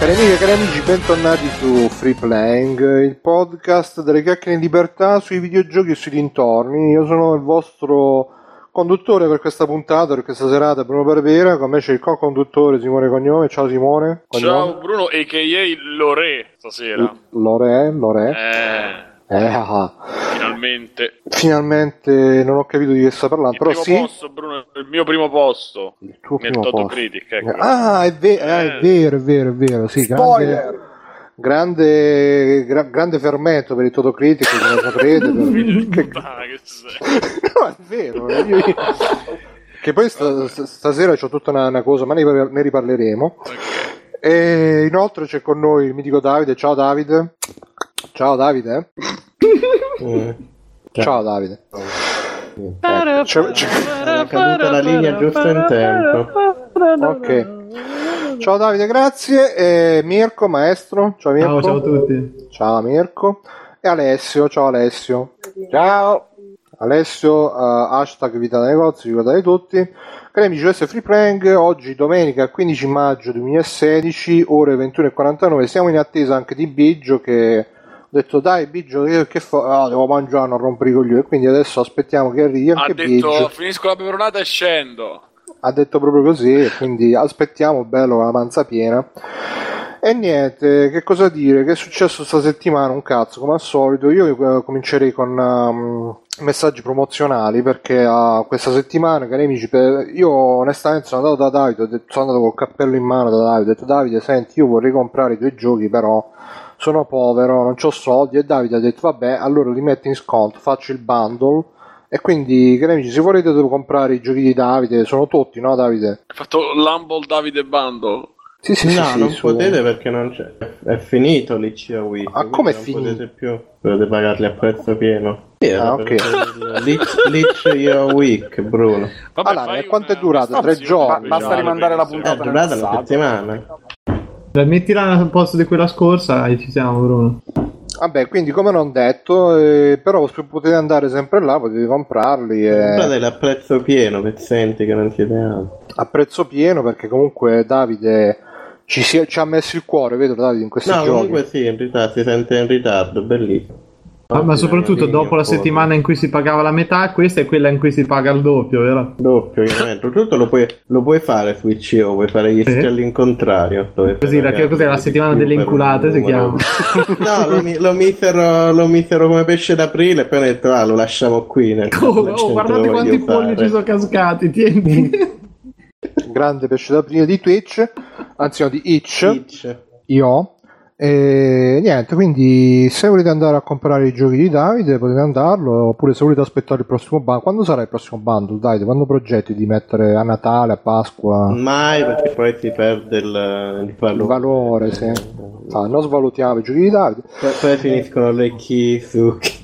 Cari amiche e cari amici, bentornati su Free Playing, il podcast delle chiacchiere in libertà sui videogiochi e sui dintorni. Io sono il vostro conduttore per questa puntata, per questa serata, Bruno Barbera. Con me c'è il co-conduttore Simone Cognome. Ciao Simone. Cognome. Ciao Bruno, a.k.a. Lore stasera. Lore. Finalmente non ho capito di che sta parlando, il però primo sì. posto, Bruno, il mio primo posto. Il tuo nel primo Toto posto. Critic, ecco. È vero, sì, Spoiler! grande fermento per il Toto Critic, come saprete. Che sei? No, è vero. Che poi stasera c'ho tutta una cosa, ma ne riparleremo. Okay. E inoltre c'è con noi il mitico Davide. Ciao Davide. Ciao Davide. Ciao Davide. È caduta la linea giusto in tempo. Ok. Ciao Davide, grazie. E Mirko, maestro. Ciao Mirko. Ciao a tutti. Ciao Mirko. E Alessio. Ciao Alessio. Ciao! Alessio, hashtag Vita da Negozio, ricordate tutti. Cari amici, questo è Free Playing. Oggi domenica 15 maggio 2016, ore 21:49. Siamo in attesa anche di Biggio, che ho detto dai Biggio, che fa? Devo mangiare, non rompere i coglioni. Quindi adesso aspettiamo che arrivi anche Biggio. Ha detto finisco la peperonata e scendo. Ha detto proprio così, quindi aspettiamo, bello, con la panza piena. E niente, che cosa dire? Che è successo sta settimana? Un cazzo, come al solito. Io comincerei con messaggi promozionali, perché questa settimana, cari amici, io onestamente sono andato da Davide, sono andato col cappello in mano da Davide, ho detto Davide, senti, io vorrei comprare i tuoi giochi, però sono povero, non c'ho soldi, e Davide ha detto vabbè, allora li metti in sconto, faccio il bundle. E quindi, cari amici, se volete devo comprare i giochi di Davide, sono tutti, no Davide? Hai fatto l'Humble Davide Bundle? Sì, non potete perché non c'è. È finito l'ICA Week. Come è non finito? potete più. Dovete pagarli a prezzo pieno. Ok. L'ICA Week, Bruno. Vabbè, Allora, quanto è durata? 3 giorni? Basta rimandare la puntata. È durata una settimana. Mettila al posto di quella scorsa e ci siamo, Bruno. Vabbè, quindi come non detto, però potete andare sempre là, potete comprarli. Comprateli a prezzo pieno, pezzenti che non siete altro. A prezzo pieno, perché comunque Davide ci ha messo il cuore, vedo Davide, in questi giochi. Comunque sì, in ritardo, si sente in ritardo, bellissimo. Ma soprattutto dopo la settimana in cui si pagava la metà, questa è quella in cui si paga il doppio, vero? Doppio, ovviamente. Tutto lo puoi fare su ICO, puoi fare gli Sì. all'incontrario. Così, cos'è la settimana delle inculate si chiama? No, lo misero come pesce d'aprile e poi ho detto lo lasciamo qui. Guardate quanti polli ci sono cascati, tieni. Grande pesce d'aprile di Twitch, anzi no, di Itch. Io. E niente, quindi se volete andare a comprare i giochi di Davide potete andarlo, oppure se volete aspettare il prossimo bundle. Quando sarà il prossimo bundle, Davide? Quando progetti di mettere a Natale, a Pasqua? Mai, perché poi si perde il valore. Il valore, sì. Non svalutiamo i giochi di Davide. Poi finiscono le Kisuki.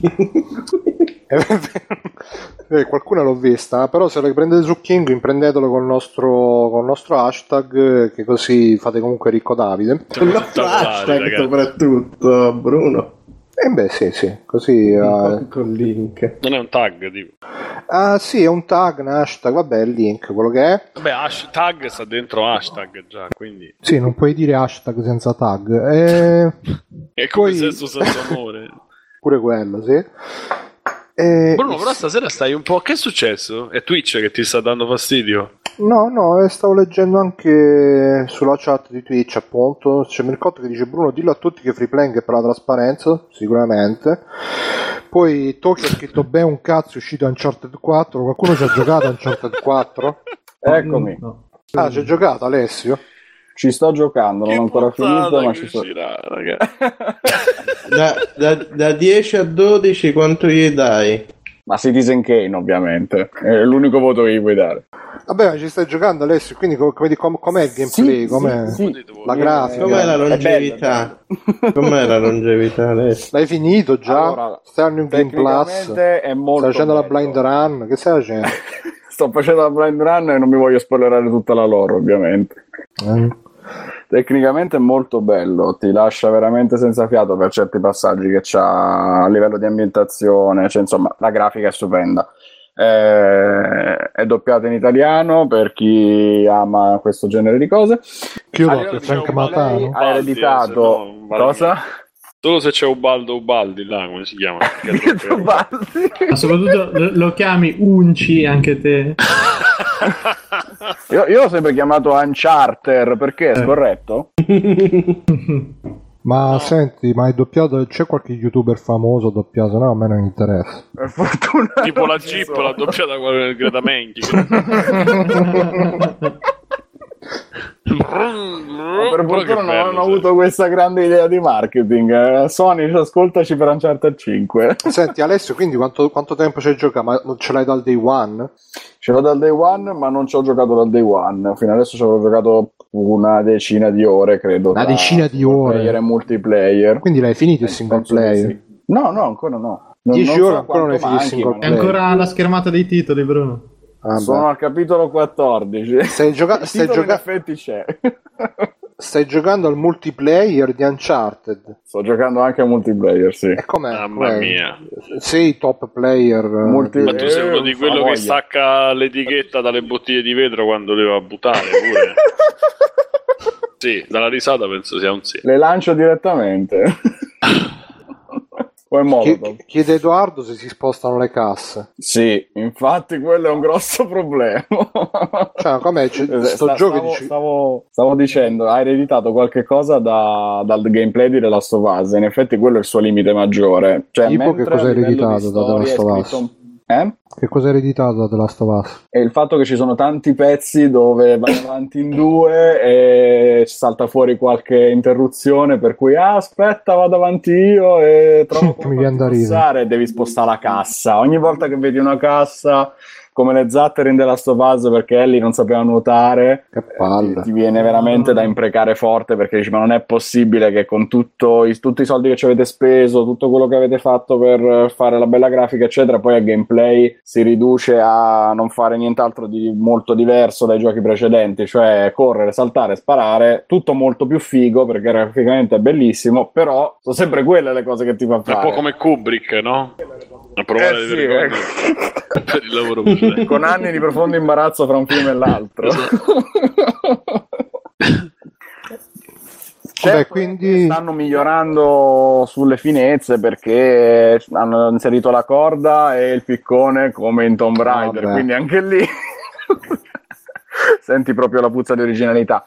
Qualcuna l'ho vista, però se le prendete su King, imprendetelo col nostro hashtag, che così fate comunque ricco Davide. Il nostro hashtag soprattutto, Bruno. Beh sì, così Con link. Non è un tag, tipo. Ah sì, è un tag, un hashtag, vabbè, il link, quello che è. Vabbè, hashtag sta dentro hashtag già, quindi. Sì, non puoi dire hashtag senza tag. È come poi... sesso senza amore. Pure quello, sì. Bruno, però stasera stai un po'. Che è successo? È Twitch che ti sta dando fastidio? No, stavo leggendo anche sulla chat di Twitch, appunto. C'è Mircotto che dice: Bruno, dillo a tutti che Free Playing è per la trasparenza. Sicuramente. Poi Tokyo ha scritto: beh, un cazzo, è uscito Uncharted 4. Qualcuno ci ha giocato a Uncharted 4? Eccomi. No. Ah, ci hai giocato, Alessio? Ci sto giocando, non ho ancora finito, ma ci sto. Da 10 a 12 quanto gli dai? Ma Citizen Kane, ovviamente. È l'unico voto che gli puoi dare. Vabbè, ma ci stai giocando, Alessio, quindi com'è il gameplay? Com'è la grafica? Com'è la longevità? Com'è la longevità, Alessio? L'hai finito già? Allora, stai in Game Plus? è molto Stai facendo la bello. blind run? Che stai facendo? Sto facendo la blind run e non mi voglio spoilerare tutta la lore, ovviamente. Tecnicamente è molto bello, ti lascia veramente senza fiato per certi passaggi che c'ha a livello di ambientazione, cioè, insomma, la grafica è stupenda. È doppiato in italiano per chi ama questo genere di cose Chiudo, Frank Matano. Ha ereditato cosa? Solo se c'è Ubaldi là, come si chiama? Ma soprattutto lo chiami Unci anche te. Io l'ho sempre chiamato Uncharter, perché è scorretto? Ma senti, ma hai doppiato? C'è qualche youtuber famoso doppiato? No, a me non interessa. Per fortuna tipo la Jeep l'ha doppiata con Greta Menchi. Per fortuna non hanno avuto questa grande idea di marketing. Sony, ascoltaci per Uncharted 5. Senti Alessio, quindi quanto tempo ci hai giocato? Ma non ce l'hai dal day one? Ce l'ho dal day one, ma non ci ho giocato dal day one. Fino adesso ci avevo giocato una decina di ore, credo. Una decina di ore? Multiplayer e multiplayer. Quindi l'hai finito il single player? Sì. No, ancora no. 10 ore ancora non hai finito il single player? È ancora la schermata dei titoli, Bruno. Sono al capitolo 14. Stai giocando? In effetti c'è. Stai giocando al multiplayer di Uncharted? Sto giocando anche a multiplayer, sì. E com'è? Mamma mia. Sei top player? Ma tu sei uno di quello che stacca l'etichetta dalle bottiglie di vetro quando le va a buttare pure. Sì, dalla risata penso sia un sì. Le lancio direttamente. Chiede Edoardo se si spostano le casse. Sì, infatti quello è un grosso problema. Cioè, com'è? Stavo dicendo, hai ereditato qualche cosa dal gameplay di The Last of Us. In effetti quello è il suo limite maggiore. Cioè, tipo che cosa hai ereditato da The Last of Us? Che cosa hai ereditato da The Last of Us? È il fatto che ci sono tanti pezzi dove vai avanti in due e salta fuori qualche interruzione, per cui aspetta, vado avanti io e trovo come passare e devi spostare la cassa. Ogni volta che vedi una cassa come le zattere in The Last of Us, perché Ellie non sapeva nuotare, ti viene veramente da imprecare forte, perché dici, ma non è possibile che con tutti i soldi che ci avete speso, tutto quello che avete fatto per fare la bella grafica eccetera, poi il gameplay si riduce a non fare nient'altro di molto diverso dai giochi precedenti, cioè correre, saltare, sparare, tutto molto più figo perché graficamente è bellissimo, però sono sempre quelle le cose che ti fa fare. È un po' come Kubrick, no? A provare sì, per il lavoro con anni di profondo imbarazzo fra un film e l'altro. Quindi stanno migliorando sulle finezze perché hanno inserito la corda e il piccone come in Tomb Raider, quindi anche lì senti proprio la puzza di originalità.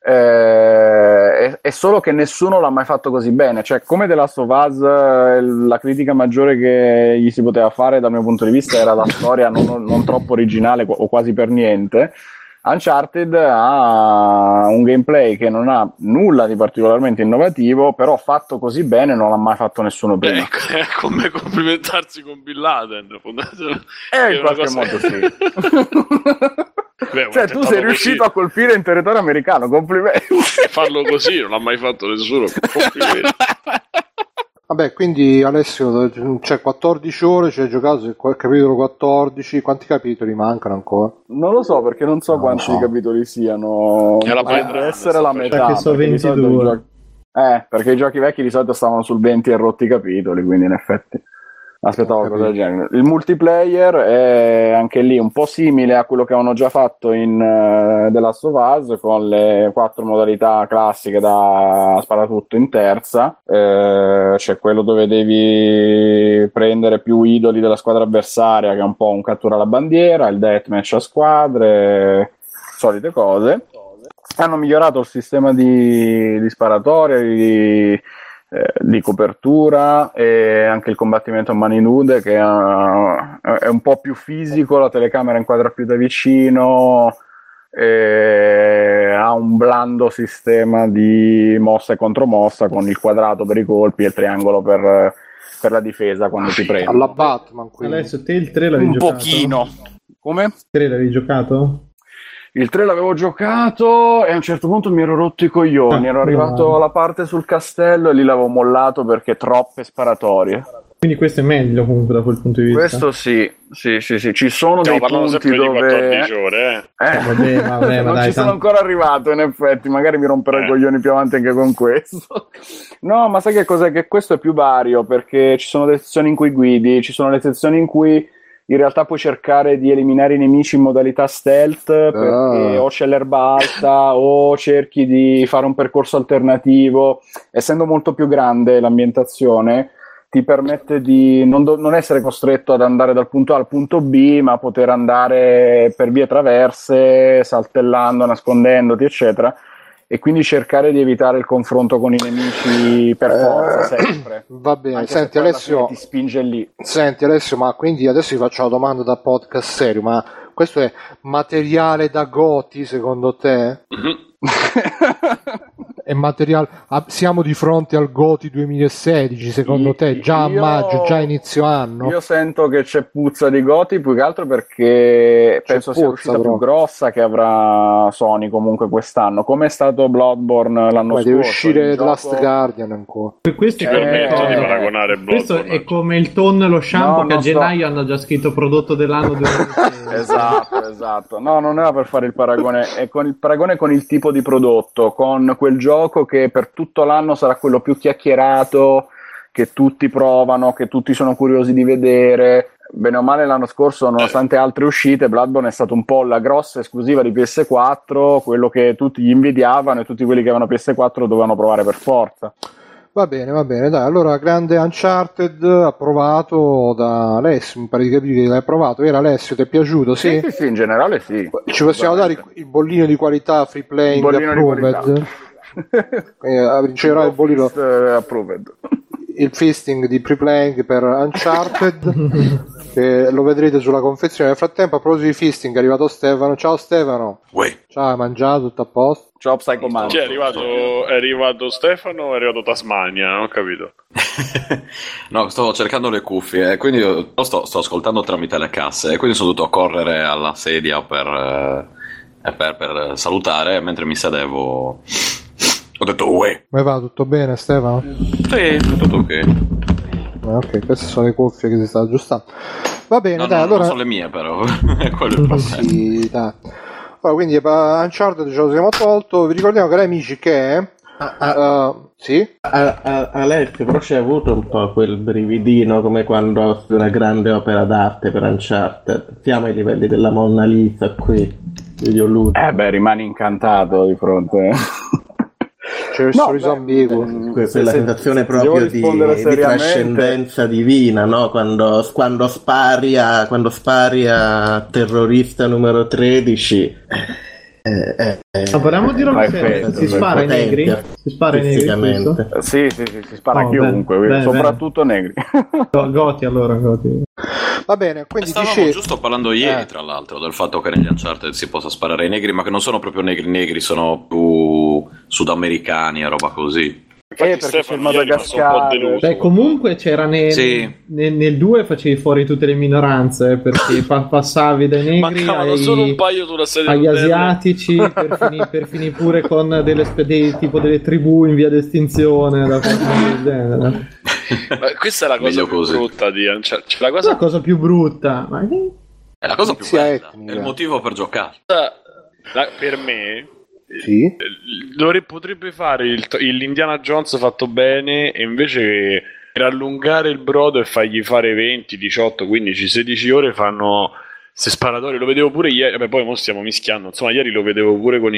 È solo che nessuno l'ha mai fatto così bene, cioè come The Last of Us la critica maggiore che gli si poteva fare dal mio punto di vista era la storia non troppo originale o quasi per niente. Uncharted ha un gameplay che non ha nulla di particolarmente innovativo, però fatto così bene non l'ha mai fatto nessuno prima. È come complimentarsi con Bin Laden, in qualche modo sì. Beh, cioè tu sei riuscito a colpire in territorio americano, complimenti. Farlo così non l'ha mai fatto nessuno, complimenti. Vabbè, quindi Alessio, c'è 14 ore, ci hai giocato il capitolo 14, quanti capitoli mancano ancora? Non lo so, perché non so quanti capitoli siano. Deve essere la metà. Che sono 22. Perché i giochi vecchi di solito stavano sul 20 e rotti capitoli, quindi in effetti aspettavo cosa del genere. Il multiplayer è anche lì un po' simile a quello che avevano già fatto in The Last of Us, con le 4 modalità classiche da sparatutto in terza. C'è quello dove devi prendere più idoli della squadra avversaria, che è un po' un cattura alla bandiera, il deathmatch a squadre, solite cose. Hanno migliorato il sistema di sparatoria, di copertura, e anche il combattimento a mani nude, che è un po' più fisico, la telecamera inquadra più da vicino, ha un blando sistema di mossa e contromossa, con il quadrato per i colpi e il triangolo per la difesa quando ti prendi. Alla Batman, quindi. Adesso te il 3 l'avevi giocato? Un pochino. Come? Il 3 l'avevi giocato? Il 3 l'avevo giocato e a un certo punto mi ero rotto i coglioni, ero arrivato alla parte sul castello e lì l'avevo mollato perché troppe sparatorie. Quindi questo è meglio comunque da quel punto di vista? Questo sì, ci sono dei punti dove... Di 14 ore, Vabbè, non dai, ci sono ancora arrivato, in effetti, magari mi romperò i coglioni più avanti anche con questo. No, ma sai che cos'è? Che questo è più vario, perché ci sono le sezioni in cui guidi, ci sono le sezioni in cui in realtà puoi cercare di eliminare i nemici in modalità stealth perché o c'è l'erba alta o cerchi di fare un percorso alternativo. Essendo molto più grande l'ambientazione, ti permette di non essere costretto ad andare dal punto A al punto B, ma poter andare per vie traverse, saltellando, nascondendoti, eccetera. E quindi cercare di evitare il confronto con i nemici per forza, sempre. Va bene, anche senti Alessio, ti spinge lì. Senti Alessio, ma quindi adesso ti faccio la domanda da podcast serio, ma questo è materiale da Goti secondo te? È materiale, siamo di fronte al Goti 2016 secondo te, già a maggio, già inizio anno? Io sento che c'è puzza di Goti, più che altro perché penso sia l'uscita più grossa che avrà Sony comunque quest'anno, come è stato Bloodborne l'anno scorso. Deve uscire The Last Guardian ancora. Questo ti permetto di paragonare Bloodborne. Questo è come il tonno e lo shampoo che a gennaio hanno già scritto prodotto dell'anno 2016. Esatto. No, non era per fare il paragone, è con il paragone con il tipo di prodotto, con quel gioco che per tutto l'anno sarà quello più chiacchierato, che tutti provano, che tutti sono curiosi di vedere. Bene o male l'anno scorso, nonostante altre uscite, Bloodborne è stato un po' la grossa esclusiva di PS4, quello che tutti gli invidiavano e tutti quelli che avevano PS4 dovevano provare per forza. Va bene, dai, allora grande Uncharted approvato da Alessio, mi pare di capire che l'hai provato, era Alessio, ti è piaciuto? Sì, in generale sì. Ci possiamo dare il bollino di qualità free playing approved? Riceverà il bollino approved. Il fisting di pre-playing per Uncharted che lo vedrete sulla confezione. Nel frattempo, a proposito di fisting, è arrivato Stefano. Ciao Stefano. Ciao, hai mangiato, tutto a posto? Ciao Psycho Man. Chi è arrivato? È arrivato Stefano o è arrivato Tasmania? Non ho capito. No, stavo cercando le cuffie, quindi sto ascoltando tramite le casse e quindi sono dovuto correre alla sedia per salutare, mentre mi sedevo ho detto uè. Ma va tutto bene Stefano? Sì, tutto ok. Ok, queste sono le cuffie che si sta aggiustando. Va bene, dai, allora... non sono le mie però, è quello il problema. Sì, dai. Allora, quindi Uncharted ce lo siamo tolto. Vi ricordiamo, cari amici, che... sì? Alessio, però c'è avuto un po' quel brividino come quando una grande opera d'arte per Uncharted. Siamo ai livelli della Monna Lisa qui. Rimani incantato di fronte. C'è il sorriso ambiguo. Quella sensazione proprio di trascendenza divina, no? Quando spari a terrorista numero 13. Ma parliamo di roba seria. Si spara ai negri? Si spara ai negri? Sì, si spara a chiunque, soprattutto negri. Goti. Va bene, quindi stavamo giusto parlando ieri, tra l'altro, del fatto che negli Uncharted si possa sparare ai negri, ma che non sono proprio negri, sono più sudamericani e roba così. Perché c'è il Madagascar. Beh, comunque c'era nel 2 facevi fuori tutte le minoranze, perché passavi dai negri solo un paio sulla sedia agli asiatici per finire pure con tipo delle tribù in via d'estinzione da del genere. Ma questa è la cosa più brutta di Uncharted. La cosa più brutta, è la cosa più bella, è il motivo per giocare. Per me sì. Potrebbe fare l'Indiana Jones fatto bene, e invece per allungare il brodo e fargli fare 20, 18, 15, 16 ore fanno se sparatori. Lo vedevo pure ieri, poi mo stiamo mischiando, insomma ieri lo vedevo pure con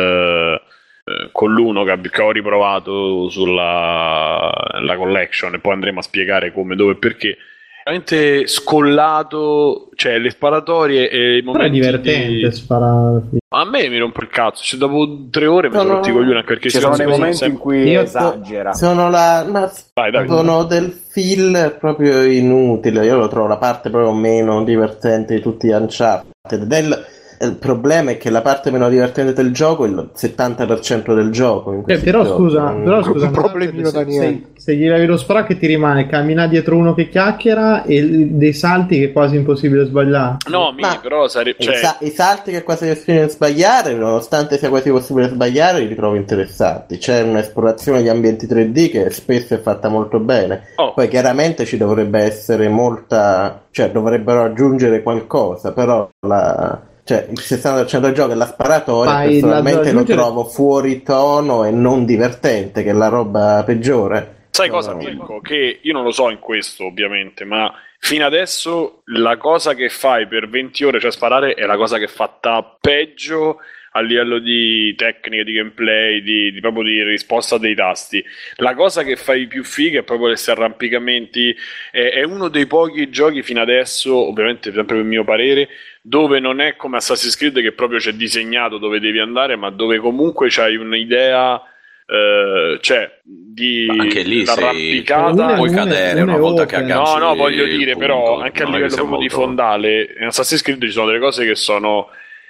l'1 che ho riprovato la collection, e poi andremo a spiegare come, dove e perché. Veramente scollato, cioè le sparatorie e i momenti. Però è divertente sparare. A me mi rompo il cazzo, cioè, dopo 3 ore mi sono rotti i coglioni, anche perché ci sono dei momenti in cui esagera. Sono del filler proprio inutile. Io lo trovo la parte proprio meno divertente di tutti gli Uncharted. Il problema è che la parte meno divertente del gioco è il 70% del gioco. Però scusa, un problemino da niente. Se gli levi lo sparo che ti rimane, cammina dietro uno che chiacchiera e dei salti che è quasi impossibile sbagliare. No, però i salti che è quasi impossibile sbagliare, nonostante sia quasi possibile sbagliare, li trovo interessanti. C'è un'esplorazione degli ambienti 3D che spesso è fatta molto bene. Poi chiaramente ci dovrebbe essere dovrebbero aggiungere qualcosa, però il 60% del gioco è la sparatoria. Personalmente lo trovo fuori tono e non divertente, che è la roba peggiore. Sai cosa, Mirko? Che io non lo so in questo ovviamente, ma fino adesso la cosa che fai per 20 ore, cioè sparare, è la cosa che è fatta peggio a livello di tecnica, di gameplay, proprio di risposta dei tasti. La cosa che fai più figa è proprio questi arrampicamenti. È uno dei pochi giochi fino adesso, ovviamente sempre per il mio parere, dove non è come Assassin's Creed che proprio c'è disegnato dove devi andare, ma dove comunque c'hai un'idea, cioè di anche lì l'arrampicata puoi cadere una volta che agganci. No, voglio dire, punto, però anche a livello proprio di fondale in Assassin's Creed ci sono delle cose che sono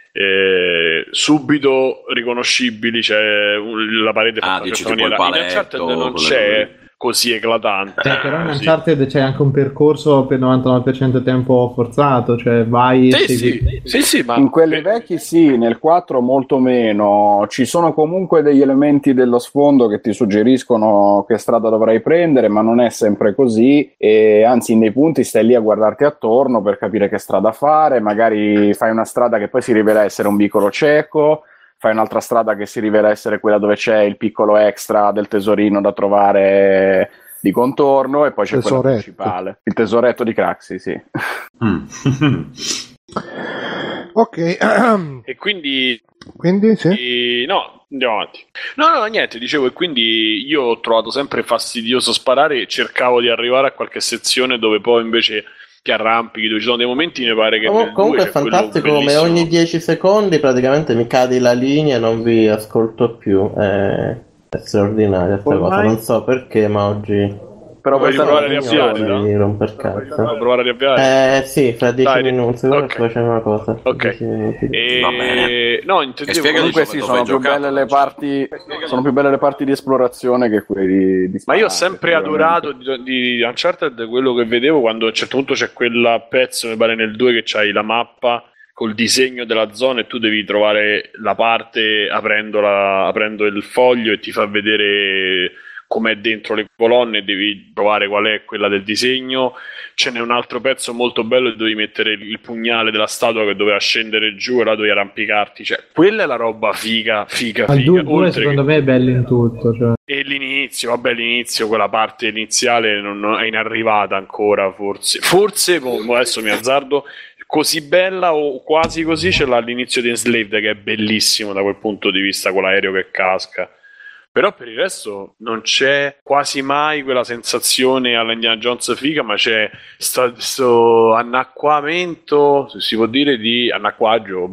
subito riconoscibili, c'è la parete fatta dici in tipo il paletto, in Uncharted non c'è così eclatante, però in Uncharted c'è anche un percorso per il 99% tempo forzato, cioè vai sì, ma in quelli vecchi sì, nel 4 molto meno. Ci sono comunque degli elementi dello sfondo che ti suggeriscono che strada dovrai prendere, ma non è sempre così, e anzi in dei punti stai lì a guardarti attorno per capire che strada fare, magari fai una strada che poi si rivela essere un vicolo cieco, fai un'altra strada che si rivela essere quella dove c'è il piccolo extra del tesorino da trovare di contorno, e poi c'è quella principale, il tesoretto di Craxi, sì. Ok. E quindi sì? no, andiamo avanti. No, niente, dicevo, e quindi io ho trovato sempre fastidioso sparare e cercavo di arrivare a qualche sezione dove poi invece ti arrampichi, dove ci sono dei momenti, mi pare che comunque è fantastico come ogni 10 secondi praticamente mi cadi la linea e non vi ascolto più, è straordinaria questa cosa, non so perché, ma oggi però puoi provare a riavviare, no? Provare a riavviare? Sì, fra 10 minuti ora facciamo una cosa. Ok. Va bene. No, intendevo comunque sì, sono più belle le parti, sono più belle le parti di esplorazione che quelli di ma io ho sempre adorato di Uncharted quello che vedevo quando a un certo punto c'è quel pezzo, mi pare nel 2, che c'hai la mappa col disegno della zona e tu devi trovare la parte aprendo il foglio e ti fa vedere com'è dentro le colonne, devi provare qual è quella del disegno. Ce n'è un altro pezzo molto bello dove devi mettere il pugnale della statua che doveva scendere giù e là dovevi arrampicarti, cioè quella è la roba figa. Il 2 secondo me è bello in tutto, cioè. E l'inizio, quella parte iniziale non è inarrivata ancora, forse adesso mi azzardo, così bella o quasi così ce l'ha all'inizio di Enslaved, che è bellissimo da quel punto di vista, con l'aereo che casca. Però per il resto non c'è quasi mai quella sensazione alla Indiana Jones figa, ma c'è sto annacquamento, se si può dire, di annacquaggio,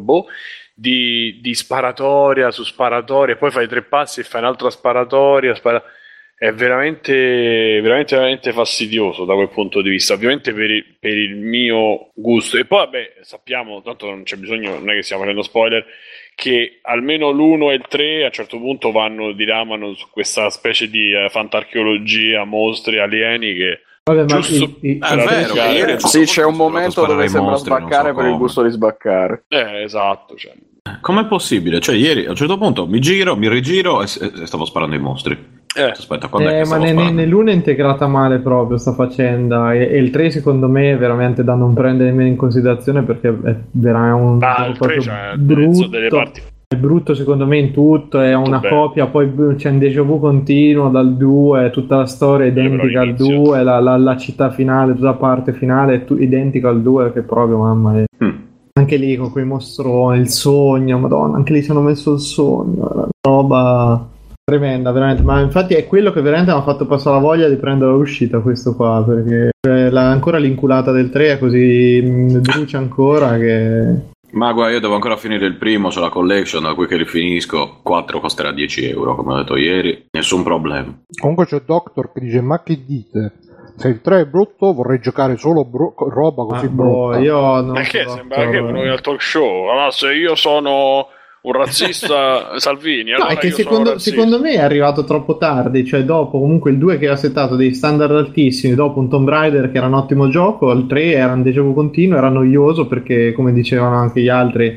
di sparatoria su sparatoria, poi fai 3 passi e fai un'altra sparatoria, è veramente, veramente, veramente fastidioso da quel punto di vista, ovviamente per il mio gusto. E poi vabbè, sappiamo, tanto non c'è bisogno, non è che stiamo facendo spoiler, che almeno l'1 e il 3 a un certo punto diramano su questa specie di fantarcheologia, mostri, alieni che vabbè, giusto è vero, sì, c'è un momento dove sembra sbaccare per il gusto di sbaccare. Esatto, cioè. Com'è possibile? Cioè ieri a un certo punto mi rigiro e stavo sparando i mostri. Aspetta, quando è che ma nell'1 è integrata male proprio sta faccenda, e il 3 secondo me è veramente da non prendere nemmeno in considerazione, perché è veramente un proprio brutto, delle parti. È brutto secondo me in tutto, è una copia, poi c'è un déjà vu continuo dal 2, tutta la storia è identica al 2, la città finale, tutta la parte finale è identica al 2, che proprio mamma mia. Anche lì con quei mostroni, il sogno, madonna, anche lì ci hanno messo il sogno, una roba tremenda veramente, ma infatti è quello che veramente mi ha fatto passare la voglia di prendere l'uscita questo qua, perché ancora l'inculata del 3 è così brucia ancora che... Ma guarda, io devo ancora finire il primo, c'è la collection, da cui che rifinisco 4 costerà 10 euro, come ho detto ieri, nessun problema. Comunque c'è Doctor che dice: ma che dite? Se il 3 è brutto vorrei giocare solo roba così brutta. Io non perché sembra che noi al talk show, allora se io sono un razzista Salvini, allora no, è che secondo me è arrivato troppo tardi, cioè dopo comunque il 2 che ha settato dei standard altissimi, dopo un Tomb Raider che era un ottimo gioco, il 3 era un déjà vu continuo, era noioso perché come dicevano anche gli altri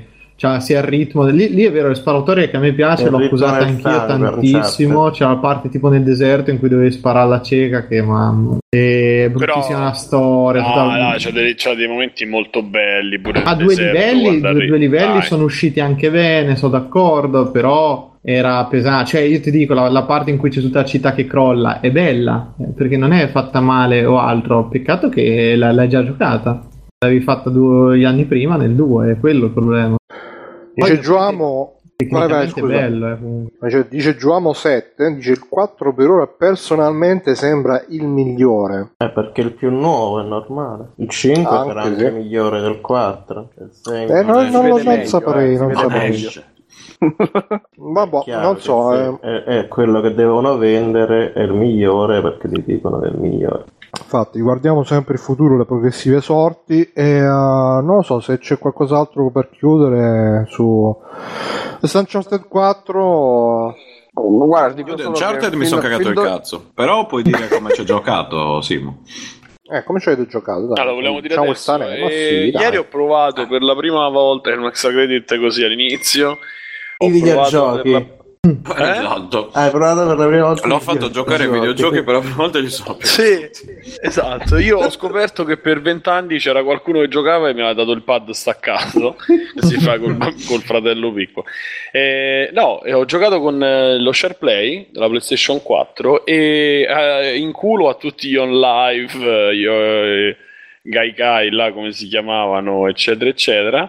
cioè sia il ritmo lì è vero, le sparatorie che a me piace, l'ho usata anch'io tantissimo, c'è la parte tipo nel deserto in cui dovevi sparare alla cieca che mamma, è bruttissima la storia, c'ha dei momenti molto belli pure a due livelli sono usciti anche bene, sono d'accordo, però era pesante, cioè io ti dico la parte in cui c'è tutta la città che crolla è bella, perché non è fatta male o altro, peccato che l'hai già giocata, l'avevi fatta 2 anni prima nel 2, è quello il problema. Dice Giuamo, bello, dice Giuamo 7, dice il 4 per ora personalmente sembra il migliore. Perché il più nuovo è normale. Il 5 sarà anche migliore del 4. Non saprei. Vabbè, non so. È quello che devono vendere, è il migliore perché ti dicono che è il migliore. Infatti guardiamo sempre il futuro, le progressive sorti e non lo so se c'è qualcos'altro per chiudere su Uncharted 4. Guarda, Uncharted mi sono cagato il cazzo, però puoi dire come ci hai giocato, Simo. Come ci avete giocato? Dai, allora, volevo dire adesso, ieri ho provato per la prima volta il Max Credit così all'inizio. I videogiochi. Esatto. Hai provato per la prima volta? L'ho fatto giocare ai videogiochi per la prima volta e gli sono più. Sì, esatto. Io ho scoperto che per 20 anni c'era qualcuno che giocava e mi aveva dato il pad staccato che si fa col fratello piccolo. Ho giocato con lo SharePlay della PlayStation 4 e in culo a tutti gli on live, Gaikai là come si chiamavano, eccetera eccetera.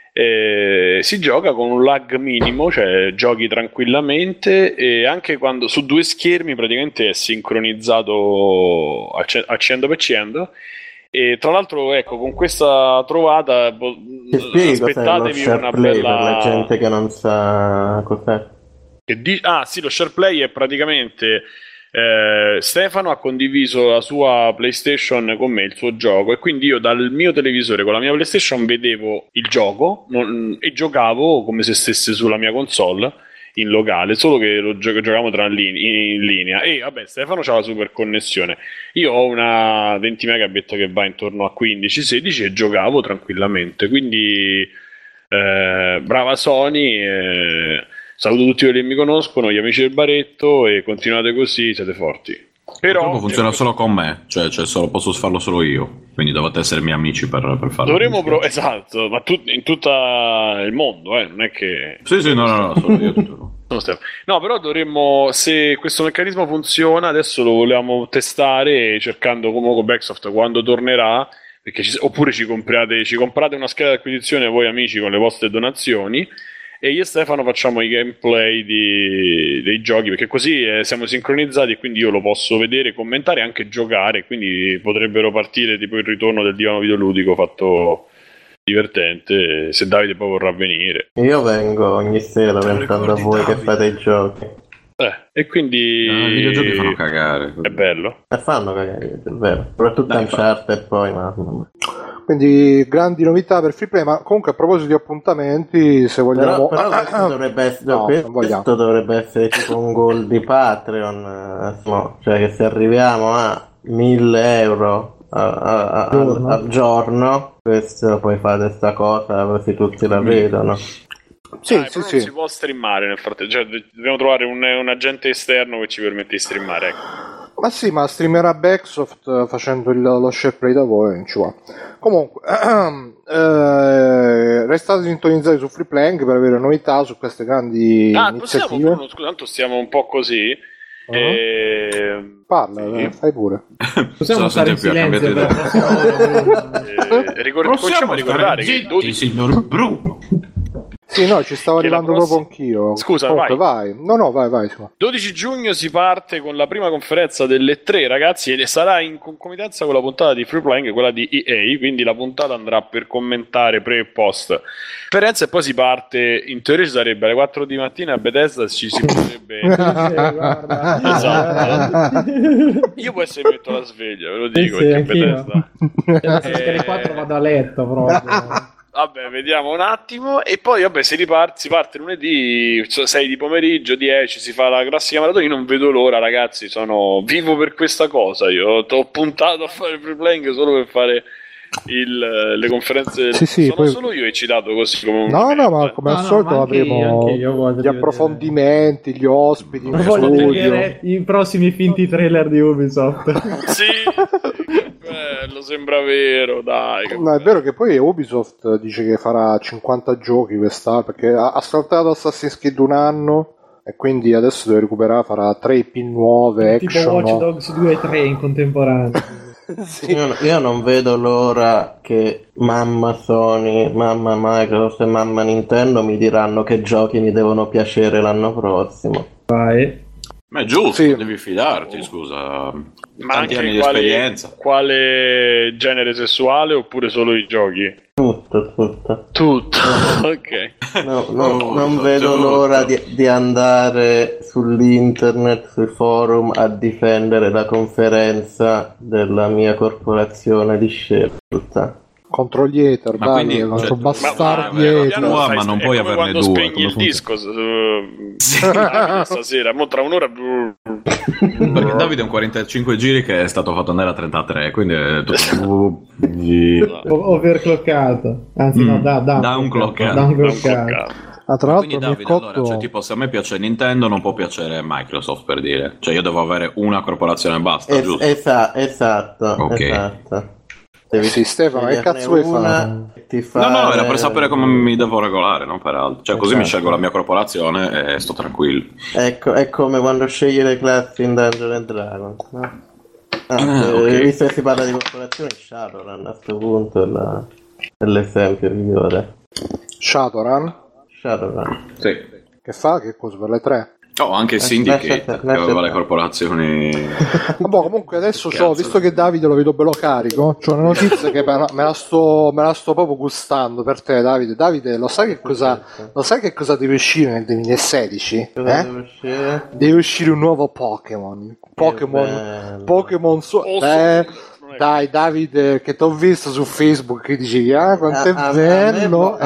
Si gioca con un lag minimo, cioè giochi tranquillamente e anche quando su 2 schermi praticamente è sincronizzato al 100%. E tra l'altro, ecco, con questa trovata aspettatevi una bella per la gente che non sa cos'è. Sì, lo SharePlay è praticamente Stefano ha condiviso la sua PlayStation con me, il suo gioco, e quindi io dal mio televisore con la mia PlayStation vedevo il gioco e giocavo come se stesse sulla mia console in locale, solo che lo giocavamo in linea. E vabbè, Stefano c'ha la super connessione, io ho una 20 megabit che va intorno a 15-16 e giocavo tranquillamente, quindi brava Sony. Saluto tutti quelli che mi conoscono, gli amici del baretto, e continuate così, siete forti. Però funziona solo con me, cioè posso farlo solo io, quindi dovete essere miei amici per farlo. Dovremmo esatto, ma in tutto il mondo, non è che... Sì, no, solo io tutto. No, però dovremmo, se questo meccanismo funziona, adesso lo vogliamo testare cercando comunque Backsoft quando tornerà, perché oppure ci comprate una scheda di acquisizione voi amici con le vostre donazioni, e io e Stefano facciamo i gameplay dei giochi, perché così siamo sincronizzati e quindi io lo posso vedere, commentare e anche giocare, quindi potrebbero partire tipo il ritorno del divano videoludico fatto divertente, se Davide poi vorrà venire. Io vengo ogni sera pensando a voi che fate i giochi. E quindi i videogiochi fanno cagare. È bello. Fanno cagare, è vero. Soprattutto Uncharted poi, ma... Quindi grandi novità per Free Play, ma comunque a proposito di appuntamenti, se vogliamo... Però questo dovrebbe essere tipo un goal di Patreon, cioè che se arriviamo a 1.000 euro al giorno, questo poi fate sta cosa così tutti la vedono. Sì. Non si può streamare nel frattempo, cioè dobbiamo trovare un agente esterno che ci permette di streamare, ecco. Ma sì, ma streamerà Backsoft facendo lo SharePlay da voi, non ci va. Comunque, restate sintonizzati su Freeplaying per avere novità su queste grandi iniziative. Tanto stiamo un po', così. Parla, fai pure. Possiamo stare in silenzio per cominciamo a ricordare che il signor Bruno. Sì, no, ci stavo arrivando proprio anch'io. Scusa, comunque, vai. No, vai. 12 giugno si parte con la prima conferenza delle 3, ragazzi, e sarà in concomitanza con la puntata di Free Playing, quella di EA, quindi la puntata andrà per commentare pre e post conferenza, e poi si parte, in teoria ci sarebbe alle 4 di mattina a Bethesda, ci si potrebbe esatto. Io poi se metto la sveglia, ve lo dico, perché Bethesda alle 4 vado a letto proprio. Vabbè, vediamo un attimo. E poi vabbè, si parte lunedì 6 di pomeriggio, 10 si fa la classica maratona. Io non vedo l'ora, ragazzi, sono vivo per questa cosa. Io ho puntato a fare il free playing solo per fare le conferenze. Sì, sono solo io eccitato così come no, ma come al solito avremo gli approfondimenti, gli ospiti. Voglio vedere i prossimi finti trailer di Ubisoft. Sì, bello, sembra vero, dai. No, è vero che poi Ubisoft dice che farà 50 giochi quest'anno, perché ha saltato Assassin's Creed un anno e quindi adesso deve recuperare, farà 3 IP nuove, tipo action, Watch Dogs 2 e 3 in contemporanea. Sì. Io non vedo l'ora che mamma Sony, mamma Microsoft e mamma Nintendo mi diranno che giochi mi devono piacere l'anno prossimo. Vai. Ma è giusto, sì. Devi fidarti, scusa. Ma Tanti anche anni di esperienza. Quale genere sessuale oppure solo i giochi? Tutto. Ok. Non vedo l'ora di andare sull'internet, sui forum a difendere la conferenza della mia corporazione di scelta. contro gli hater, ma quindi, contro bastardi hater. Ma non puoi averne due. Spegni il disco stasera, mo tra un'ora. Perché Davide è un 45 giri che è stato fatto andare a 33, quindi è tutto overclockato. Anzi, no, da un clockato. Ah, tra l'altro quindi Davide, allora, cioè, tipo, se a me piace Nintendo non può piacere Microsoft, per dire, cioè io devo avere una corporazione e basta, giusto? Esatto. Ok. Esatto. Sì, Stefano, che cazzo vuoi fare? No, era per sapere come mi devo regolare, non per altro. Cioè, così mi scelgo la mia corporazione e sto tranquillo. Ecco, è come quando scegli le classi in Dungeons and Dragons, no? Okay. Visto che si parla di corporazioni, Shadowrun a questo punto è l'esempio migliore. Shadowrun? Sì. Che fa? Che cosa per le 3? Oh, anche il Syndicate che aveva le corporazioni. Vabbè, comunque adesso visto che Davide lo vedo bello carico, c'ho una notizia che me la sto proprio gustando per te, Davide. Davide, lo sai che cosa deve uscire nel 2016? Deve uscire un nuovo Pokémon. Pokémon dai Davide, che t'ho visto su Facebook che dicevi quanto è bello,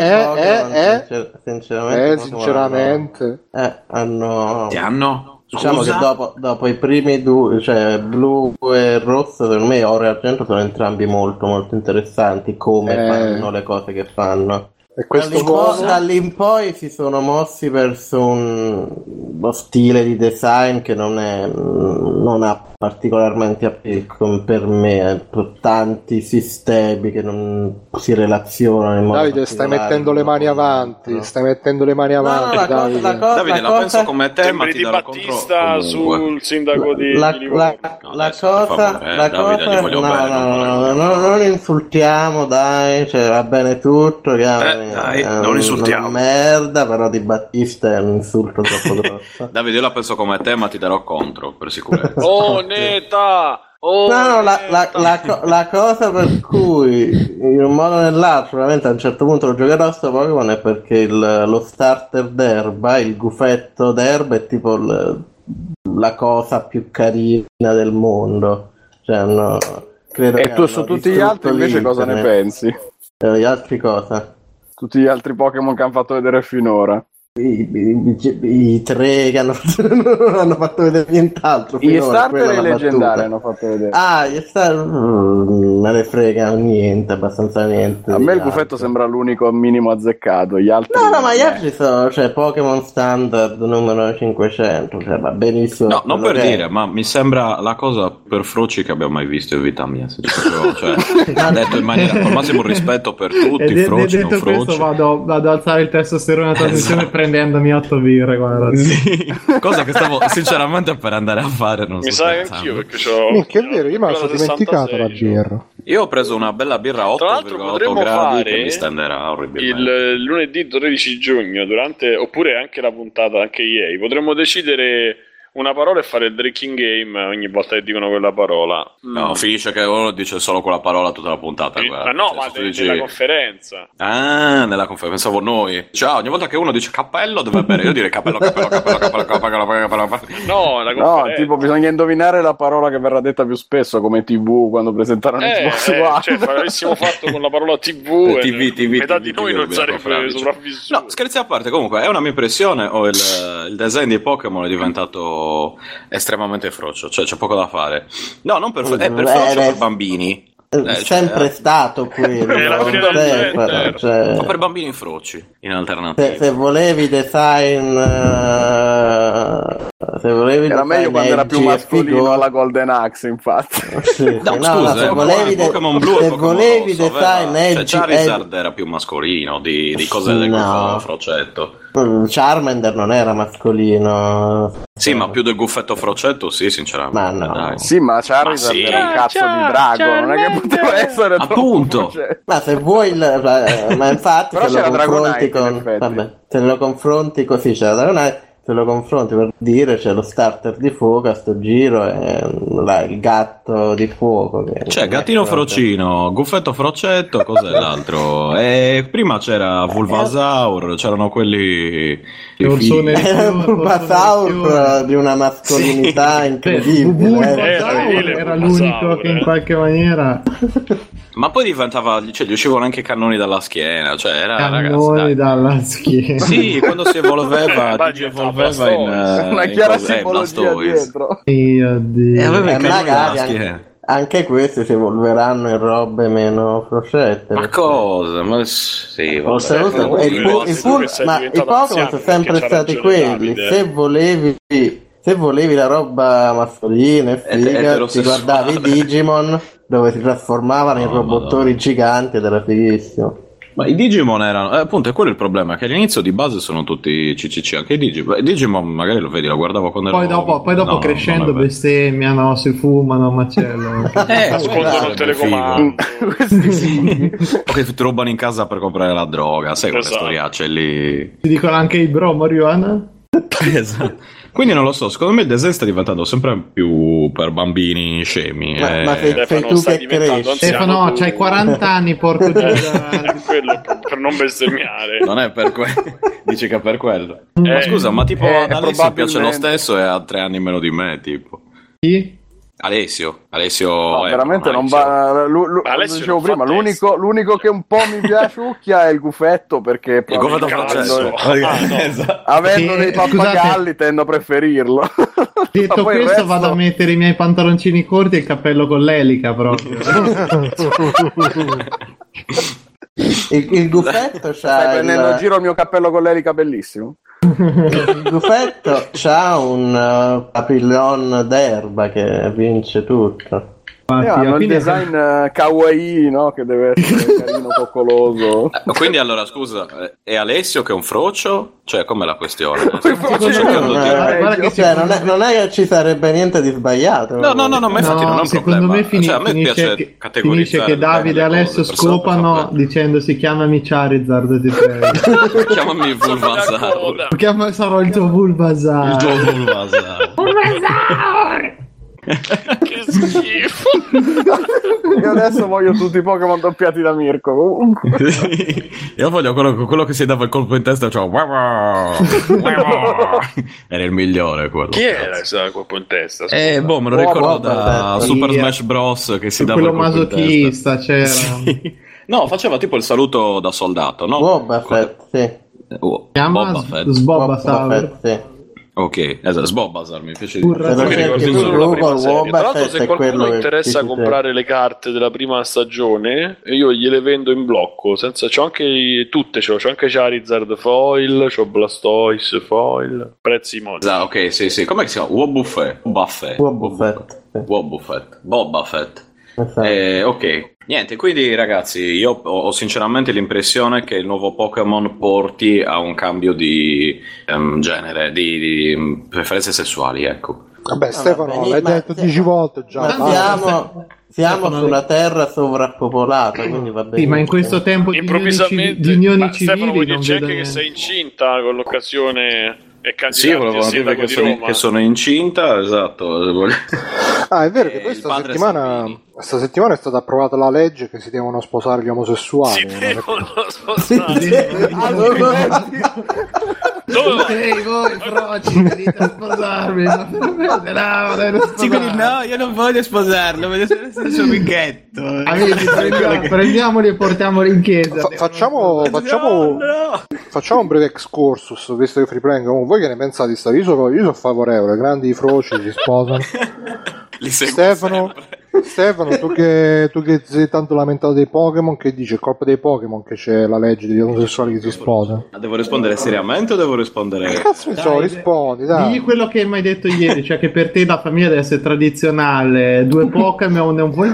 sinceramente hanno diciamo che dopo i primi due, cioè blu e rosso, per me oro e argento sono entrambi molto molto interessanti come fanno le cose che fanno. E da lì in poi si sono mossi verso uno stile di design che non ha particolarmente appeal per me, per tanti sistemi che non si relazionano in modo Davide, stai mettendo le mani avanti, Davide. Davide, la penso come te, ma ti darò contro sul sindaco di Livorno. Non insultiamo, dai, cioè va bene tutto, dai, non insultiamo. Una merda, però Di Battista è un insulto troppo grosso. Davide, io la penso come te, ma ti darò contro per sicurezza. La cosa per cui in un modo o nell'altro veramente a un certo punto lo giocherò sto Pokémon è perché lo starter d'erba, il gufetto d'erba è tipo la cosa più carina del mondo, cioè, no, credo. E tu su tutti gli altri invece cosa ne pensi? Gli altri cosa? Tutti gli altri Pokémon che hanno fatto vedere finora. I tre che non hanno fatto vedere nient'altro. Gli starter e i leggendari hanno fatto vedere. Gli starter me ne frega niente, abbastanza niente. A me il gufetto sembra l'unico minimo azzeccato. Gli altri no, ma gli altri sono, cioè Pokémon standard numero 500, cioè va benissimo. No, non per dire, ma mi sembra la cosa per froci che abbiamo mai visto in vita mia. Cioè, detto in maniera con massimo rispetto per tutti, froci, non froci. Questo vado ad alzare il testosterone a trasmissione prendendomi 8 birre, guarda. Sì. Cosa che stavo sinceramente per andare a fare, non mi so. sa che anch'io, perché c'ho che è vero, io me la sono dimenticata la birra. Io ho preso una bella birra 8,8 gradi che mi stenderà orribilmente. Il lunedì 13 giugno, oppure anche la puntata, anche ieri, potremmo decidere una parola e fare il drinking game ogni volta che dicono quella parola. No, finisce che uno dice solo quella parola tutta la puntata. Ma no, ma nella conferenza. Ah, nella conferenza, pensavo noi. Ciao, ogni volta che uno dice cappello deve bere, io direi cappello. No, la conferenza. No, tipo bisogna indovinare la parola che verrà detta più spesso, come TV quando presentarono Xbox One. Cioè, avessimo fatto con la parola TV, metà di noi non sarebbe sopravvissuto. No, scherzi a parte, comunque è una mia impressione, il design di Pokémon è diventato estremamente frocio, cioè c'è poco da fare. No, non per è per frocio per bambini. sempre stato quello. O per bambini froci in alternativa. Se volevi design era meglio quando era più mascolino alla Golden Axe, infatti. Scusa, Pokémon Blu e Pokémon Rosso, design Charizard era più mascolino di cose del gruffo frocetto. Charmander non era mascolino. Sì, ma più del guffetto frocetto, sì, sinceramente. Ma no. Dai. Sì, ma Charizard era un cazzo di drago, non è che poteva essere appunto. Ma se vuoi ma infatti però se c'era lo confronti Dragonite, vabbè, se lo confronti così c'era Dragonite, se lo confronti per dire c'è lo starter di fuoco a sto giro e il gatto di fuoco che gattino frocino, guffetto frocetto, cos'è l'altro? E prima c'era Vulvasaur, c'erano quelli era un Bulbasaur di una mascolinità incredibile. Era l'unico che in qualche maniera ma poi diventava, cioè gli uscivano anche cannoni dalla schiena, cioè era cannoni dalla schiena. Sì, quando si evolveva evolveva in una chiara simbologia dietro. Dio. Magari anche questi si evolveranno in robe meno frocette. Ma cosa? Ma sì, ma i Pokémon sono sempre stati quelli. Se volevi la roba mascolina e figa, ti guardavi i Digimon dove si trasformavano in robottori giganti ed era fighissimo. Ma i Digimon erano, appunto, è quello il problema, che all'inizio di base sono tutti CCC, anche i Digimon. I Digimon magari lo vedi, lo guardavo quando poi dopo crescendo bestemmiano, si fumano, macello. Nascondono il telecomando. Che ti rubano in casa per comprare la droga, sai quelle storiacce lì. Ti dicono anche i bro marijuana? Esatto. Quindi non lo so, secondo me il design sta diventando sempre più per bambini scemi. Ma sei tu che cresci. Stefano, c'hai 40 anni, porco Dio. Quello per non bestemmiare. Non è per quello. Dici che è per quello. Ma scusa, ma tipo ad Alessio piace lo stesso e ha 3 anni meno di me, tipo. Chi? Alessio no, veramente non va. Alessio dicevo prima, l'unico che un po' mi piaciucchia è il guffetto, perché il guffetto avendo dei pappagalli tendo a preferirlo. Detto questo, vado a mettere i miei pantaloncini corti e il cappello con l'elica proprio. Il guffetto stai prendendo in giro il mio cappello con l'elica bellissimo. Il guffetto c'ha un papillon d'erba che vince tutto. Hanno il design kawaii, no? Che deve essere carino, coccoloso. Quindi allora scusa, è Alessio che è un frocio? Cioè, com'è la questione? Non è che ci sarebbe niente di sbagliato. No, ma infatti non è un secondo problema. me finisce, a me piace finisce che Davide e Alessio scopano dicendosi chiamami Charizard, ti prego. Chiamami Bulbasaur. Sarò il tuo Bulbasaur. Il tuo Bulbasaur. Che schifo. Io adesso voglio tutti i Pokémon doppiati da Mirko. Io voglio quello che si dava il colpo in testa, cioè era il migliore quello. Chi era il colpo in testa? Me lo ricordo da Super Smash Bros. Che si dava il colpo in testa. Quello masochista c'era. Sì. No, faceva tipo il saluto da soldato, no? Boba Fett, sì. Chiama Sbobasaur, sì. Ok, esatto, Sbobasaur mi piace di tra l'altro, se qualcuno interessa comprare le carte della prima stagione, io gliele vendo in blocco, c'ho anche tutte, c'ho anche Charizard foil, c'ho Blastoise foil, prezzi modi. Ok, sì, com'è che si chiama? Wobbuffet. Boba Fett. Ok, niente, quindi ragazzi, io ho sinceramente l'impressione che il nuovo Pokémon porti a un cambio di genere, di preferenze sessuali, ecco. Vabbè, Stefano, l'hai detto 10 volte già. Siamo su una terra sovrappopolata, quindi va bene. Sì, ma in questo tempo di unioni civili Stefano, vuoi dirci anche che sei incinta con l'occasione... Sì, volevo dire che sono incinta, esatto. È vero che questa settimana è stata approvata la legge che si devono sposare gli omosessuali. Si devono sposare. Ehi voi froci, venite a sposarmi. No, io non voglio sposarlo, voglio essere il suo amichetto. Prendiamoli e portiamoli in chiesa. Facciamo un breve excursus, visto che Free Playing. Voi che ne pensate di sta? Io sono favorevole, grandi froci si sposano. Stefano sempre. Stefano, tu che sei tanto lamentato dei Pokémon, che dice? È colpa dei Pokémon che c'è la legge degli omosessuali che si sposa? Devo rispondere seriamente o devo rispondere? Che cazzo ne so, rispondi, dai. Digli quello che mi hai detto ieri, cioè che per te la famiglia deve essere tradizionale, 2 Pokémon e un po'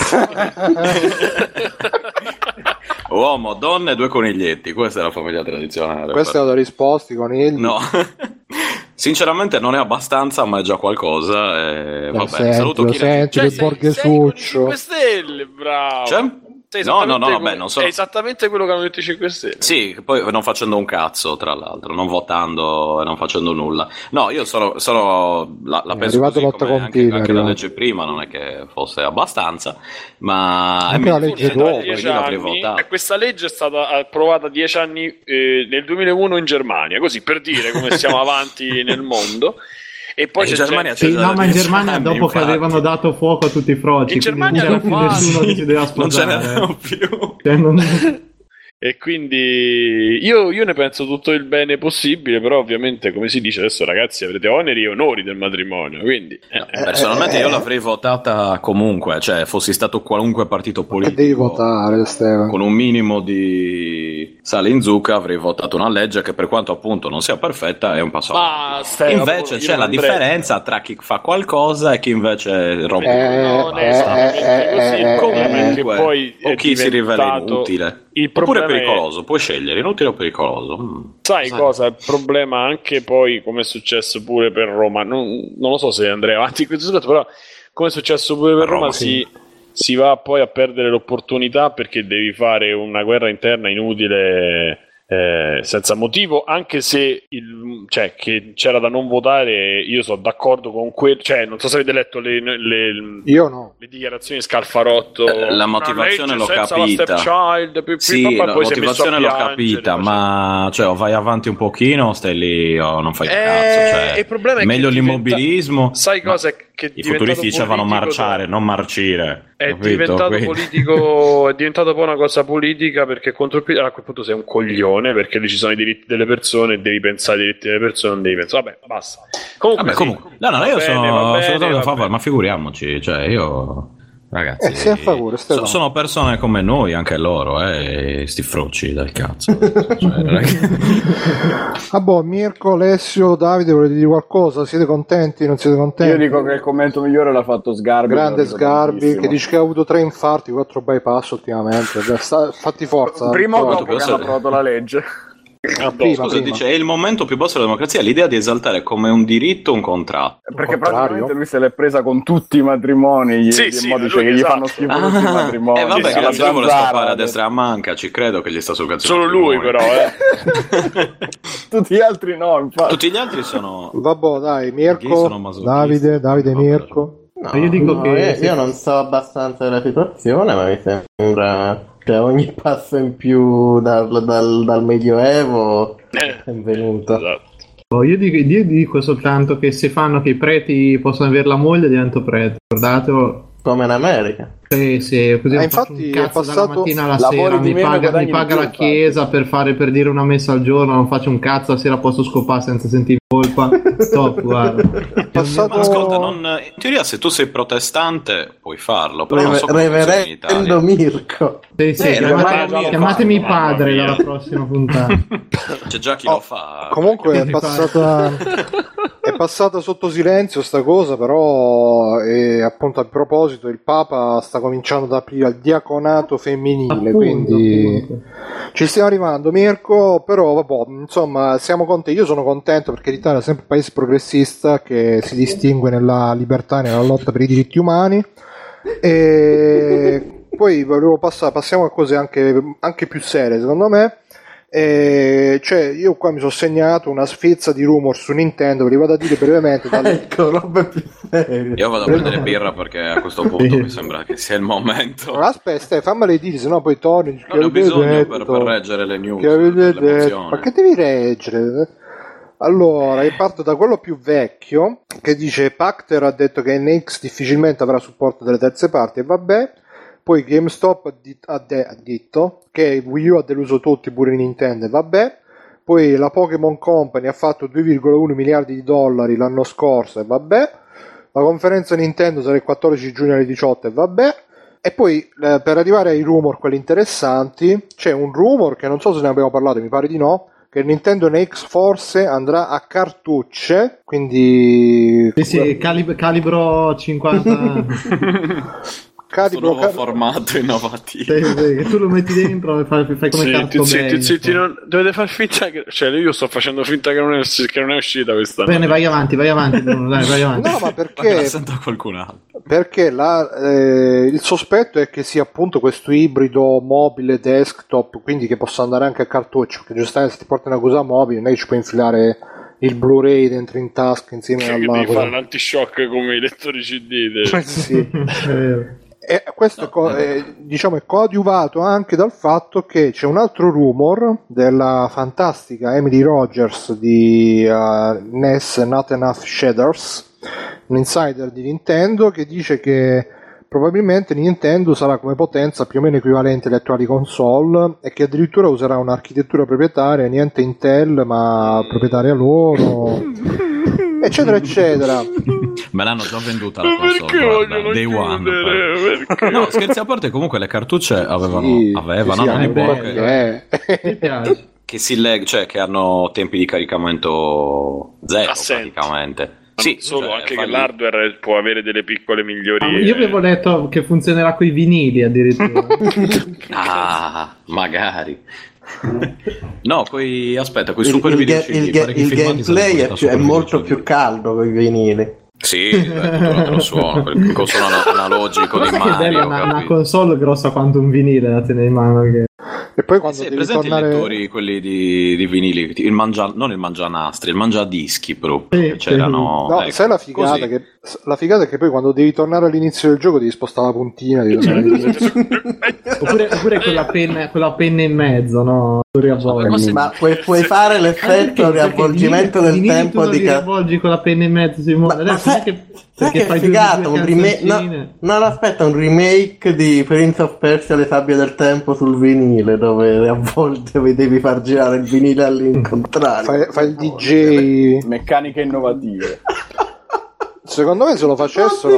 Uomo, donne e 2 coniglietti, questa è la famiglia tradizionale. Questa è la risposta, i conigli. No. Sinceramente non è abbastanza, ma è già qualcosa. Vabbè, senti, saluto chi senti, cioè, che borghesuccio. 5 Stelle, bravo. Cioè? No, beh, non so. È esattamente quello che hanno detto i 5 Stelle. Sì, poi non facendo un cazzo, tra l'altro, non votando e non facendo nulla. No, io sono la penso così, come anche la legge prima, non è che fosse abbastanza, ma anche la legge dopo, io l'avrei votata. Questa legge è stata approvata 10 anni nel 2001 in Germania, così per dire come siamo avanti nel mondo. E poi in Germania c'è ma in Germania dopo infatti. Che avevano dato fuoco a tutti i froci, in Germania non c'era più nessuno che si doveva sposare. Non ce n'erano più. E quindi io ne penso tutto il bene possibile, però ovviamente, come si dice adesso, ragazzi, avrete oneri e onori del matrimonio, quindi personalmente io l'avrei votata comunque, cioè fossi stato qualunque partito politico, devi votare, Stefano, con un minimo di sale in zucca avrei votato una legge che, per quanto appunto non sia perfetta, è un passo avanti. Invece c'è la differenza tra chi fa qualcosa e chi invece rompe non è esattamente così, poi o chi si rivela inutile oppure pericoloso, puoi scegliere inutile o pericoloso. Sai cosa? Il problema anche poi, come è successo pure per Roma, non lo so se andrei avanti in questo aspetto, però come è successo pure per Roma sì. Si va poi a perdere l'opportunità perché devi fare una guerra interna inutile, senza motivo, anche se che c'era da non votare. Io sono d'accordo con cioè non so se avete letto io no, le dichiarazioni di Scalfarotto. La motivazione l'ho capita, sì, la motivazione l'ho capita, ma cioè o vai avanti un pochino o stai lì o non fai cazzo, cioè, il problema è meglio che l'immobilismo. Sai cosa? Che i futuristi dicevano marciare, non marcire. È diventato politico, è diventato poi una cosa politica, perché contro a quel punto sei un coglione, perché lì ci sono i diritti delle persone e devi pensare ai diritti delle persone, non devi pensare. Vabbè, basta. Comunque. No, io sono assolutamente a favore, ma figuriamoci, cioè io, ragazzi, sei a favore, sono persone come noi, anche loro, sti frocci del cazzo. Mirko, Alessio, Davide, volete dire qualcosa? Siete contenti? Non siete contenti? Io dico che il commento migliore l'ha fatto Sgarbi. Grande Sgarbi, che dice che ha avuto 3 infarti, 4 bypass ultimamente. Fatti forza. Prima o dopo che hanno approvato la legge? Prima. Dice è il momento più basso della democrazia, l'idea di esaltare come un diritto un contratto, perché praticamente lui se l'è presa con tutti i matrimoni, dice che gli fanno schifo tutti i matrimoni. Vabbè, che la gente vuole scopare a destra e a manca, ci credo che gli sta sul cazzo. Solo lui però tutti gli altri no, infatti. Tutti gli altri sono vabbè, dai, Mirko, Davide, Mirko. No, io dico che io non so abbastanza della situazione, ma mi sembra che ogni passo in più dal Medioevo è venuto. Esatto. Io dico soltanto che se fanno che i preti possono avere la moglie, divento prete, guardatelo. Come in America. Sì, così infatti è passato dalla mattina alla sera, mi paga la chiesa per dire una messa al giorno, non faccio un cazzo, la sera posso scopare senza sentire colpa. Stop, guarda. Ma ascolta, in teoria se tu sei protestante puoi farlo, però non so come funziona in Italia. Mirko. Sì, chiamatemi padre dalla prossima puntata. C'è già chi lo fa. Comunque è passata sotto silenzio sta cosa, però appunto a proposito il Papa sta cominciando ad aprire il diaconato femminile, quindi ci stiamo arrivando, Mirko, però vabbè, insomma siamo contenti, io sono contento perché l'Italia è sempre un paese progressista che si distingue nella libertà e nella lotta per i diritti umani. E poi volevo passiamo a cose anche più serie secondo me. Cioè io qua mi sono segnato una sfilza di rumor su Nintendo, ve li vado a dire brevemente. Ecco, roba più seria. Io vado a prendere birra perché a questo punto mi sembra che sia il momento. Aspetta, fammele dire, sennò poi torni. Non ho bisogno per reggere le news, ma che devi reggere? Allora, io parto da quello più vecchio, che dice Pacter ha detto che NX difficilmente avrà supporto delle terze parti, e vabbè. Poi GameStop ha detto che Wii U ha deluso tutti, pure Nintendo, e vabbè. Poi la Pokémon Company ha fatto $2,1 miliardi l'anno scorso, e vabbè. la conferenza Nintendo sarà il 14 giugno alle 18 e vabbè. E poi per arrivare ai rumor, quelli interessanti, c'è un rumor che non so se ne abbiamo parlato, mi pare di no, che il Nintendo NX forse andrà a cartucce, quindi... Sì, calibro 50... Calibro nuovo formato innovativo. Sì, che tu lo metti dentro e fai come cartone. Dovete far finta che... Cioè, io sto facendo finta che non è uscita questa. Bene, vai avanti, Bruno, dai, vai avanti. No, ma perché... sento qualcun altro. Perché il sospetto è che sia appunto questo ibrido mobile desktop, quindi che possa andare anche a cartuccio, perché giustamente se ti porti una cosa mobile non è che ci puoi infilare il Blu-ray dentro in tasca insieme al devi fare l'antishock come i lettori CD. Sì. E questo diciamo è coadiuvato anche dal fatto che c'è un altro rumor della fantastica Emily Rogers di NES Not Enough Shaders, un insider di Nintendo, che dice che probabilmente Nintendo sarà come potenza più o meno equivalente alle attuali console e che addirittura userà un'architettura proprietaria, niente Intel ma proprietaria loro, eccetera eccetera. Me l'hanno già venduta la console, guarda, Day One. No, scherzi a parte, comunque le cartucce che si cioè che hanno tempi di caricamento zero praticamente. Sì, solo anche che l'hardware può avere delle piccole migliorie. Io avevo detto che funzionerà con i vinili addirittura. Magari. No, poi aspetta, quei super video il gameplay è molto più caldo con i vinili. Sì, tutto suono, il console analogico di Mario. Una console grossa quanto un vinile da tenere in mano. E poi quando devi presenti tornare... i lettori, quelli di vinili, non il mangianastri, il mangiadischi proprio. C'erano. No, sai la figata è che poi quando devi tornare all'inizio del gioco devi spostare la puntina. Oppure quella penna in mezzo, no? Ma puoi fare l'effetto riavvolgimento del tempo di riavvolgi con la penna in mezzo. Perché fai figata, un un remake di Prince of Persia Le sabbie del tempo sul vinile, dove a volte devi far girare il vinile all'incontrario. Fai il DJ. Meccaniche innovative. Secondo me se lo facessero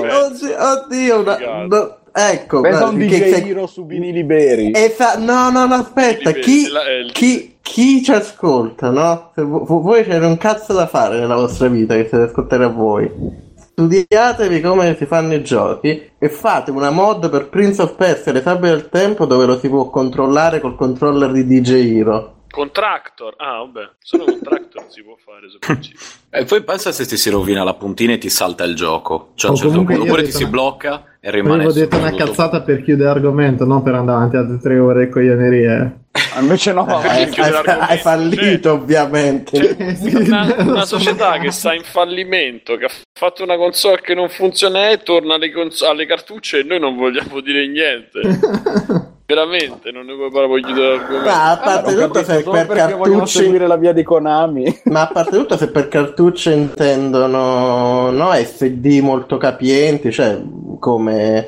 ecco, pensa un DJ Hero su vinili veri. Aspetta, chi ci ascolta, no? Se voi c'è un cazzo da fare nella vostra vita che siete ascoltare a voi, studiatevi come si fanno i giochi e fate una mod per Prince of Persia Le sabbie del tempo dove lo si può controllare col controller di DJ Hero. Contractor, vabbè, solo Contractor si può fare su PC. E poi pensa se ti si rovina la puntina e ti salta il gioco, cioè a un certo punto oppure ti si blocca e rimane. Avevo detto una cazzata per chiudere l'argomento, non per andare avanti altre 3 ore con coglionerie. Invece no, hai fallito ovviamente. Una società che sta in fallimento, che ha fatto una console che non funziona e torna alle cartucce e noi non vogliamo dire niente. Veramente non ne voglio chiudere l'argomento. Ma a parte tutto se per cartucce seguire la via di Konami. Ma a parte tutto se per cartucce intendono SD molto capienti, cioè come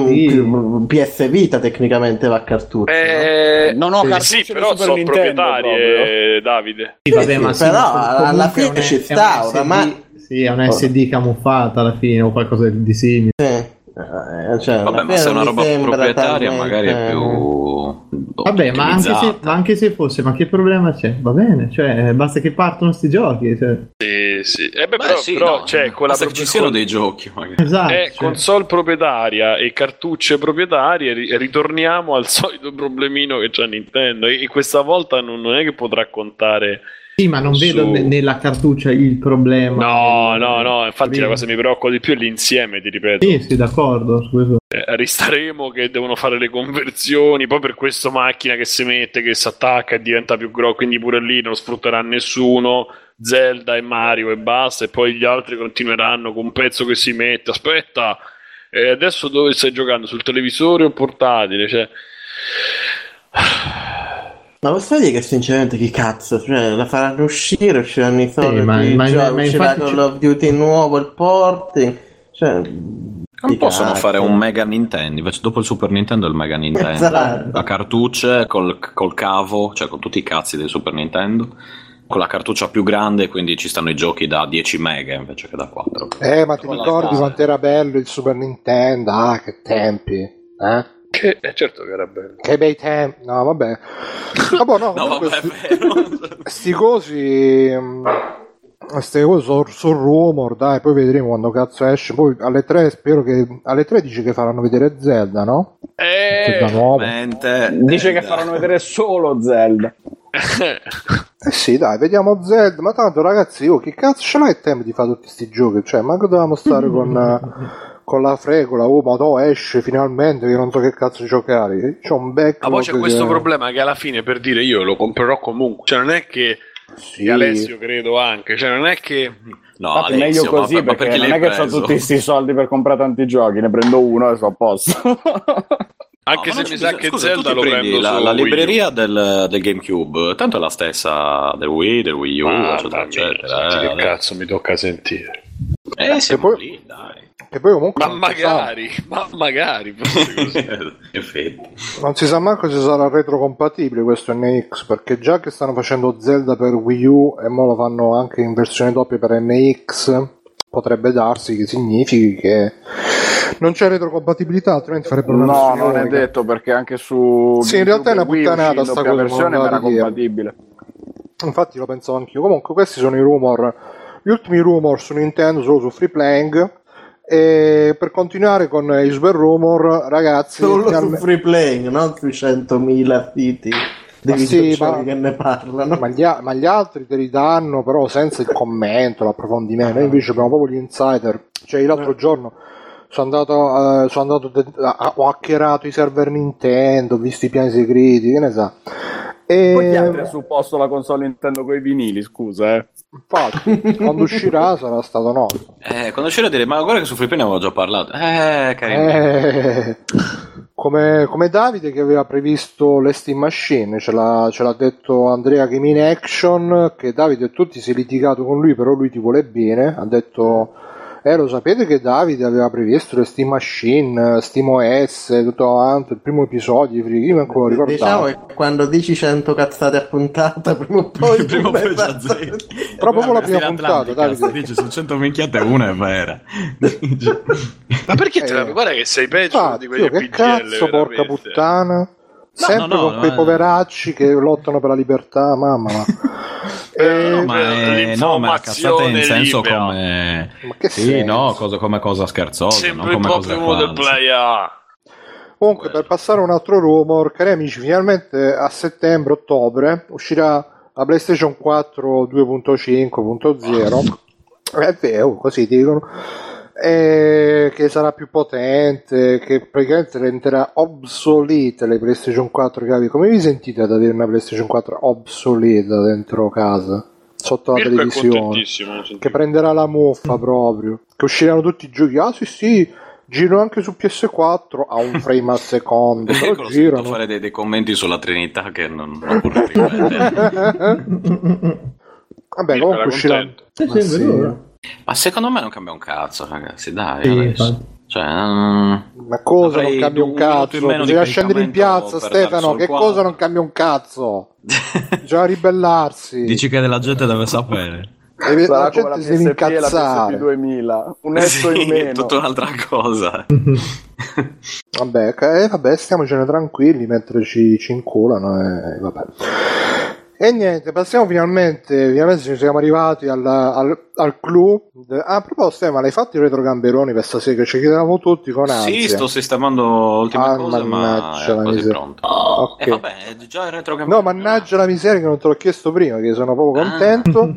PS Vita tecnicamente va a cartucce. No, sì, però sono proprietarie, Davide. Sì, vabbè, ma però alla fine ci sta oramai. Sì, è un SD camuffata alla fine o qualcosa di simile. Cioè, vabbè, ma se è una roba proprietaria magari è più vabbè, ma anche se fosse, ma che problema c'è? Va bene, cioè basta che partono sti giochi, cioè. Sì. Però c'è quella che ci siano dei giochi magari. Esatto, console proprietaria e cartucce proprietarie, ritorniamo al solito problemino che c'ha Nintendo e questa volta non è che potrà contare. Sì, ma non vedo nella cartuccia il problema. No, infatti la cosa che mi preoccupa di più è l'insieme, ti ripeto. Sì, d'accordo su questo. Ristaremo che devono fare le conversioni, poi per questo macchina che si mette, che si attacca e diventa più grosso, quindi pure lì non sfrutterà nessuno, Zelda e Mario e basta, e poi gli altri continueranno con un pezzo che si mette. Aspetta, adesso dove stai giocando? Sul televisore o portatile? Cioè... Ma posso dire che sinceramente chi cazzo, cioè la faranno usciranno i soliti uscirà Call of Duty nuovo, il porting, cioè non possono fare un Mega Nintendo, invece dopo il Super Nintendo è il Mega Nintendo, esatto. A cartucce col cavo, cioè con tutti i cazzi del Super Nintendo con la cartuccia più grande, quindi ci stanno i giochi da 10 mega invece che da 4. Ma ti ricordi quanto era bello il Super Nintendo? Ah, che tempi, certo che era bello. Che bei tempi. No, vabbè. No, vabbè, sti cosi sono rumor, dai, poi vedremo quando cazzo esce. Poi alle 3 spero che alle 3 dice che faranno vedere Zelda, no? Dice che faranno vedere solo Zelda. Sì, dai, vediamo Zelda. Ma tanto, ragazzi, che cazzo ce l'hai il tempo di fare tutti sti giochi? Cioè, ma dovevamo stare con la fregola, ma esce finalmente che non so che cazzo giocare. C'ho un backlog. Ma poi c'è questo problema che alla fine, per dire, io lo comprerò comunque. Cioè, non è che Alessio credo anche, cioè non è che no, Alessio, meglio così, perché non è che ho tutti questi soldi per comprare tanti giochi, ne prendo uno e sto a posto. Anche se mi sa che Zelda lo prendo la libreria del GameCube, tanto è la stessa del Wii, del Wii U, eccetera. Che cazzo mi tocca sentire? Siamo lì, dai. E poi comunque ma magari non si sa manco se sarà retrocompatibile questo NX, perché già che stanno facendo Zelda per Wii U e mo lo fanno anche in versione doppia per NX, potrebbe darsi che significhi che non c'è retrocompatibilità, altrimenti farebbero una no, non è detto, perché anche su in realtà è una puttanata sta cosa, versione era compatibile. Infatti lo pensavo anch'io. Comunque questi sono i rumor, gli ultimi rumor su Nintendo, solo su Free Playing. E per continuare con i super rumor, ragazzi, solo su Free Playing, non sui 100.000 siti che ne parlano, ma gli altri te li danno però senza il commento, l'approfondimento. Invece abbiamo proprio gli insider. Cioè l'altro giorno ho hackerato i server Nintendo, ho visto i piani segreti, che ne sa. Poi chi altri ha supposto la console Nintendo coi vinili, scusa, Infatti, quando uscirà sarà stato nostro. Quando uscirà dire, ma guarda che su Free Play ne avevo già parlato. Carino. Come Davide che aveva previsto le Steam Machine, ce l'ha detto Andrea Game in Action, che Davide e tutti si è litigato con lui, però lui ti vuole bene, ha detto... lo sapete che Davide aveva previsto le Steam Machine, Steam OS, tutto avanti, il primo episodio, io me lo ricordavo. Diciamo che quando dici 100 cazzate a puntata, prima o poi proprio la prima puntata, Davide. Dice su 100 minchiate una è vera. Ma perché te la guarda che sei peggio di quegli che cazzo, veramente. Porca puttana. Sempre con quei poveracci che lottano per la libertà, mamma. Ma cazzate in senso come... Ma che senso? come cosa scherzosa, sempre non come cosa uno del playa. Comunque, per passare a un altro rumor, cari amici, finalmente a settembre-ottobre uscirà la PlayStation 4 2.5.0. È vero, così dicono. Che sarà più potente, che praticamente renderà obsolete le PlayStation 4 cavi. Come vi sentite ad avere una PlayStation 4 obsoleta dentro casa sotto la televisione, che prenderà la muffa proprio, che usciranno tutti i giochi, sì, girano anche su PS4 a un frame al secondo, però girano. Fare dei commenti sulla Trinità che non vorrei ripetere. Vabbè, comunque usciranno. Ma secondo me non cambia un cazzo, ragazzi, dai. Cioè, ma cosa non cambia un cazzo? Bisogna scendere in piazza, Stefano. Che cosa non cambia un cazzo? Bisogna ribellarsi. Dici che la gente deve sapere. La gente si deve incazzare. La PSP 2000, un esso in meno. È tutta un'altra cosa. Vabbè, stiamocene tranquilli mentre ci inculano. Vabbè. E niente, passiamo finalmente ci siamo arrivati al clou. A proposito, ma l'hai fatto i retrogamberoni per stasera, che ci chiedevamo tutti con ansia. Sì, sto sistemando l'ultima cosa, ma è quasi pronto. Okay. Vabbè, già il retrogamberone. No, mannaggia la miseria che non te l'ho chiesto prima, che sono proprio contento.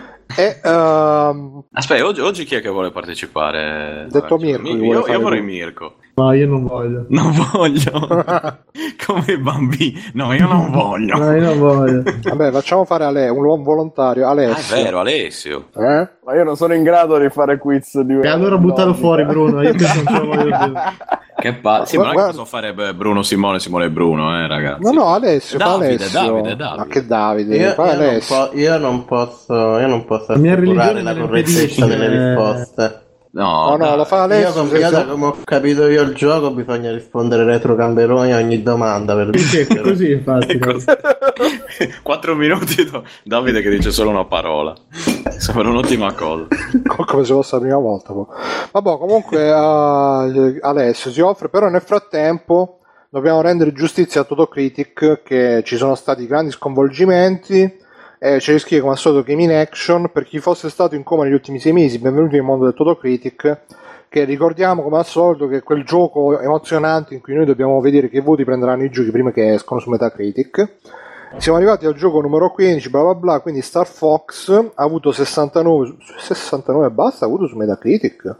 Aspetta, oggi chi è che vuole partecipare? Detto Mirko. Io vorrei Mirko. No, io non voglio. Non voglio. Come i bambini. No, io non voglio. No, io non voglio. Vabbè, facciamo fare un uomo volontario, Alessio. È vero, Alessio. Ma io non sono in grado di fare quiz di... E allora buttalo fuori, Bruno. Io non ce lo voglio più. Che sì, ma non è che posso fare Bruno Simone e Bruno, ragazzi. No, Alessio, Davide. Ma che Davide? Io non posso assicurare la correttezza delle risposte. No, lo fa Alessio. Come ho capito io il gioco, bisogna rispondere retro Gamberoni a ogni domanda. Così, infatti. 4 minuti Davide che dice solo una parola. Sembra un'ottima cosa. Come se fosse la prima volta. Vabbè, comunque Alessio si offre, però nel frattempo dobbiamo rendere giustizia a Totocritic, che ci sono stati grandi sconvolgimenti. Ce li scrive come al solito Game in Action. Per chi fosse stato in coma negli ultimi 6 mesi, benvenuti nel mondo del Totocritic, che ricordiamo come al solito che è quel gioco emozionante in cui noi dobbiamo vedere che voti prenderanno i giochi prima che escono su Metacritic. Siamo arrivati al gioco numero 15, bla bla bla, quindi Star Fox ha avuto 69 e basta, ha avuto su Metacritic.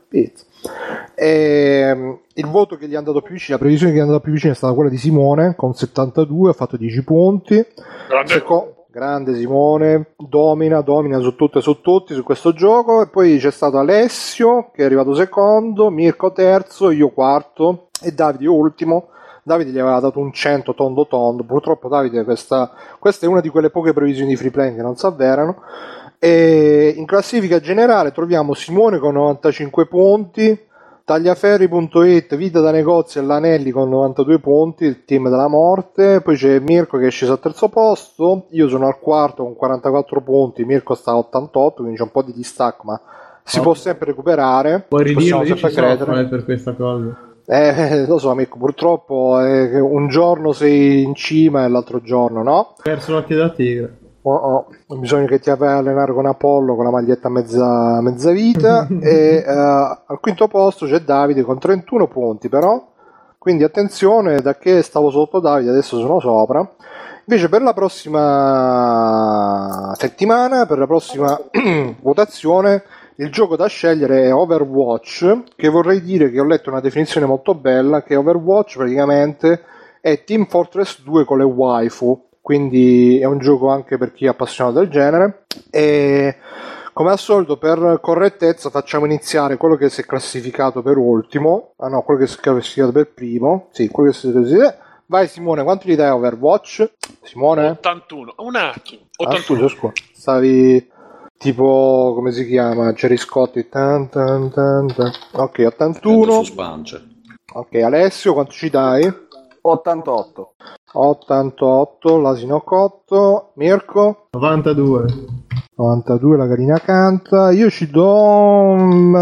E il voto che gli è andato più vicino, la previsione che gli è andata più vicina è stata quella di Simone con 72, ha fatto 10 punti. Grande Simone, domina su tutto e su tutti su questo gioco. E poi c'è stato Alessio che è arrivato secondo, Mirko terzo, io quarto e Davide ultimo. Davide gli aveva dato un 100 tondo. Purtroppo Davide questa è una di quelle poche previsioni di free play che non si avverano. E in classifica generale troviamo Simone con 95 punti, Tagliaferri.it, Vita da Negozi e Lanelli con 92 punti, il team della morte. Poi c'è Mirko che è sceso al terzo posto, io sono al quarto con 44 punti, Mirko sta a 88, quindi c'è un po' di distacco, ma si può sempre recuperare. Puoi ridirlo, io ci soffro per questa cosa. Lo so amico, purtroppo un giorno sei in cima e l'altro giorno no. Perso l'occhio da tigre. Bisogna che ti vai a allenare con Apollo con la maglietta mezza vita. E al quinto posto c'è Davide con 31 punti però, quindi attenzione, da che stavo sotto Davide adesso sono sopra. Invece per la prossima settimana, per la prossima votazione, il gioco da scegliere è Overwatch, che vorrei dire che ho letto una definizione molto bella, che Overwatch praticamente è Team Fortress 2 con le waifu, quindi è un gioco anche per chi è appassionato del genere. E come al solito, per correttezza, facciamo iniziare quello che si è classificato per ultimo. Quello che si è classificato per primo. Sì, quello che si è classificato. Vai Simone, quanto gli dai a Overwatch? Simone? 81, un attimo. 81. Scusa. Stavi tipo, come si chiama? Jerry Scott. Ok, 81. Ok, Alessio, quanto ci dai? 88, l'asino cotto. Mirko? 92, la carina canta. Io ci do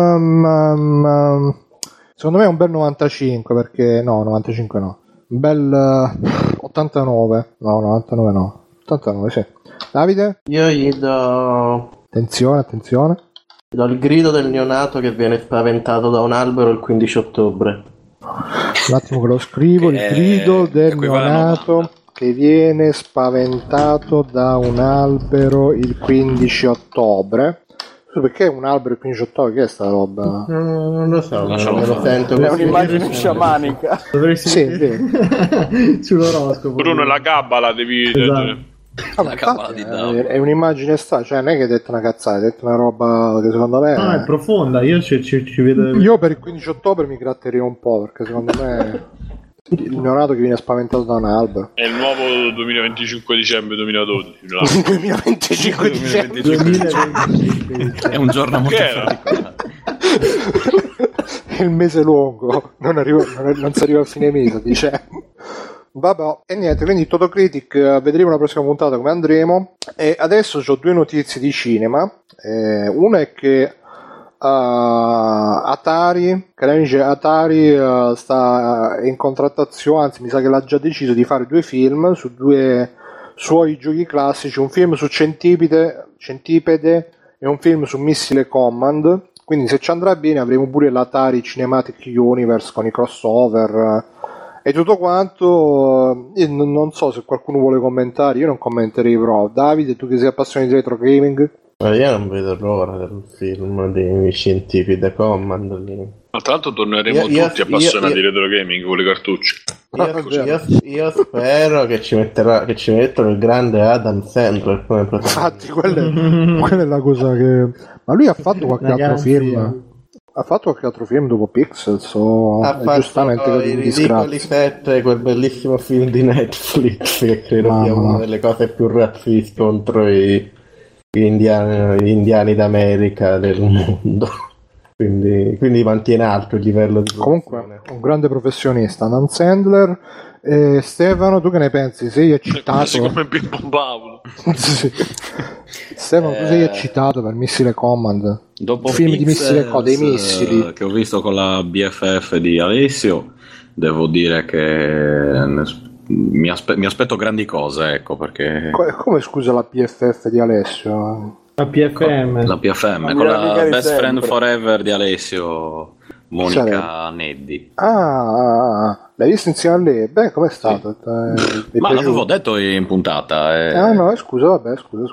secondo me è un bel 95, perché no, 95 no, un bel 89 no, 89 sì. Davide? Io gli do attenzione gli do il grido del neonato che viene spaventato da un albero il 15 ottobre. Un attimo che lo scrivo, il grido del neonato che viene spaventato da un albero il 15 ottobre. Perché un albero il 15 ottobre? Che è sta roba? Non lo so, me lo sento. È un'immagine sciamanica. Dovresti sull'oroscopo. Bruno, la gabbala devi leggere. Infatti, è un'immagine cioè non è che hai detto una cazzata, hai detto una roba che secondo me è profonda. Io ci vedo. Io per il 15 ottobre mi gratterei un po', perché secondo me il neonato che viene spaventato da un albero è il nuovo 2025 dicembre 2012. 2025 dicembre 2025 è un giorno molto particolare. È il mese lungo, non si arriva a fine mese, diciamo. Vabbè, e niente, quindi Totocritic, vedremo la prossima puntata come andremo. E adesso ho due notizie di cinema. Una è che Atari, sta in contrattazione, anzi mi sa che l'ha già deciso di fare 2 film su 2 suoi giochi classici, un film su Centipede e un film su Missile Command. Quindi se ci andrà bene avremo pure l'Atari Cinematic Universe con i crossover e tutto quanto. Io non so se qualcuno vuole commentare, io non commenterei però. Davide, tu che sei appassionato di retro gaming? Io non vedo l'ora del film dei Scientific Command lì. Ma tra l'altro torneremo tutti appassionati di retro gaming con le cartucce. Io spero che ci mettono il grande Adam Sandler come protagonista. Infatti quella è la cosa che... Ma lui ha fatto qualche altro film? Ha fatto qualche altro film dopo Pixels? Ha fatto giustamente i Ridicoli 7, quel bellissimo film di Netflix che credo sia una delle cose più razziste contro gli indiani d'America del mondo. quindi mantiene alto il livello di comunque un grande professionista Dan Sandler. Stefano, tu che ne pensi? Sei eccitato? Come Pippo Baudo. Sì. Stefano, tu sei eccitato per Missile Command? Dopo film di missile dei missili che ho visto con la BFF di Alessio, devo dire che mi aspetto grandi cose, ecco, perché come scusa la BFF di Alessio? La PFM con la Best Friend Forever di Alessio, Monica Neddi. L'hai visto insieme a lei? Beh, com'è stato? Sì. Ma l'avevo detto in puntata. No, scusa.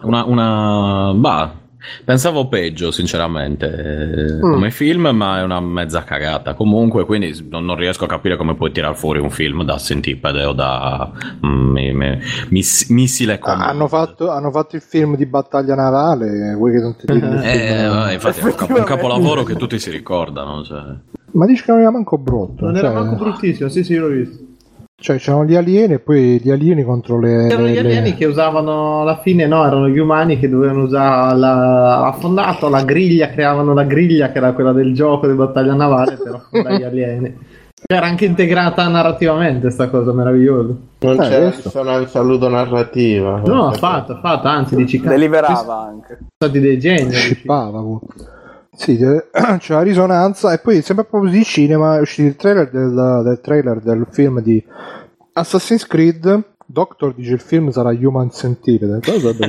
Pensavo peggio, sinceramente, come film, ma è una mezza cagata. Comunque, quindi non riesco a capire come puoi tirar fuori un film da Centipede o da Missile Command. Hanno fatto il film di battaglia navale, vuoi che non ti dico? Infatti è un capolavoro che tutti si ricordano. Cioè. Ma dici che non era manco brutto? Non era manco bruttissimo, sì, l'ho visto. Cioè c'erano gli alieni e poi gli alieni contro erano gli alieni che usavano alla fine, erano gli umani che dovevano usare affondato la griglia, creavano la griglia che era quella del gioco di battaglia navale per affondare gli alieni. Era anche integrata narrativamente sta cosa meravigliosa. Non c'era dissonanza ludonarrativa. No, fatta, anzi dici deliberava anche. Sono stati dei geni. Scippava. Sì, c'è la risonanza e poi sempre proprio di cinema è uscito il trailer del trailer del film di Assassin's Creed. Doctor dice il film sarà Human Centipede.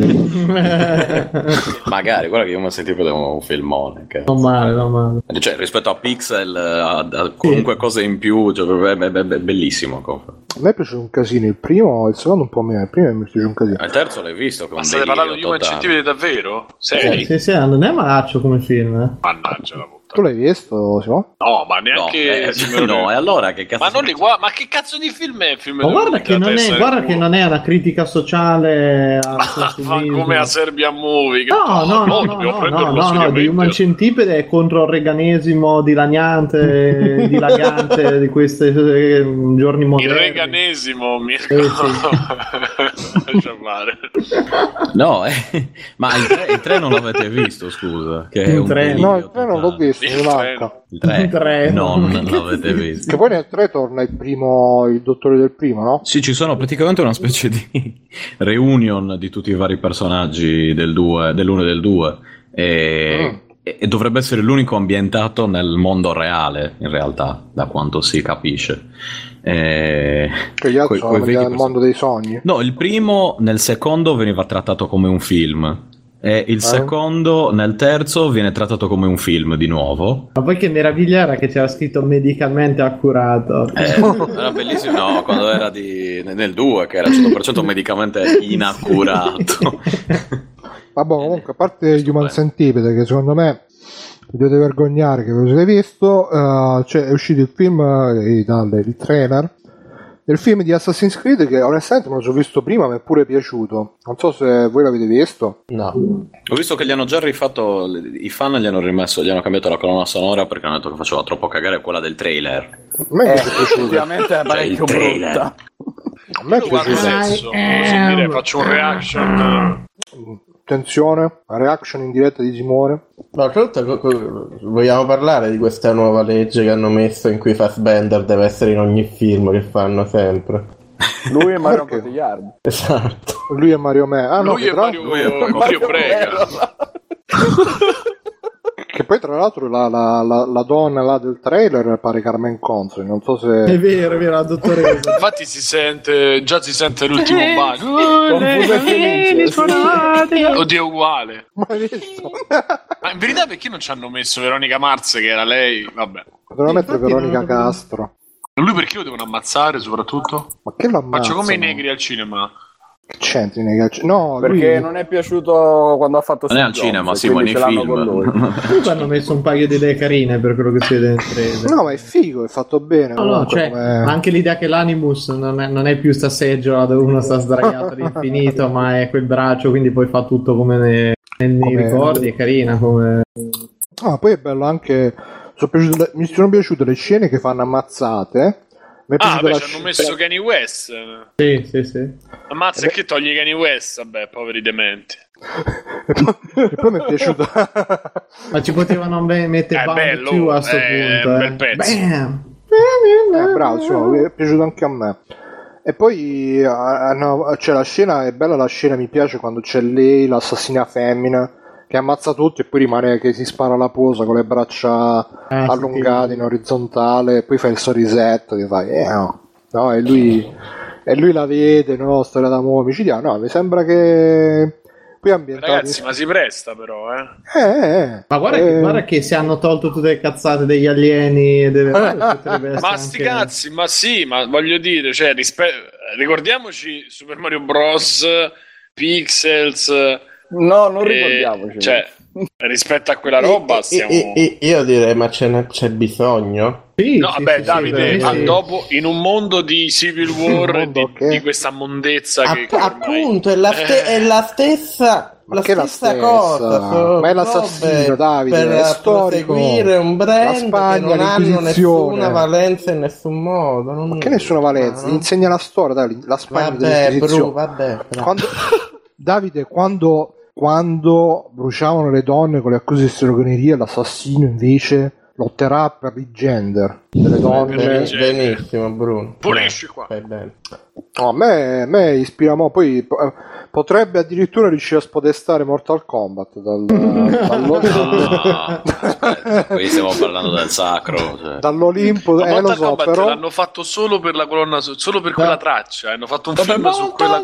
Magari, guarda che Human Centipede è un filmone. Non male. Cioè, rispetto a Pixel, a qualunque cosa in più, cioè, è bellissimo. A me piace un casino il primo, il secondo un po' meno, il primo mi piace un casino. Il terzo l'hai visto? Ma state parlando di Human Centipede davvero? Sì, non è malaccio come film. Mannaggia la puttana. Tu l'hai visto, Simo? No, ma neanche. No, e allora che cazzo? Ma non li guarda. Ma che cazzo di film è? Ma guarda che non è una critica sociale come a Serbian Movie. No, di Human Centipede è contro il reganesimo dilagante di questi giorni moderni. Il reganesimo, Mirko. Lascia fare. No, ma il 3 non l'avete visto, scusa. Che è il 3 non l'ho visto. Il 3 non l'avete visto. Che poi nel 3 torna il dottore del primo, no? Sì, ci sono praticamente una specie di reunion di tutti i vari personaggi dell'1 e del 2 e dovrebbe essere l'unico ambientato nel mondo reale, in realtà, da quanto si capisce. Che gli altri sono nel mondo dei sogni? No, il primo nel secondo veniva trattato come un film. E il secondo, nel terzo, viene trattato come un film di nuovo. Ma poi che meraviglia era che c'era scritto medicalmente accurato. Era bellissimo, no, quando era nel 2 che era 100% medicamente inaccurato. Vabbè, comunque, a parte Human Centipede, che secondo me vi dovete vergognare che ve lo siete visto, è uscito il film, il trailer del film di Assassin's Creed, che onestamente me lo sono visto prima, mi è pure piaciuto. Non so se voi l'avete visto. No. Ho visto che gli hanno già rifatto, i fan gli hanno cambiato la colonna sonora perché hanno detto che faceva troppo cagare quella del trailer. A me è piaciuto. Ovviamente è parecchio brutta. A me è piaciuto. Faccio un reaction. Attenzione, la reaction in diretta di Simone. No, tra l'altro vogliamo parlare di questa nuova legge che hanno messo in cui Fassbender deve essere in ogni film che fanno sempre. Lui e Mario Cotillard. Esatto. Lui e Mario Me. Lui e Mario Brega. Che poi tra l'altro la donna là del trailer pare Carmen Consoli, non so se è vero la dottoressa. Infatti si sente l'ultimo bacio. Oddio, uguale. Ma hai visto? Ma in verità perché non ci hanno messo Veronica Mars, che era lei? Vabbè, devono mettere Veronica Castro. Lui perché lo devono ammazzare soprattutto? Ma che lo ammazzano? Faccio come i negri al cinema. Che c'entri nei calci? No, perché lui... non è piaciuto quando ha fatto non è al cinema, sì, ma nei film. Comunque hanno messo un paio di idee carine per quello che si vede nel trailer. No, ma è figo, è fatto bene. No, cioè, anche l'idea che l'Animus non è più sta seggiola dove uno sta sdraiato all'infinito, ma è quel braccio, quindi poi fa tutto come nei ricordi, è carina come... poi è bello anche... mi sono piaciute le scene che fanno ammazzate. Ci hanno messo Kanye West. Sì. Ammazza che togli Kanye West, vabbè, poveri dementi. e poi mi è piaciuto. Ma ci potevano mettere Bound 2 a sto punto. Bel pezzo. Bravo, mi è piaciuto anche a me. E poi c'è la scena, è bella la scena, mi piace quando c'è lei, l'assassina femmina, che ammazza tutti e poi rimane che si spara la posa con le braccia allungate in orizzontale, e poi fa il sorrisetto che fa no, e lui la vede, no, storia d'amore micidiale. No, mi sembra che qui ambientato. Ragazzi, ma si presta però, Ma guarda che se hanno tolto tutte le cazzate degli alieni ma sti cazzi, ma sì, ma voglio dire, cioè ricordiamoci Super Mario Bros, Pixels. No, non ricordiamoci. Cioè, rispetto a quella roba stiamo... io direi, ma c'è bisogno? Sì, Davide, dopo in un mondo di Civil War, di questa mondezza che appunto è la stessa cosa, ma è l'assassino, Davide, per è storico, seguire un brand Spagna, che non hanno nessuna valenza in nessun modo. Ma che nessuna valenza? Gli insegna la storia, Davide, la Spagna vabbè. Davide, quando bruciavano le donne con le accuse di stregoneria, l'assassino invece lotterà per il gender delle donne. Benissimo, Bruno. Pulisci qua. No, a me ispira poi potrebbe addirittura riuscire a spodestare Mortal Kombat aspetta, qui stiamo parlando del sacro, cioè. Dall'Olimpo. Mortal Kombat però l'hanno fatto solo per la colonna, solo per quella traccia. Hanno fatto un film su quella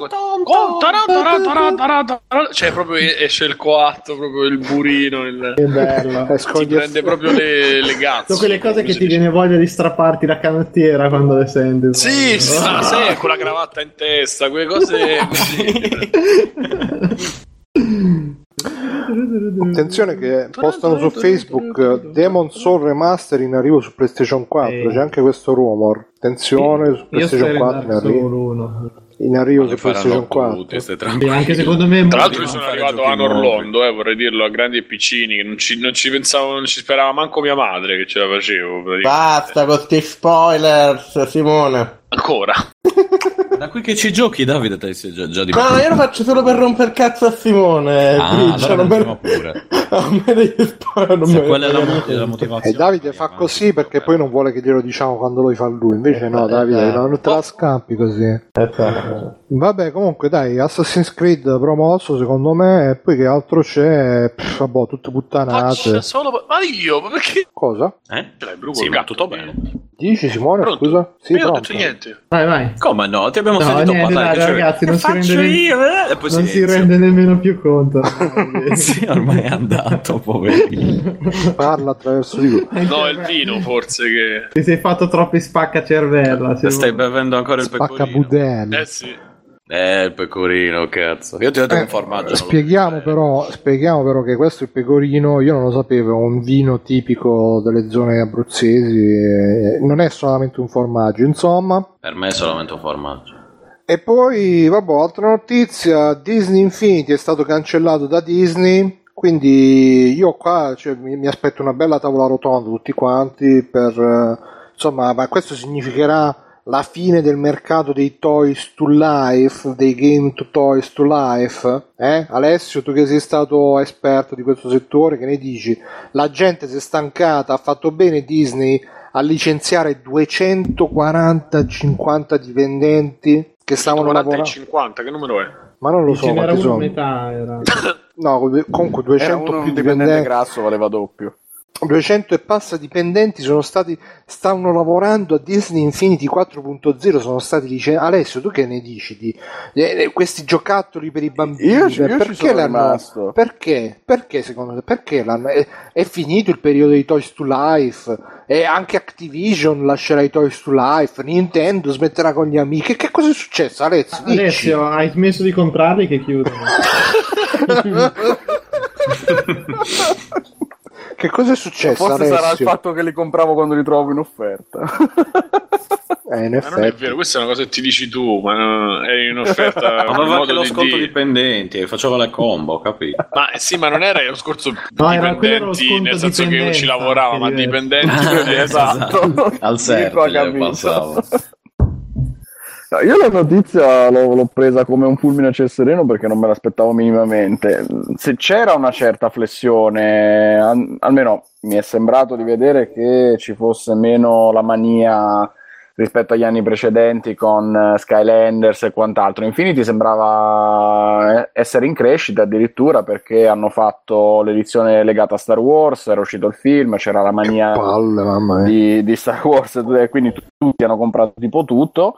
cioè proprio esce il coatto, proprio il burino, che bello. Ti prende proprio le gazze. Sono quelle cose che ti viene voglia di strapparti la canottiera quando le senti. Sì, con la cravatta in testa, quelle cose così. Attenzione che postano su Facebook Demon Soul Remaster in arrivo su PlayStation 4, c'è anche questo rumor. Attenzione, su PlayStation 4 in arrivo su PlayStation 4. Anche secondo me. Tra l'altro io sono arrivato a Orlando, vorrei dirlo, a grandi e piccini, che non ci pensavo, non ci sperava manco mia madre che ce la facevo. Basta con sti spoilers, Simone. Ancora. Da qui che ci giochi, Davide, te sei già di no, io lo faccio solo per rompere il cazzo a Simone. Allora pure. A me degli spoiler quella è la motivazione. E Davide fa così perché poi non vuole che glielo diciamo quando lo fa lui. Invece no, Davide, non te la scampi così. Vabbè, comunque dai, Assassin's Creed promosso secondo me. E poi che altro c'è? Vabbè, tutte puttanate. Ma io, ma perché? Cosa? Sì, ma tutto bene. Dici Simone, pronto? scusa? Sì, io non ho detto niente. Vai. Come no? Ti abbiamo sentito parlare. Dai, ragazzi, non si rende nemmeno più conto. Sì, ormai è andato, poverino. Parla attraverso di lui. No, è il vino forse che... Ti sei fatto troppi spaccacervella. Stai bevendo ancora il pecorino. Spaccabudello. Sì. Il pecorino, cazzo. Io ti ho detto un formaggio. Spieghiamo però che questo è il pecorino, io non lo sapevo, è un vino tipico delle zone abruzzesi, non è solamente un formaggio, insomma. Per me è solamente un formaggio. E poi, vabbè, altra notizia, Disney Infinity è stato cancellato da Disney, quindi io qua mi aspetto una bella tavola rotonda tutti quanti per, insomma, ma questo significherà la fine del mercato dei toys to life, dei game to toys to life, Alessio, tu che sei stato esperto di questo settore, che ne dici? La gente si è stancata, ha fatto bene Disney a licenziare 240-50 dipendenti che stavano lavorando. 50, che numero è? Ma non lo so, era quanti sono. Metà era. No, comunque 200 più dipendenti. Grasso valeva doppio. 200 e passa dipendenti stavano lavorando a Disney Infinity 4.0, sono stati licenziati. Alessio, tu che ne dici di questi giocattoli per i bambini? Io perché l'hanno? Perché secondo te? Perché l'hanno? È finito il periodo dei Toys to Life, e anche Activision lascerà i Toys to Life, Nintendo smetterà con gli amici. Che cosa è successo, Alessio? Alessio, hai smesso di comprarli che chiudono? Che cosa è successo? Forse Alessio? sarà il fatto che li compravo quando li trovo in offerta. In effetti. Ma non è vero, questa è una cosa che ti dici tu, ma è in offerta. Aveva anche lo sconto dipendenti, faceva le combo, capito? Ma sì, ma non era lo scorso dipendenti, nel senso che io ci lavorava, ma dipendenti. Esatto. Al server passavo. Io la notizia l'ho presa come un fulmine a ciel sereno perché non me l'aspettavo minimamente. Se c'era una certa flessione, almeno mi è sembrato di vedere che ci fosse meno la mania rispetto agli anni precedenti con Skylanders e quant'altro. Infinity sembrava essere in crescita addirittura perché hanno fatto l'edizione legata a Star Wars, era uscito il film, c'era la mania di Star Wars, quindi tutti hanno comprato tipo tutto.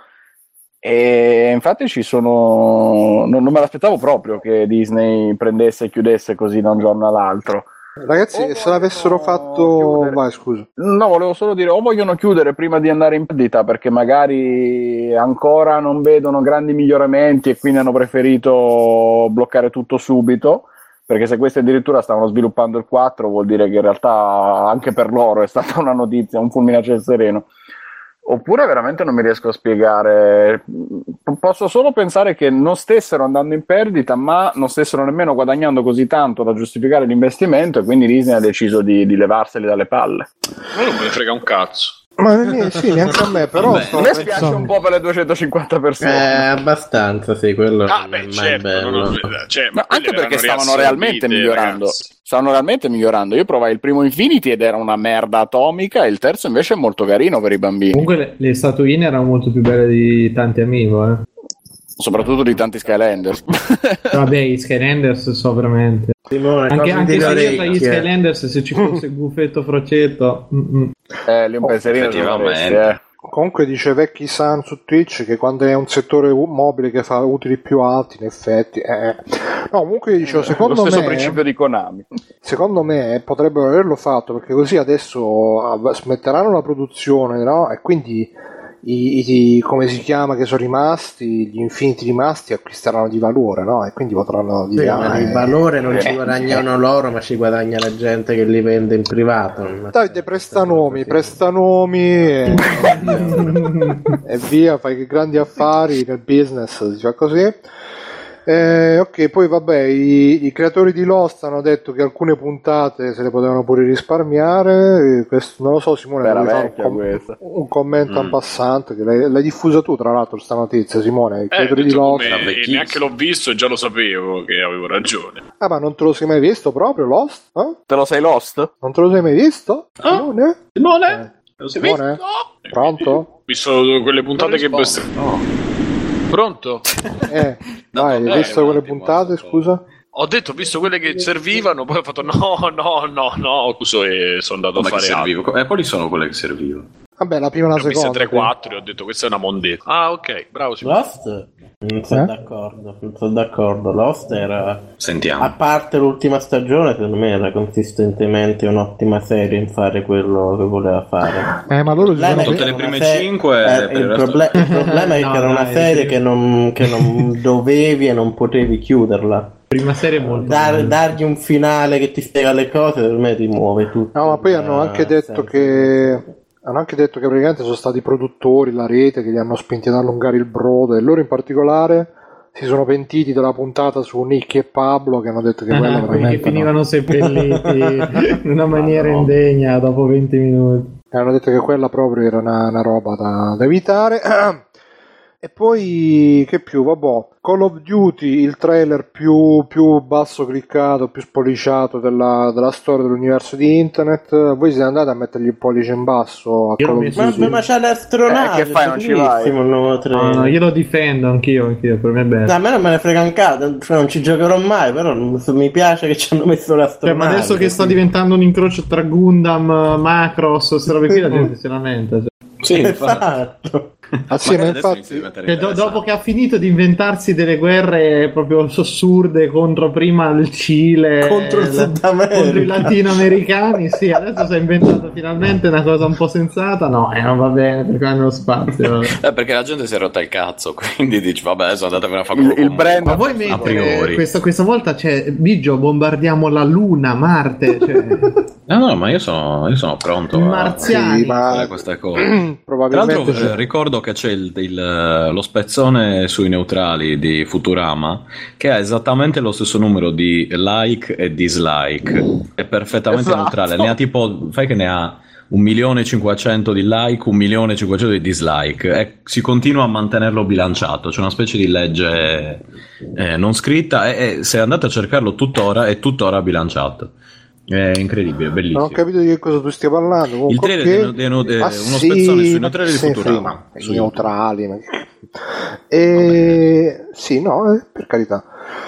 E infatti non me l'aspettavo proprio che Disney prendesse e chiudesse così da un giorno all'altro. Ragazzi, se l'avessero fatto... Vai, scusa. No, volevo solo dire, o vogliono chiudere prima di andare in perdita perché magari ancora non vedono grandi miglioramenti e quindi hanno preferito bloccare tutto subito, perché se questi addirittura stavano sviluppando il 4 vuol dire che in realtà anche per loro è stata una notizia, un fulmine a ciel sereno. Oppure veramente non mi riesco a spiegare. Posso solo pensare che non stessero andando in perdita, ma non stessero nemmeno guadagnando così tanto da giustificare l'investimento, e quindi Disney ha deciso di levarseli dalle palle. Ma non me ne frega un cazzo. Ma sì, neanche a me, però a me spiace un po' per le 250 persone. Abbastanza, sì, quello beh, certo, bello. Anche perché stavano realmente migliorando. Ragazzi. Stanno realmente migliorando. Io provai il primo Infinity ed era una merda atomica, e il terzo invece è molto carino per i bambini. Comunque le statuine erano molto più belle di tanti Amiibo, soprattutto di tanti Skylanders. Vabbè, i Skylanders so veramente. Simone, anche se io tra gli Skylanders, se ci fosse Gufetto Frocetto, lì un pensierino effettivamente. Comunque dice Vecchi San su Twitch che quando è un settore mobile che fa utili più alti, in effetti no, comunque io dicevo, secondo lo stesso me principio di Konami. Secondo me potrebbero averlo fatto, perché così adesso smetteranno la produzione, no? E quindi come si chiama, che sono rimasti, gli Infinity rimasti acquisteranno di valore, no? E quindi potranno dire ma il valore non ci guadagnano loro, ma ci guadagna la gente che li vende in privato. Davide, prestanomi e via, fai che grandi affari nel business, si fa così. Ok, poi vabbè, i creatori di Lost hanno detto che alcune puntate se le potevano pure risparmiare. Questo, non lo so, Simone, un commento en passant, che l'hai diffusa tu tra l'altro sta notizia, Simone. I creatori di Lost, neanche l'ho visto e già lo sapevo che avevo ragione. Ah, ma non te lo sei mai visto proprio Lost? Te lo sei Lost? Non te lo sei mai visto? Simone? Lo sei visto? Pronto? Ho visto quelle puntate che Pronto? Hai visto quelle puntate, scusa? Ho detto, visto quelle che servivano, poi ho fatto no, scuso, e sono andato a fare altro. Quali sono quelle che servivano? Vabbè, la prima e la seconda. 3-4 e ho detto, questa è una mondezza. Ah, ok, bravo Simone. Lost? Non sono d'accordo. Lost era... Sentiamo. A parte l'ultima stagione, secondo me era consistentemente un'ottima serie in fare quello che voleva fare. Ma loro tutte le prime 5 il problema è che era una serie che non dovevi e non potevi chiuderla. Prima serie molto dargli un finale che ti spiega le cose, per me ti muove tutto. No, ma poi hanno anche detto che praticamente sono stati i produttori, la rete, che li hanno spinti ad allungare il brodo, e loro in particolare si sono pentiti della puntata su Nicky e Pablo, che hanno detto che quella veramente che finivano seppelliti in una maniera indegna dopo 20 minuti. Hanno detto che quella proprio era una roba da evitare. E poi che più, vabbè, Call of Duty, il trailer più basso cliccato, più spolliciato della storia dell'universo di internet. Voi siete andati a mettergli il pollice in basso a Call of Duty? Ma c'è l'astronave, che fai, non ci vai? No, io lo difendo anch'io, per me è bello. No, a me non me ne frega un cazzo, cioè non ci giocherò mai, però mi piace che ci hanno messo l'astronave. Ma adesso che sta diventando un incrocio tra Gundam, Macross, queste robe qui, la gente si lamenta. Sì, esatto. Infatti dopo che ha finito di inventarsi delle guerre proprio assurde contro prima il Cile, contro il Sud America, contro i latinoamericani, sì, adesso si è inventato finalmente una cosa un po' sensata. No, non va bene perché hanno lo spazio. Perché la gente si è rotta il cazzo, quindi dici vabbè, adesso andatevene a fare il brand. Ma voi a priori questa volta c'è Biggio, bombardiamo la Luna, Marte, cioè... No, ma io sono pronto marziani, a fare questa cosa. Tra l'altro ricordo che c'è lo spezzone sui neutrali di Futurama che ha esattamente lo stesso numero di like e dislike, è perfettamente neutrale, ne ha tipo, fai che ne ha 1.500.000 di like, 1.500.000 di dislike, e si continua a mantenerlo bilanciato. C'è una specie di legge non scritta e se andate a cercarlo tuttora è tuttora bilanciato. È incredibile, bellissimo. Non ho capito di che cosa tu stia parlando. Il trailer è uno spezzone sui neutrali di Futurama. Sui neutrali. Sì, no, per carità.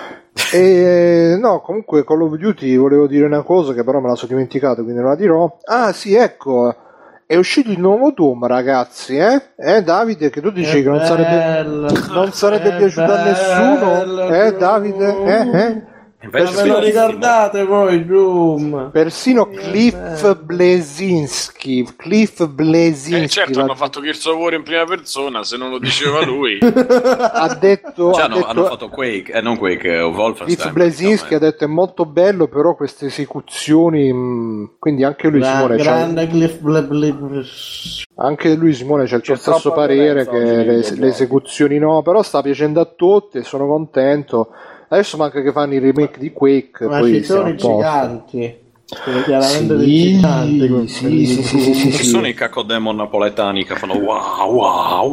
No, comunque Call of Duty volevo dire una cosa che però me la sono dimenticata, quindi non la dirò. Ah sì, ecco, è uscito il nuovo Doom, ragazzi, Davide, che tu dici che non sarebbe piaciuto a nessuno, Davide, ve lo ricordate voi Doom? Persino Cliff Bleszinski certo, hanno fatto Gears of War in prima persona, se non lo diceva lui. ha detto hanno fatto Quake, non Quake, Wolfenstein. Cliff Bleszinski ha detto è molto bello, però queste esecuzioni, quindi anche lui anche lui Simone c'è il suo stesso parere che le esecuzioni no, però sta piacendo a tutti e sono contento. Adesso manca che fanno i remake di Quake. Ma poi ci sono i giganti. Sono chiaramente dei giganti. Sì. Sono i cacodemon napoletani che fanno wow.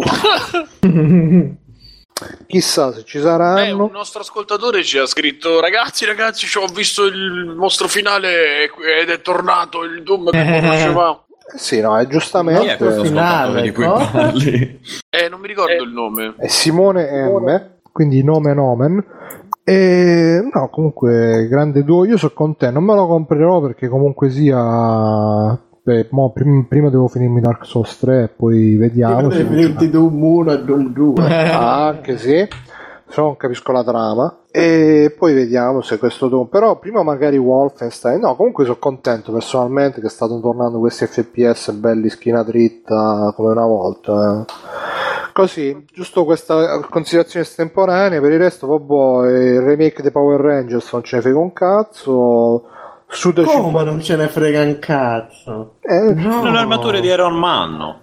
Chissà se ci saranno. Un nostro ascoltatore ci ha scritto: ragazzi, ho visto il mostro finale ed è tornato il Doom che conoscevamo. Sì, no, è giustamente il finale di cui parli. Non mi ricordo il nome. È Simone M, quindi nomen. E no, comunque grande duo, io sono contento, non me lo comprerò perché comunque sia prima devo finirmi Dark Souls 3 e poi vediamo se finirti Doom 1 e Doom 2 anche sì, se non capisco la trama, e poi vediamo se questo Doom, però prima magari Wolfenstein. No, comunque sono contento personalmente che stanno tornando questi FPS belli schiena dritta come una volta, Così, giusto questa considerazione estemporanea. Per il resto, vabbè, il remake dei Power Rangers non ce ne frega un cazzo. Come non ce ne frega un cazzo? No. Le armature di Iron Man.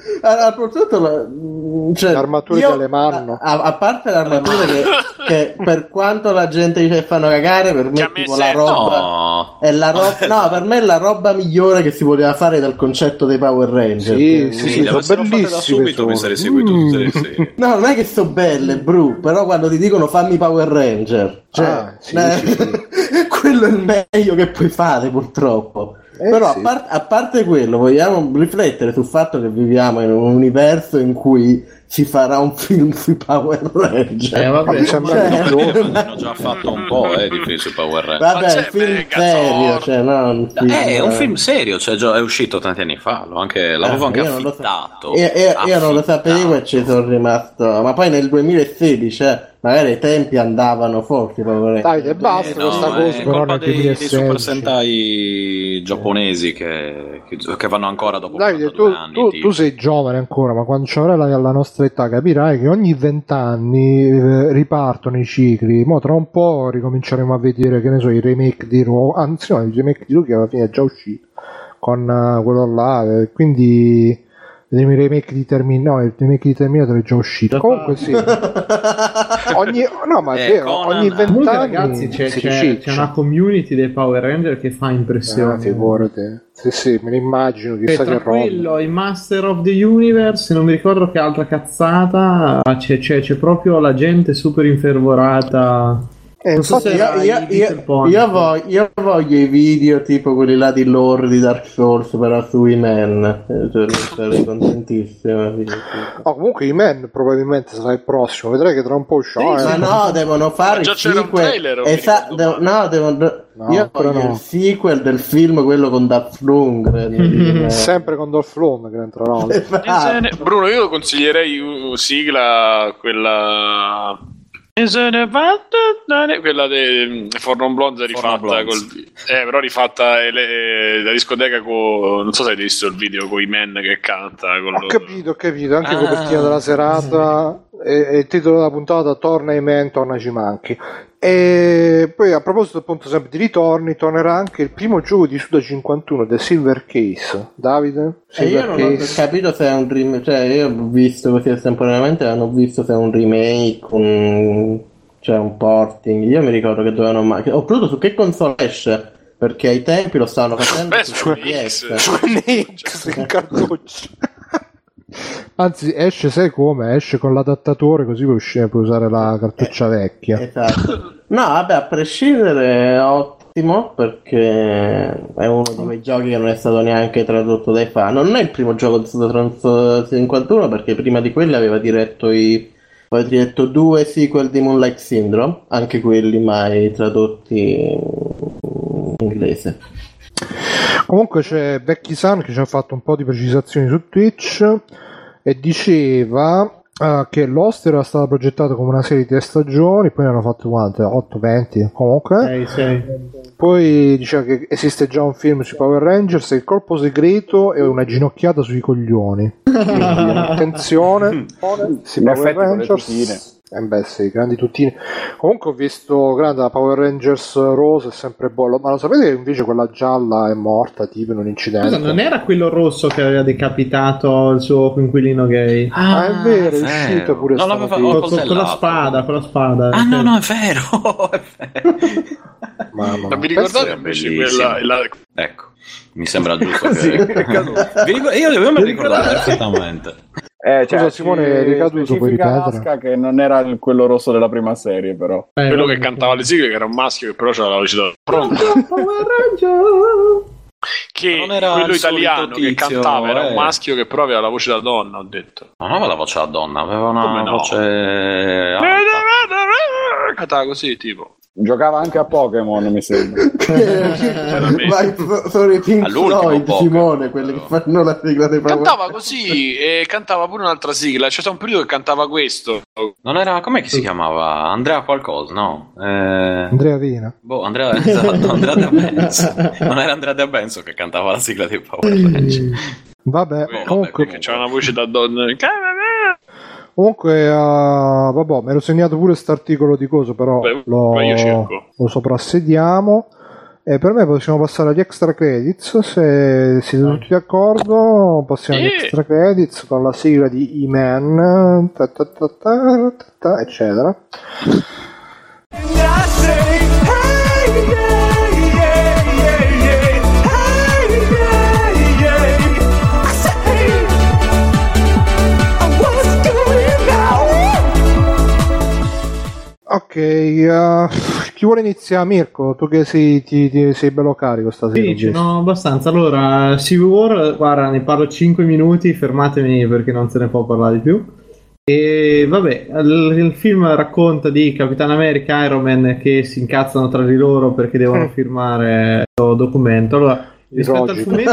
Cioè, l'armatura di Alemanno, a parte l'armatura che per quanto la gente dice fanno cagare, per me tipo la roba è la roba, no, per me è la roba migliore che si poteva fare dal concetto dei Power Ranger. Sì, le avessero fatte da subito mi sarei seguito tutte le serie. No, non è che sono belle, bru, però quando ti dicono fammi Power Ranger, cioè, quello è il meglio che puoi fare, purtroppo. Però sì. a parte quello, vogliamo riflettere sul fatto che viviamo in un universo in cui si farà un film sui Power Ranger. Hanno già fatto un po' di film sui Power Ranger. Vabbè, un film serio, cioè, no, è un film serio, cioè è uscito tanti anni fa, l'avevo anche affittato. Io non lo sapevo e ci sono rimasto, ma poi nel 2016, magari i tempi andavano forti. Dai, basta questa cosa. È colpa dei Super Sentai giapponesi che vanno ancora dopo 42 anni. Tu sei giovane ancora, ma quando ci avrai la nostra età capirai che ogni 20 anni ripartono i cicli. Mo tra un po' ricominceremo a vedere, che ne so, i remake di anzi no, il remake di Ruki alla fine è già uscito con quello là, quindi il remake di Terminator è già uscito. Comunque sì. ogni 20 anni, ragazzi, c'è una community dei Power Ranger che fa impressione. Figurati. Sì, me ne immagino. Chissà che quello, i Master of the Universe, non mi ricordo che altra cazzata. C'è proprio la gente super infervorata. Io voglio i video tipo quelli là di lore di Dark Souls, però su I-Man, sarei contentissimo. Comunque I-Man probabilmente sarà il prossimo, vedrai che tra un po' uscirà. Ma no, devono fare il sequel. Io voglio il sequel del film, quello con Dolph Lundgren. Sempre con Dolph Lundgren, tra l'altro. Bruno, io consiglierei quella di For Non Blondes rifatta però rifatta la discoteca con, non so se hai visto il video con i men che canta ho capito anche copertina della serata e il titolo della puntata torna i men, torna ci manchi. E poi a proposito appunto sempre di ritorni, tornerà anche il primo gioco di Suda 51, The Silver Case. Davide? Io non ho capito se è un remake, cioè io ho visto così estemporaneamente, non ho visto se è un remake, un porting. Io mi ricordo che dovevano, ho capito su che console esce, perché ai tempi lo stavano facendo su NX in cartuccio. Anzi, esce, sai come? Esce con l'adattatore, così puoi usare la cartuccia vecchia. Esatto. No, vabbè, a prescindere è ottimo, perché è uno di quei giochi che non è stato neanche tradotto dai fan. Non è il primo gioco di Trans 51, perché prima di quelli aveva diretto 2 sequel di Moonlight Syndrome, anche quelli mai tradotti in inglese. Comunque c'è Becky San che ci ha fatto un po' di precisazioni su Twitch e diceva che Lost era stata progettata come una serie di 3 stagioni, poi ne hanno fatto quante? 8-20 comunque. 6. Poi diceva che esiste già un film sui Power Rangers e il colpo segreto è una ginocchiata sui coglioni. Quindi attenzione, si Power Rangers. Beh sì, grandi tuttine. Comunque ho visto grande la Power Rangers rosa è sempre bollo, ma lo sapete che invece quella gialla è morta tipo in un incidente? Scusa, non era quello rosso che aveva decapitato il suo coinquilino gay? È vero, è uscita pure con la spada, Ah no, è vero. È vero. Ma vi ricordate invece quella ecco, mi sembra giusto che io me lo ricordavo perfettamente. Cioè, Simone è ricaduto, puoi ripetere? Che non era quello rosso della prima serie, però quello che cantava le sigle, che era un maschio che però c'era la velocità pronta. Che non era quello italiano tizio, che cantava era un maschio che però aveva la voce da donna, ho detto. Non aveva la voce da donna, aveva una voce cantava così tipo. Giocava anche a Pokémon, mi sembra. Sono i Pink Floyd, Simone, quelli che fanno la sigla dei Power. Cantava così e cantava pure un'altra sigla. C'è stato un periodo che cantava questo. Non era, com'è che si chiamava? Andrea qualcosa, no? Andrea Vina. Andrea De Benzo. Non era Andrea De Benzo che cantava la sigla dei Power Rangers. Vabbè, comunque perché c'era una voce da donna. Comunque, vabbè, me l'ho segnato pure quest'articolo di coso, però lo soprassediamo. E per me possiamo passare agli extra credits, se siete tutti d'accordo. Passiamo agli extra credits con la sigla di E-Man, eccetera. Ok, chi vuole iniziare? Mirko, tu che sei bello carico stasera. Sì, ce n'ho abbastanza. Allora, Civil War, guarda, ne parlo 5 minuti, fermatemi perché non se ne può parlare di più. E vabbè, il film racconta di Capitan America e Iron Man che si incazzano tra di loro perché devono firmare il documento. Allora, rispetto al fumetto...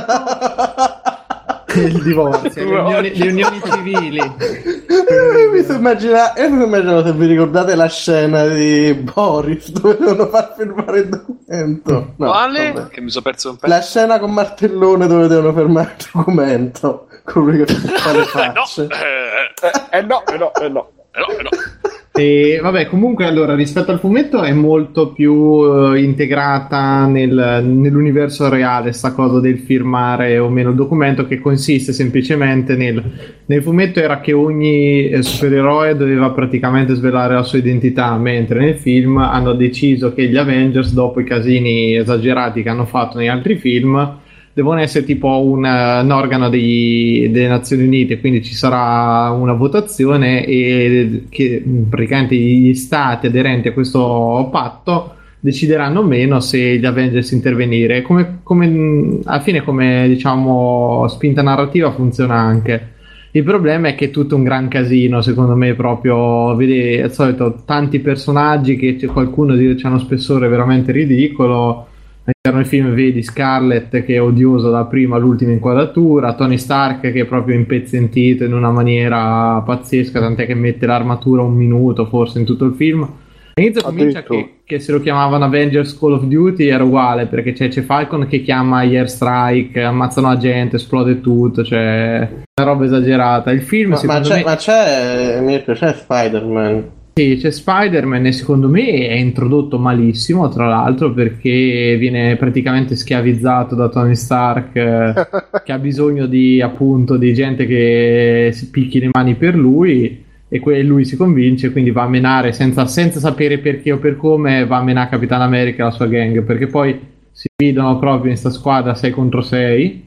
il divorzio, le unioni civili. Mi sto immaginando, se vi ricordate la scena di Boris dove devono far firmare il documento. Quale? Che mi sono perso un pezzo. La scena con Martellone dove devono firmare il documento con lui che fa le facce. No. E vabbè, comunque allora rispetto al fumetto è molto più integrata nell'universo reale sta cosa del firmare o meno il documento, che consiste semplicemente nel fumetto era che ogni supereroe doveva praticamente svelare la sua identità, mentre nel film hanno deciso che gli Avengers, dopo i casini esagerati che hanno fatto negli altri film, devono essere tipo un organo delle Nazioni Unite, quindi ci sarà una votazione e che praticamente gli stati aderenti a questo patto decideranno o meno se gli Avengers intervenire. Come alla fine, come diciamo spinta narrativa, funziona anche. Il problema è che è tutto un gran casino, secondo me, proprio vedi al solito tanti personaggi che qualcuno c'ha uno spessore veramente ridicolo. All'interno del film vedi Scarlett che è odiosa da prima all'ultima inquadratura, Tony Stark che è proprio impezzentito in una maniera pazzesca, tant'è che mette l'armatura un minuto forse in tutto il film. All'inizio comincia che se lo chiamavano Avengers Call of Duty era uguale, perché c'è Falcon che chiama gli airstrike, ammazzano la gente, esplode tutto, cioè una roba esagerata. Il film c'è Mirko, c'è Spider-Man. Sì, c'è Spider-Man e secondo me è introdotto malissimo, tra l'altro, perché viene praticamente schiavizzato da Tony Stark che ha bisogno di gente che si picchi le mani per lui, e lui si convince, quindi va a menare senza sapere perché o per come, va a menare Capitan America e la sua gang, perché poi si dividono proprio in sta squadra 6 contro 6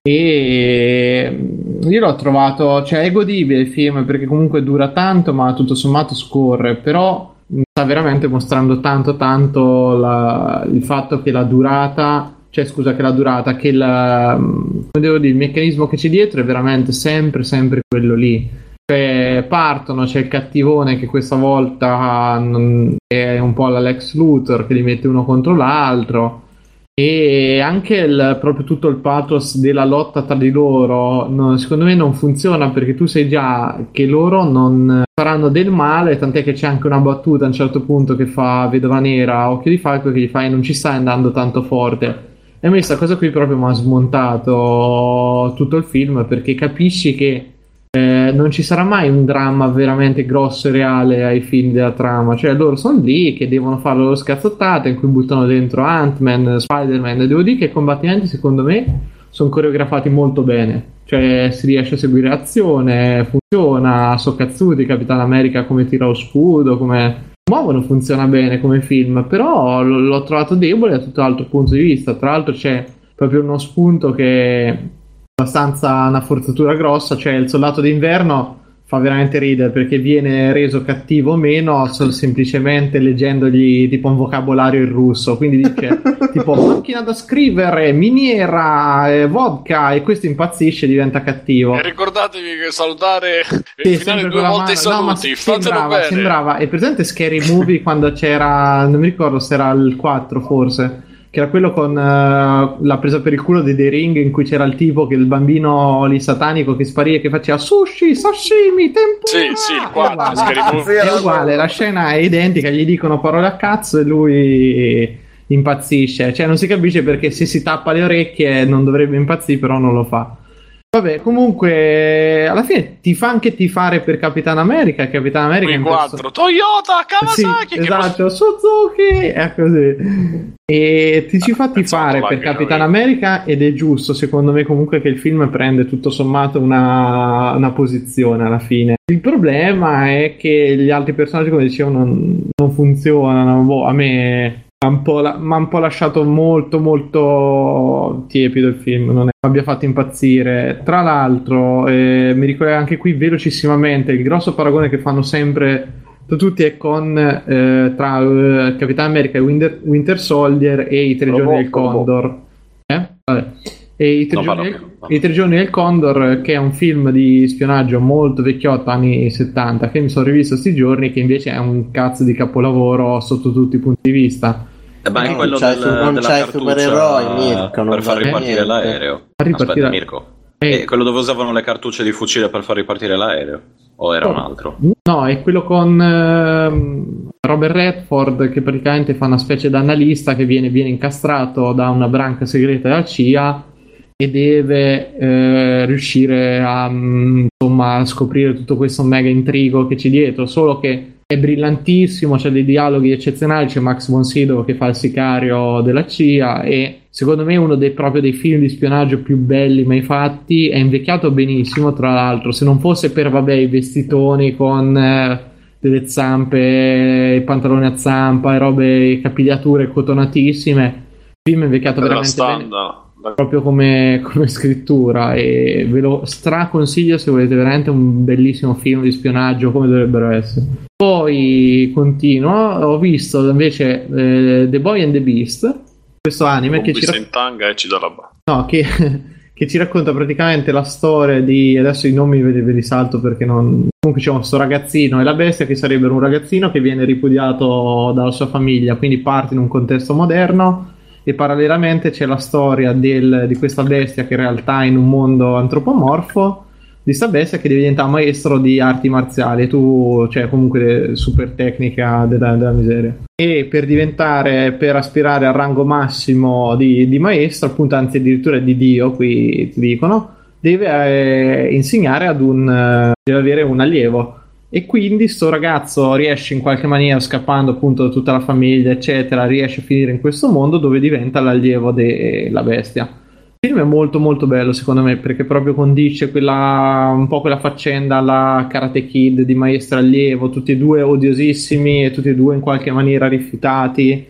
e io l'ho trovato, cioè è godibile il film perché comunque dura tanto ma tutto sommato scorre, però sta veramente mostrando tanto il fatto che la durata, che come devo dire, il meccanismo che c'è dietro è veramente sempre quello lì. Cioè, partono, c'è il cattivone che questa volta è un po' la Lex Luthor che li mette uno contro l'altro, e anche proprio tutto il pathos della lotta tra di loro secondo me non funziona, perché tu sai già che loro non faranno del male, tant'è che c'è anche una battuta a un certo punto che fa Vedova Nera Occhio di Falco, che gli fa non ci stai andando tanto forte, e a me questa cosa qui proprio mi ha smontato tutto il film, perché capisci che non ci sarà mai un dramma veramente grosso e reale ai film della trama, cioè loro sono lì che devono fare la loro scazzotata in cui buttano dentro Ant-Man, Spider-Man, devo dire che i combattimenti secondo me sono coreografati molto bene, cioè si riesce a seguire l'azione, funziona, Soccazzuti, Capitan America come tira lo scudo, come muovono, funziona bene come film, però l'ho trovato debole da tutto altro punto di vista. Tra l'altro c'è proprio uno spunto che abbastanza una forzatura grossa, cioè il soldato d'inverno fa veramente ridere perché viene reso cattivo o meno semplicemente leggendogli tipo un vocabolario in russo, quindi dice tipo macchina da scrivere, miniera, vodka, e questo impazzisce e diventa cattivo. E ricordatevi che salutare il finale 2 volte i saluti, sembrava, è presente Scary Movie quando c'era, non mi ricordo se era il 4 forse, che era quello con la presa per il culo di The Ring, in cui c'era il tipo che il bambino lì satanico che spariva e che faceva sushi, sashimi, tempura. Sì, il 4 è uguale, la scena è identica, gli dicono parole a cazzo e lui impazzisce, cioè non si capisce perché se si tappa le orecchie non dovrebbe impazzire, però non lo fa. Vabbè, comunque alla fine ti fa anche tifare per Capitan America, e Capitan America in 4 Toyota, Kawasaki, sì, esatto, Suzuki, è così, e ti ci fa tifare per Capitan America, ed è giusto secondo me comunque che il film prende tutto sommato una posizione alla fine. Il problema è che gli altri personaggi, come dicevo, non funzionano. A me m'ha un po' lasciato molto tiepido il film, non abbia fatto impazzire. Tra l'altro mi ricordo anche qui velocissimamente il grosso paragone che fanno sempre tutti è con tra Capitan America e Winter Soldier e i 3 giorni del Condor. Vabbè. E i tre giorni del Condor, che è un film di spionaggio molto vecchiotto, anni 70, che mi sono rivisto sti giorni, che invece è un cazzo di capolavoro sotto tutti i punti di vista. Ma è quello non della c'hai cartuccia supereroi, Mirko, per far ripartire l'aereo. Aspetta, Mirko. Quello dove usavano le cartucce di fucile per far ripartire l'aereo? O era un altro? No, è quello con Robert Redford, che praticamente fa una specie di analista che viene incastrato da una branca segreta della CIA e deve riuscire a scoprire tutto questo mega intrigo che c'è dietro, solo che è brillantissimo, c'è dei dialoghi eccezionali, c'è Max von Sydow che fa il sicario della CIA, e secondo me è uno dei film di spionaggio più belli mai fatti. È invecchiato benissimo, tra l'altro, se non fosse per i vestitoni con delle zampe, i pantaloni a zampa e robe, capigliature cotonatissime, il film è invecchiato veramente bene, proprio come scrittura, e ve lo straconsiglio se volete veramente un bellissimo film di spionaggio come dovrebbero essere. Poi continuo, ho visto invece The Boy and the Beast, questo anime che ci racconta praticamente la storia di, adesso i nomi ve li salto perché non, comunque c'è questo ragazzino e la bestia, che sarebbero un ragazzino che viene ripudiato dalla sua famiglia, quindi parte in un contesto moderno, e parallelamente c'è la storia di questa bestia che in realtà è in un mondo antropomorfo, di sta bestia che diventa maestro di arti marziali, cioè comunque super tecnica della miseria, e per aspirare al rango massimo di maestro, appunto, anzi addirittura di dio, qui ti dicono, deve insegnare deve avere un allievo, e quindi sto ragazzo riesce in qualche maniera, scappando appunto da tutta la famiglia eccetera, riesce a finire in questo mondo dove diventa l'allievo della bestia. Il film è molto molto bello secondo me, perché proprio condisce un po' quella faccenda alla Karate Kid di maestro allievo, tutti e due odiosissimi e tutti e due in qualche maniera rifiutati,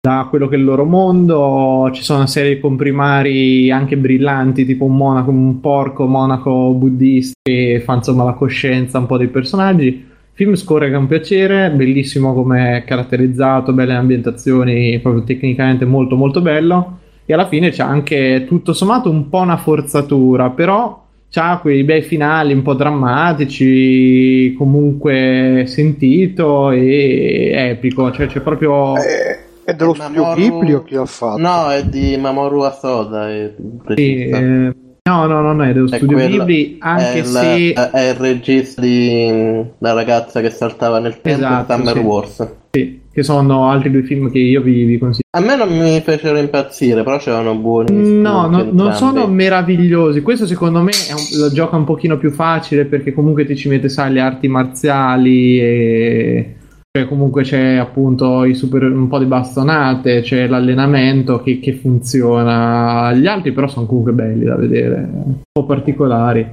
da quello che è il loro mondo. Ci sono una serie di comprimari anche brillanti, tipo un porco monaco buddista che fa insomma la coscienza un po' dei personaggi. Il film scorre che è un piacere, bellissimo come è caratterizzato, belle ambientazioni, proprio tecnicamente molto molto bello, e alla fine c'è anche tutto sommato un po' una forzatura, però c'ha quei bei finali un po' drammatici, comunque sentito e epico, cioè c'è proprio... È dello studio Ghibli o chi l'ha fatto? No, è di Mamoru Hosoda. Sì, no, è dello studio Ghibli, anche se... È il regista di La ragazza che saltava nel tempo, esatto, Summer sì. Wars. Sì, che sono altri due film che io vi consiglio. A me non mi fecero impazzire, però c'erano buoni. No, non sono meravigliosi. Questo secondo me lo gioca un pochino più facile, perché comunque ti ci mette, sai, le arti marziali e... Cioè, comunque c'è appunto un po' di bastonate, c'è l'allenamento che funziona. Gli altri però sono comunque belli da vedere, un po' particolari.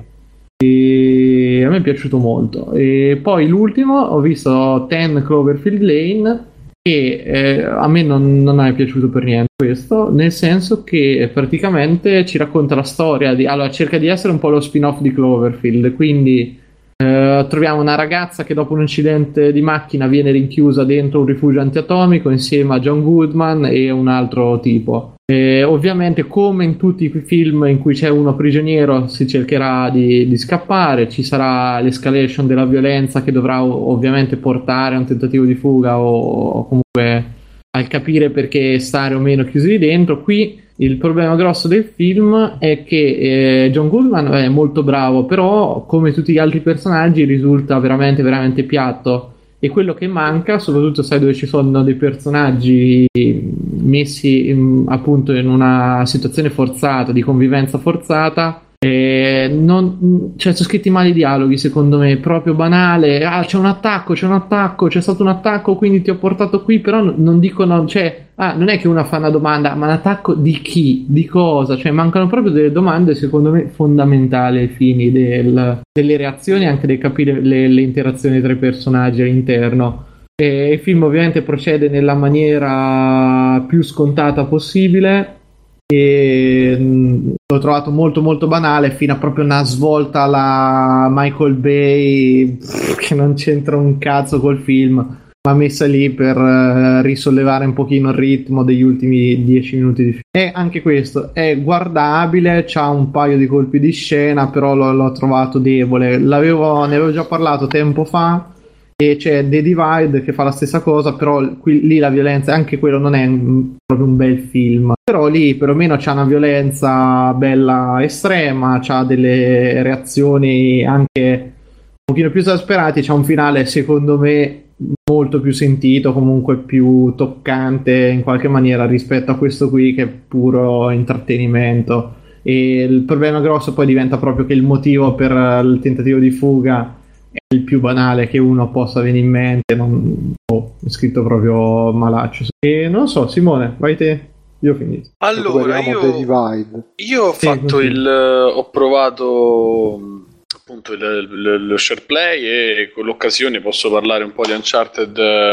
E a me è piaciuto molto. E poi l'ultimo ho visto 10 Cloverfield Lane, che a me non è piaciuto per niente questo, nel senso che praticamente ci racconta la storia di... Allora, cerca di essere un po' lo spin-off di Cloverfield, quindi troviamo una ragazza che dopo un incidente di macchina viene rinchiusa dentro un rifugio antiatomico insieme a John Goodman e un altro tipo. Ovviamente, come in tutti i film in cui c'è uno prigioniero, si cercherà di scappare, ci sarà l'escalation della violenza che dovrà ovviamente portare a un tentativo di fuga o comunque al capire perché stare o meno chiusi lì dentro. Qui il problema grosso del film è che John Goodman è molto bravo, però come tutti gli altri personaggi risulta veramente veramente piatto, e quello che manca, soprattutto sai dove ci sono dei personaggi messi appunto in una situazione forzata, di convivenza forzata, cioè sono scritti male i dialoghi, secondo me, proprio banale. C'è un attacco, c'è stato un attacco, quindi ti ho portato qui, però non dicono, cioè non è che una fa una domanda, ma un attacco di chi, di cosa, cioè mancano proprio delle domande secondo me fondamentali ai fini delle reazioni, anche del capire le interazioni tra i personaggi all'interno. E il film ovviamente procede nella maniera più scontata possibile, e l'ho trovato molto molto banale, fino a proprio una svolta alla Michael Bay che non c'entra un cazzo col film, ma messa lì per risollevare un pochino il ritmo degli ultimi 10 minuti di film. E anche questo è guardabile, c'ha un paio di colpi di scena, però l'ho trovato debole. Ne avevo già parlato tempo fa, e c'è The Divide che fa la stessa cosa, però lì la violenza, anche quello non è proprio un bel film, però lì perlomeno c'ha una violenza bella estrema, c'ha delle reazioni anche un pochino più esasperate, c'ha un finale secondo me molto più sentito, comunque più toccante in qualche maniera rispetto a questo qui che è puro intrattenimento. E il problema grosso poi diventa proprio che il motivo per il tentativo di fuga è il più banale che uno possa venire in mente, è scritto proprio malaccio. E non so, Simone, vai te, io ho finito. Allora, io ho fatto ho provato appunto lo share play, e con l'occasione posso parlare un po' di Uncharted,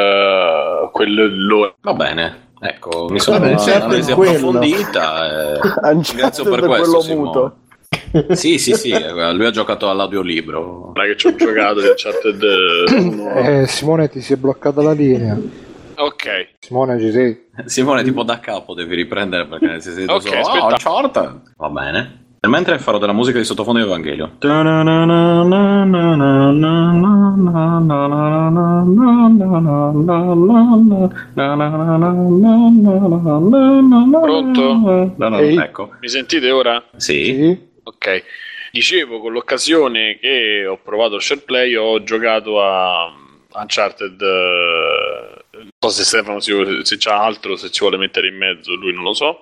va bene. Ecco, mi sono un'analisi approfondita, grazie per questo, Simone. Sì, lui ha giocato all'audiolibro. Non è che ci ho giocato di Uncharted 1. Simone, ti si è bloccata la linea. Ok. Simone, ci sei? Simone, tipo da capo devi riprendere, perché si sente okay, solo Uncharted. Va bene. Nel mentre farò della musica di sottofondo di Evangelio. Pronto? Ecco. Mi sentite ora? Sì. Ok, dicevo, con l'occasione che ho provato SharePlay ho giocato a Uncharted, non so se Stefano se c'ha altro, se ci vuole mettere in mezzo, lui non lo so.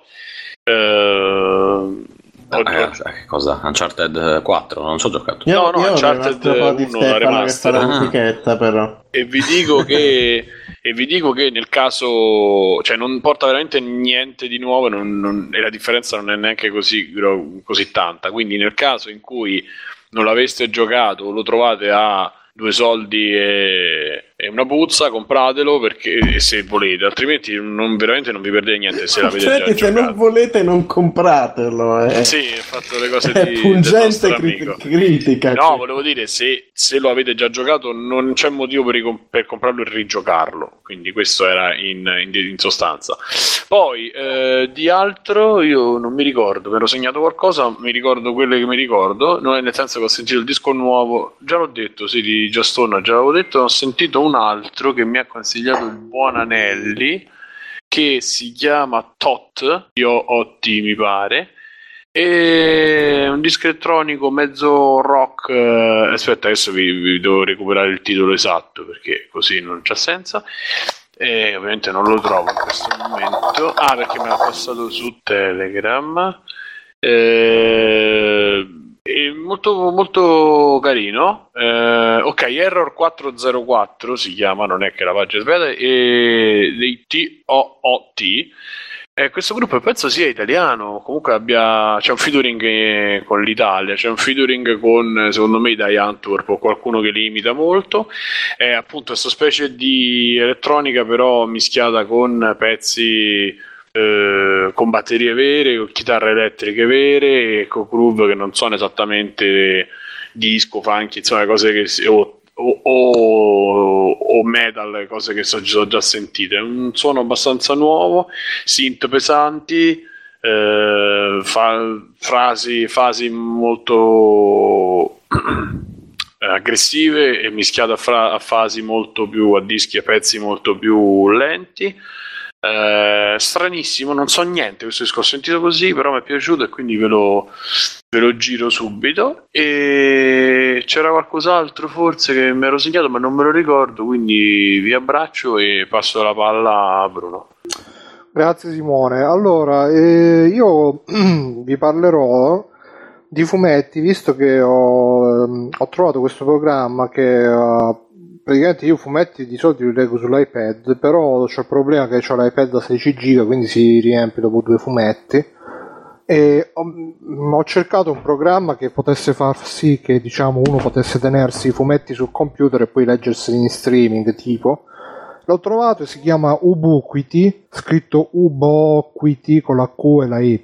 Che cosa? Uncharted 4? Non ci ho giocato. No, Uncharted 1 la remaster. Però. E vi dico che nel caso, cioè non porta veramente niente di nuovo, e la differenza non è neanche così tanta. Quindi nel caso in cui non l'aveste giocato, lo trovate a 2 soldi e è una puzza, compratelo perché se volete, altrimenti veramente non vi perdete niente se l'avete già se giocato. non volete non compratelo. Sì, ho fatto le cose è del pungente critica. No, volevo dire, se lo avete già giocato non c'è motivo per comprarlo e rigiocarlo, quindi questo era in sostanza. Poi di altro io non mi ricordo, mi ero segnato qualcosa, mi ricordo quelle che mi ricordo, non è nel senso che ho sentito il disco nuovo, già l'ho detto, sì, di Just Stone, già l'avevo detto, ho sentito un altro che mi ha consigliato il buon Anelli, che si chiama Tot, T mi pare, è un disco elettronico mezzo rock, aspetta adesso vi devo recuperare il titolo esatto perché così non c'ha senso, e ovviamente non lo trovo in questo momento, perché me l'ha passato su Telegram, è molto molto carino, ok, Error 404 si chiama, non è che la pagina sbagliata, e dei TOOT. Questo gruppo penso sia italiano, comunque c'è un featuring con l'Italia, c'è un featuring con, secondo me, dai Antwerp o qualcuno che li imita molto, è appunto questa specie di elettronica però mischiata con pezzi con batterie vere, con chitarre elettriche vere e con groove che non sono esattamente disco, funky, insomma cose che o metal, cose che sono già sentite. È un suono abbastanza nuovo, synth pesanti, fasi molto aggressive e mischiate a fasi molto più a dischi, a pezzi molto più lenti. Stranissimo, non so niente questo disco, ho sentito così, però mi è piaciuto e quindi ve lo giro subito. E c'era qualcos'altro forse che mi ero segnato ma non me lo ricordo, quindi vi abbraccio e passo la palla a Bruno. Grazie Simone. Allora io vi parlerò di fumetti, visto che ho trovato questo programma che praticamente io fumetti di solito li leggo sull'iPad, però c'ho il problema che ho l'iPad da 16 giga, quindi si riempie dopo 2 fumetti, e ho cercato un programma che potesse far sì che, diciamo, uno potesse tenersi i fumetti sul computer e poi leggerseli in streaming, tipo. L'ho trovato e si chiama Ubiquity, scritto Ubiquity con la Q e la Y,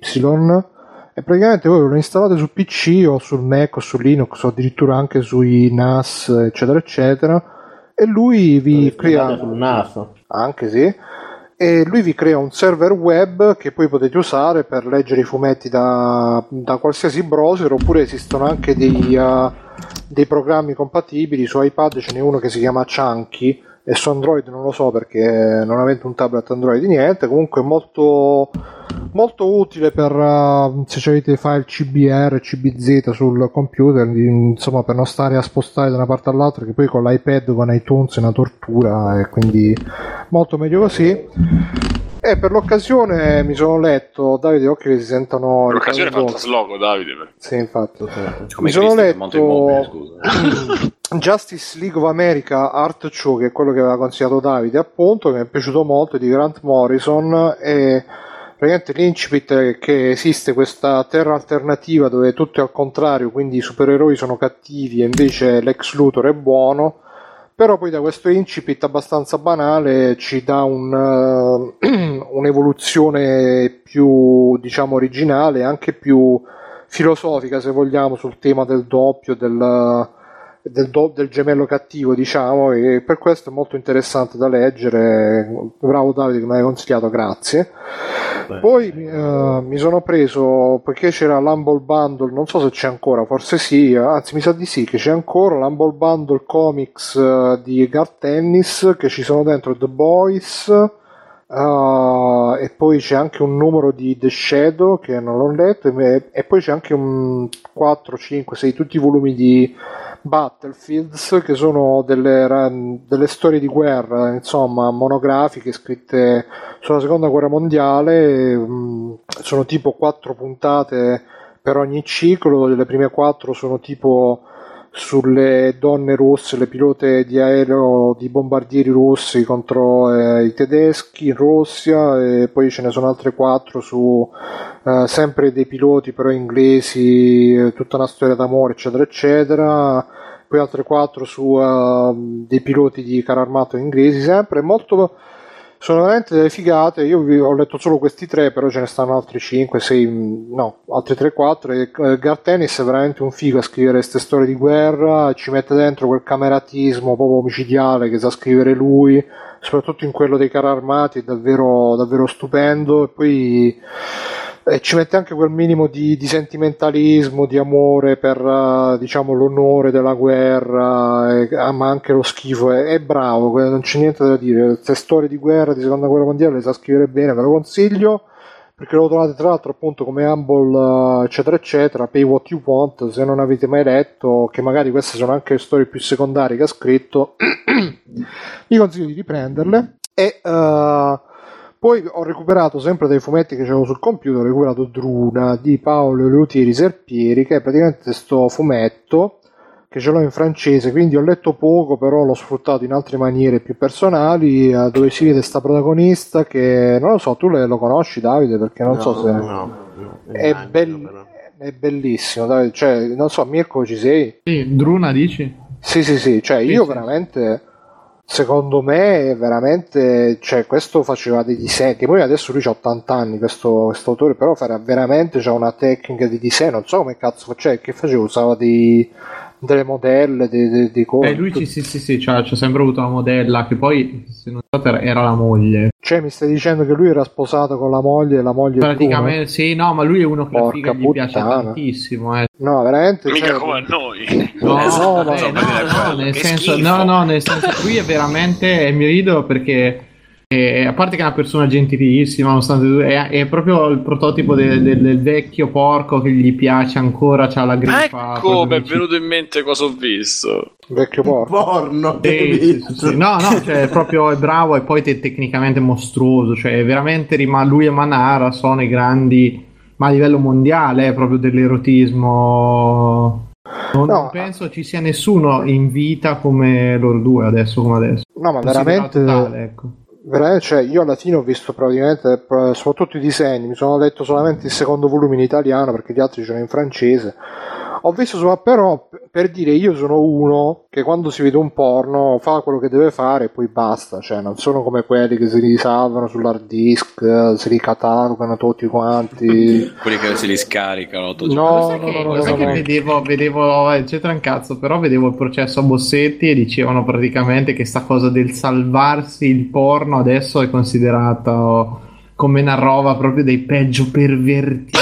e praticamente voi lo installate su PC o sul Mac o su Linux o addirittura anche sui NAS eccetera eccetera, e lui vi crea sul naso. Anche sì, e lui vi crea un server web che poi potete usare per leggere i fumetti da qualsiasi browser, oppure esistono anche dei programmi compatibili. Su iPad ce n'è uno che si chiama Chunky e su Android non lo so perché non avendo un tablet Android niente, comunque molto molto utile per se avete file CBR, CBZ sul computer, insomma, per non stare a spostare da una parte all'altra, che poi con l'iPad con iTunes è una tortura, e quindi molto meglio così. E per l'occasione mi sono letto, Davide, occhio che si sentono. Per l'occasione fa il trasloco, Davide. Sì, infatti. Mi sono letto Justice League of America Art Show, che è quello che aveva consigliato Davide, appunto, che mi è piaciuto molto, di Grant Morrison, e praticamente l'incipit è che esiste questa terra alternativa dove tutto è al contrario, quindi i supereroi sono cattivi e invece Lex Luthor è buono. Però poi da questo incipit abbastanza banale ci dà un'evoluzione più, diciamo, originale, anche più filosofica, se vogliamo, sul tema del doppio, del gemello cattivo, diciamo, e per questo è molto interessante da leggere. Bravo Davide che mi hai consigliato, grazie. Poi mi sono preso, perché c'era l'Humble Bundle, non so se c'è ancora, forse sì, anzi mi sa di sì che c'è ancora l'Humble Bundle Comics di Garth Ennis, che ci sono dentro The Boys, e poi c'è anche un numero di The Shadow che non l'ho letto, e poi c'è anche un 4, 5, 6 tutti i volumi di Battlefields, che sono delle storie di guerra, insomma, monografiche scritte sulla seconda guerra mondiale. Sono tipo 4 puntate per ogni ciclo. Le prime 4 sono tipo sulle donne russe, le pilote di aereo di bombardieri russi contro i tedeschi in Russia, e poi ce ne sono altre 4 su sempre dei piloti però inglesi, tutta una storia d'amore eccetera eccetera. poi altre 4 su dei piloti di carro armato inglesi, sempre molto, sono veramente delle figate. Io ho letto solo questi 3, però ce ne stanno altri 5, 6, no, altri 3-4, e Garth Ennis è veramente un figo a scrivere queste storie di guerra, ci mette dentro quel cameratismo proprio omicidiale che sa scrivere lui, soprattutto in quello dei carri armati, è davvero, davvero stupendo. E poi ci mette anche quel minimo di sentimentalismo, di amore per diciamo l'onore della guerra, ma anche lo schifo. È bravo, non c'è niente da dire. Queste storie di guerra, di seconda guerra mondiale, le sa scrivere bene, ve lo consiglio, perché lo trovate tra l'altro appunto come Humble eccetera eccetera, Pay What You Want, se non avete mai letto, che magari queste sono anche le storie più secondarie che ha scritto. Vi consiglio di riprenderle. E poi ho recuperato sempre dai fumetti che c'avevo sul computer, ho recuperato Druna di Paolo Leutieri Serpieri, che è praticamente sto fumetto che ce l'ho in francese, quindi ho letto poco, però l'ho sfruttato in altre maniere più personali, dove si vede sta protagonista che, non lo so, tu lo conosci, Davide? Perché non so se... No, è bellissimo, Davide, cioè, non so, Mirko, ci sei? Sì, Druna dici? Sì, cioè io veramente... Secondo me veramente, cioè, questo faceva dei disegni, poi adesso lui ha 80 anni, questo autore, però veramente c'ha una tecnica di disegno, non so come cazzo faceva, che faceva, usava delle modelle, dei cose. Lui sì, c'ha sempre avuto una modella, che poi, se non so, era la moglie. Cioè, mi stai dicendo che lui era sposato con la moglie e la moglie praticamente sì, no, ma lui è uno che la figa gli piace tantissimo, No, veramente, mica come a noi. No, nel senso lui è veramente, mi rido perché a parte che è una persona gentilissima, nonostante è proprio il prototipo del vecchio porco che gli piace ancora, c'ha la griffa. Ecco, mi è venuto in mente cosa ho visto. Vecchio porno. Sì. No, cioè proprio è bravo e poi tecnicamente mostruoso, cioè veramente lui e Manara sono i grandi, ma a livello mondiale è proprio dell'erotismo. Non penso ci sia nessuno in vita come loro due adesso come adesso. No, ma veramente totale, ecco. Veramente, cioè, io alla fine ho visto praticamente soprattutto i disegni, mi sono letto solamente il secondo volume in italiano perché gli altri sono in francese. Ho visto però, per dire, io sono uno che quando si vede un porno fa quello che deve fare e poi basta, cioè non sono come quelli che si risalvano sull'hard disk, si ricatalogano tutti quanti. Quelli che si li scaricano. No. Vedevo c'entra un cazzo, però vedevo il processo a Bossetti e dicevano praticamente che sta cosa del salvarsi il porno adesso è considerato come una roba proprio dei peggio pervertiti.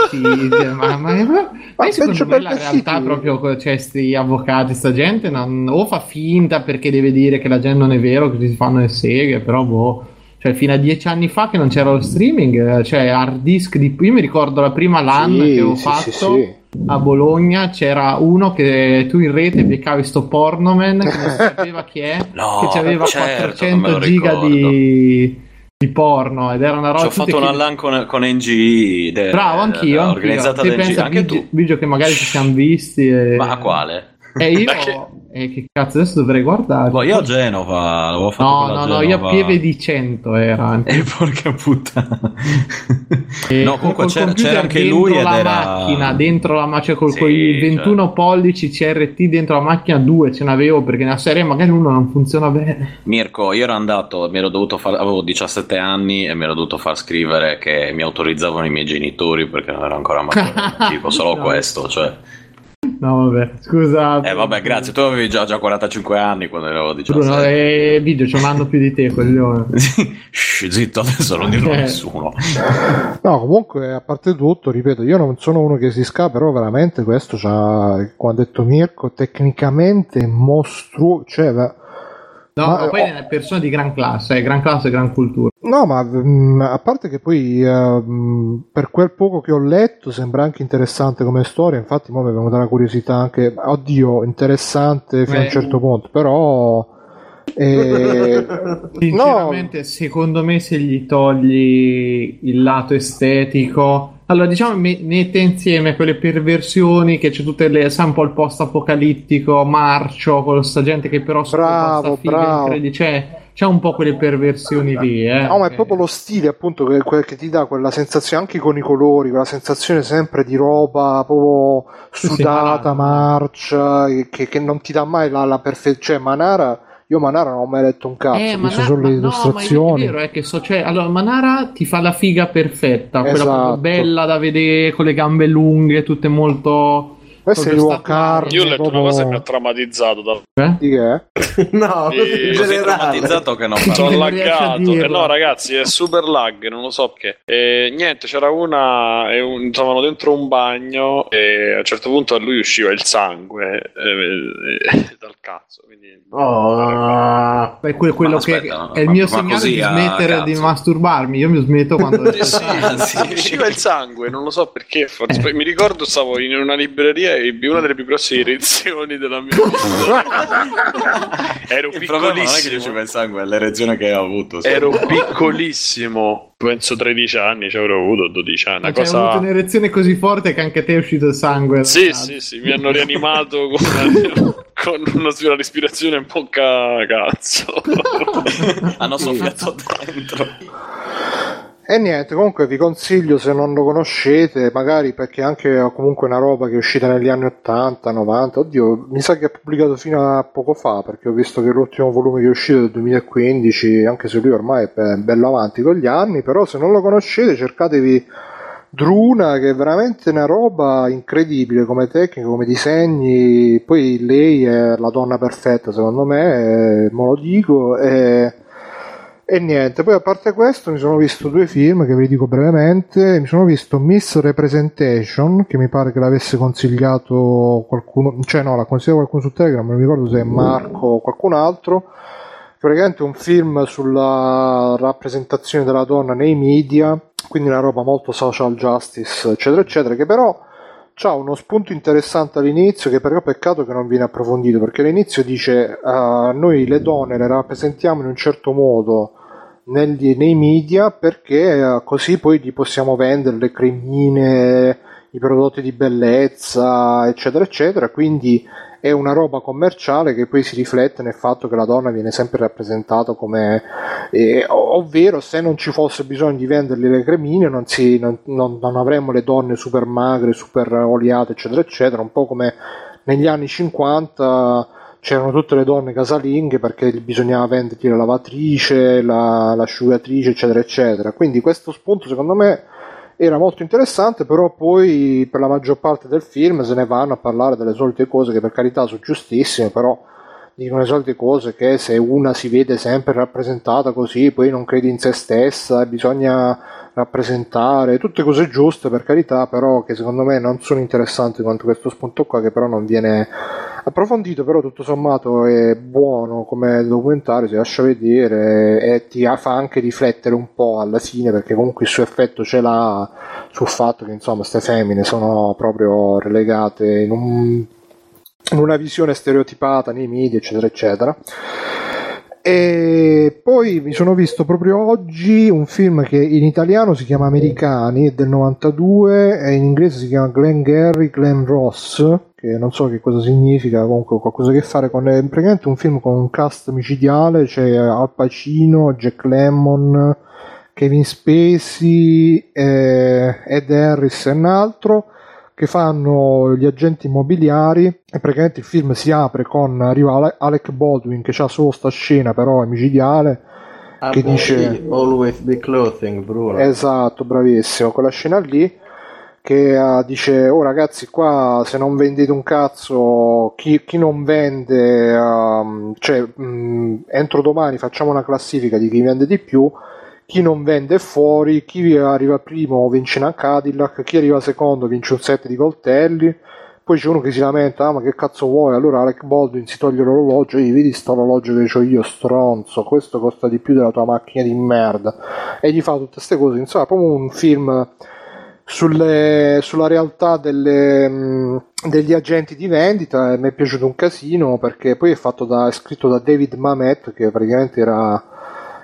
ma secondo me la realtà proprio, cioè, sti avvocati, sta gente o fa finta perché deve dire che la gente non è vero, che si fanno le seghe, però cioè fino a 10 anni fa che non c'era lo streaming, cioè hard disk io mi ricordo la prima LAN che ho fatto a Bologna, c'era uno che tu in rete beccavi sto Pornoman che non si sapeva chi è, che aveva 400 giga di porno ed era una roba. Ci ho fatto una LAN con NG. Bravo, anch'io. Organizzata da NG. Anche tu. Video che magari ci siamo visti. Ma quale? Che cazzo, adesso dovrei guardare. Io a Genova l'avevo fatto. No, io a Pieve di 100 era. Porca puttana. No, comunque c'era anche lui ed era macchina, dentro la macchina con quei 21 pollici CRT dentro la macchina, 2 ce n'avevo perché nella serie magari uno non funziona bene. Mirko, io ero andato, avevo 17 anni e mi ero dovuto far scrivere che mi autorizzavano i miei genitori perché non ero ancora maturo, tipo solo questo, cioè. No, vabbè, scusa. Vabbè, grazie. Tu avevi già 45 anni quando ero 17. Bruno, video, c'è un anno più di te, coglione. Zitto, adesso non dirlo a nessuno. No, comunque, a parte tutto, ripeto, io non sono uno che si scappa, però veramente questo c'ha, come ha detto Mirko, tecnicamente mostruoso, cioè... ma poi è una persona di gran classe e gran cultura. No, ma a parte che poi per quel poco che ho letto sembra anche interessante come storia, infatti mo mi è venuta la curiosità anche, oddio, interessante fino a un certo punto, però sinceramente secondo me se gli togli il lato estetico, allora diciamo mette insieme quelle perversioni che c'è tutte sa un po' il post apocalittico marcio con sta gente che però bravo. cioè c'ha un po' quelle perversioni lì, No, ma è proprio lo stile, appunto, che ti dà quella sensazione, anche con i colori, quella sensazione sempre di roba proprio sudata, marcia, che non ti dà mai la perfezione. Cioè, io Manara non ho mai letto un cazzo, ho visto solo le illustrazioni. No, ma è vero, è che allora, Manara ti fa la figa perfetta, quella proprio bella da vedere, con le gambe lunghe, tutte molto... Questo è il carne. Io ho letto una cosa che mi ha traumatizzato. Di che? No, così traumatizzato che non sono laggato. No, ragazzi, è super lag, non lo so perché. Niente, c'era una stavano dentro un bagno e a un certo punto a lui usciva il sangue dal cazzo. Quindi... È quello che è il mio segnale di smettere di masturbarmi. Io mi smetto quando usciva il sangue, non lo so perché. Forse. Mi ricordo stavo in una libreria e ebbi una delle più grosse erezioni della mia vita. Ero piccolissimo. Non è che usciva il sangue, è l'erezione che ho avuto. Ero piccolissimo, penso 13 anni, ci avrò avuto 12 anni. Hai avuto un'erezione così forte che anche a te è uscito il sangue. Sì, mi hanno rianimato con una respirazione un po' cazzo. Hanno soffiato dentro. E niente, comunque vi consiglio, se non lo conoscete, magari perché anche comunque una roba che è uscita negli anni 80, 90, oddio, mi sa che è pubblicato fino a poco fa, perché ho visto che l'ultimo volume che è uscito è del 2015, anche se lui ormai è bello avanti con gli anni, però se non lo conoscete cercatevi Druna, che è veramente una roba incredibile come tecnica, come disegni, poi lei è la donna perfetta secondo me, me lo dico, e niente, poi a parte questo mi sono visto due film che vi dico brevemente. Mi sono visto Miss Representation, che mi pare che l'avesse consigliato qualcuno, cioè no, l'ha consigliato qualcuno su Telegram, non mi ricordo se è Marco o qualcun altro, che praticamente è un film sulla rappresentazione della donna nei media, quindi una roba molto social justice eccetera eccetera, che però c'ha uno spunto interessante all'inizio, che però peccato che non viene approfondito, perché all'inizio dice noi le donne le rappresentiamo in un certo modo nei media perché così poi gli possiamo vendere le cremine, i prodotti di bellezza eccetera eccetera, quindi è una roba commerciale che poi si riflette nel fatto che la donna viene sempre rappresentata come ovvero, se non ci fosse bisogno di venderle le cremine non avremmo le donne super magre, super oliate eccetera eccetera, un po' come negli anni 50 c'erano tutte le donne casalinghe perché bisognava vendergli la lavatrice, l'asciugatrice eccetera eccetera, quindi questo spunto secondo me era molto interessante, però poi per la maggior parte del film se ne vanno a parlare delle solite cose che per carità sono giustissime, però dicono le solite cose che se una si vede sempre rappresentata così poi non crede in se stessa e bisogna rappresentare, tutte cose giuste per carità, però che secondo me non sono interessanti quanto questo spunto qua, che però non viene approfondito, però tutto sommato è buono come documentario, si lascia vedere e ti fa anche riflettere un po' alla fine, perché comunque il suo effetto ce l'ha sul fatto che insomma queste femmine sono proprio relegate in una visione stereotipata nei media eccetera eccetera. E poi mi sono visto proprio oggi un film che in italiano si chiama Americani, è del 92, e in inglese si chiama Glengarry Glen Ross, che non so che cosa significa, comunque qualcosa a che fare con, è praticamente un film con un cast micidiale, c'è Al Pacino, Jack Lemmon, Kevin Spacey, Ed Harris e un altro, che fanno gli agenti immobiliari, e praticamente il film si apre con arriva Alec Baldwin che ha solo sta scena però è micidiale, che dice Always be clothing, Bruno. Esatto, bravissimo, quella scena lì che dice oh ragazzi, qua se non vendete un cazzo, chi non vende entro domani facciamo una classifica di chi vende di più, chi non vende fuori, chi arriva primo vince una Cadillac, chi arriva secondo vince un set di coltelli. Poi c'è uno che si lamenta, ma che cazzo vuoi? Allora Alec Baldwin si toglie l'orologio, vedi sto orologio che ho io, stronzo, questo costa di più della tua macchina di merda, e gli fa tutte queste cose. Insomma, proprio un film sulla realtà degli agenti di vendita, e mi è piaciuto un casino, perché poi è scritto da David Mamet, che praticamente era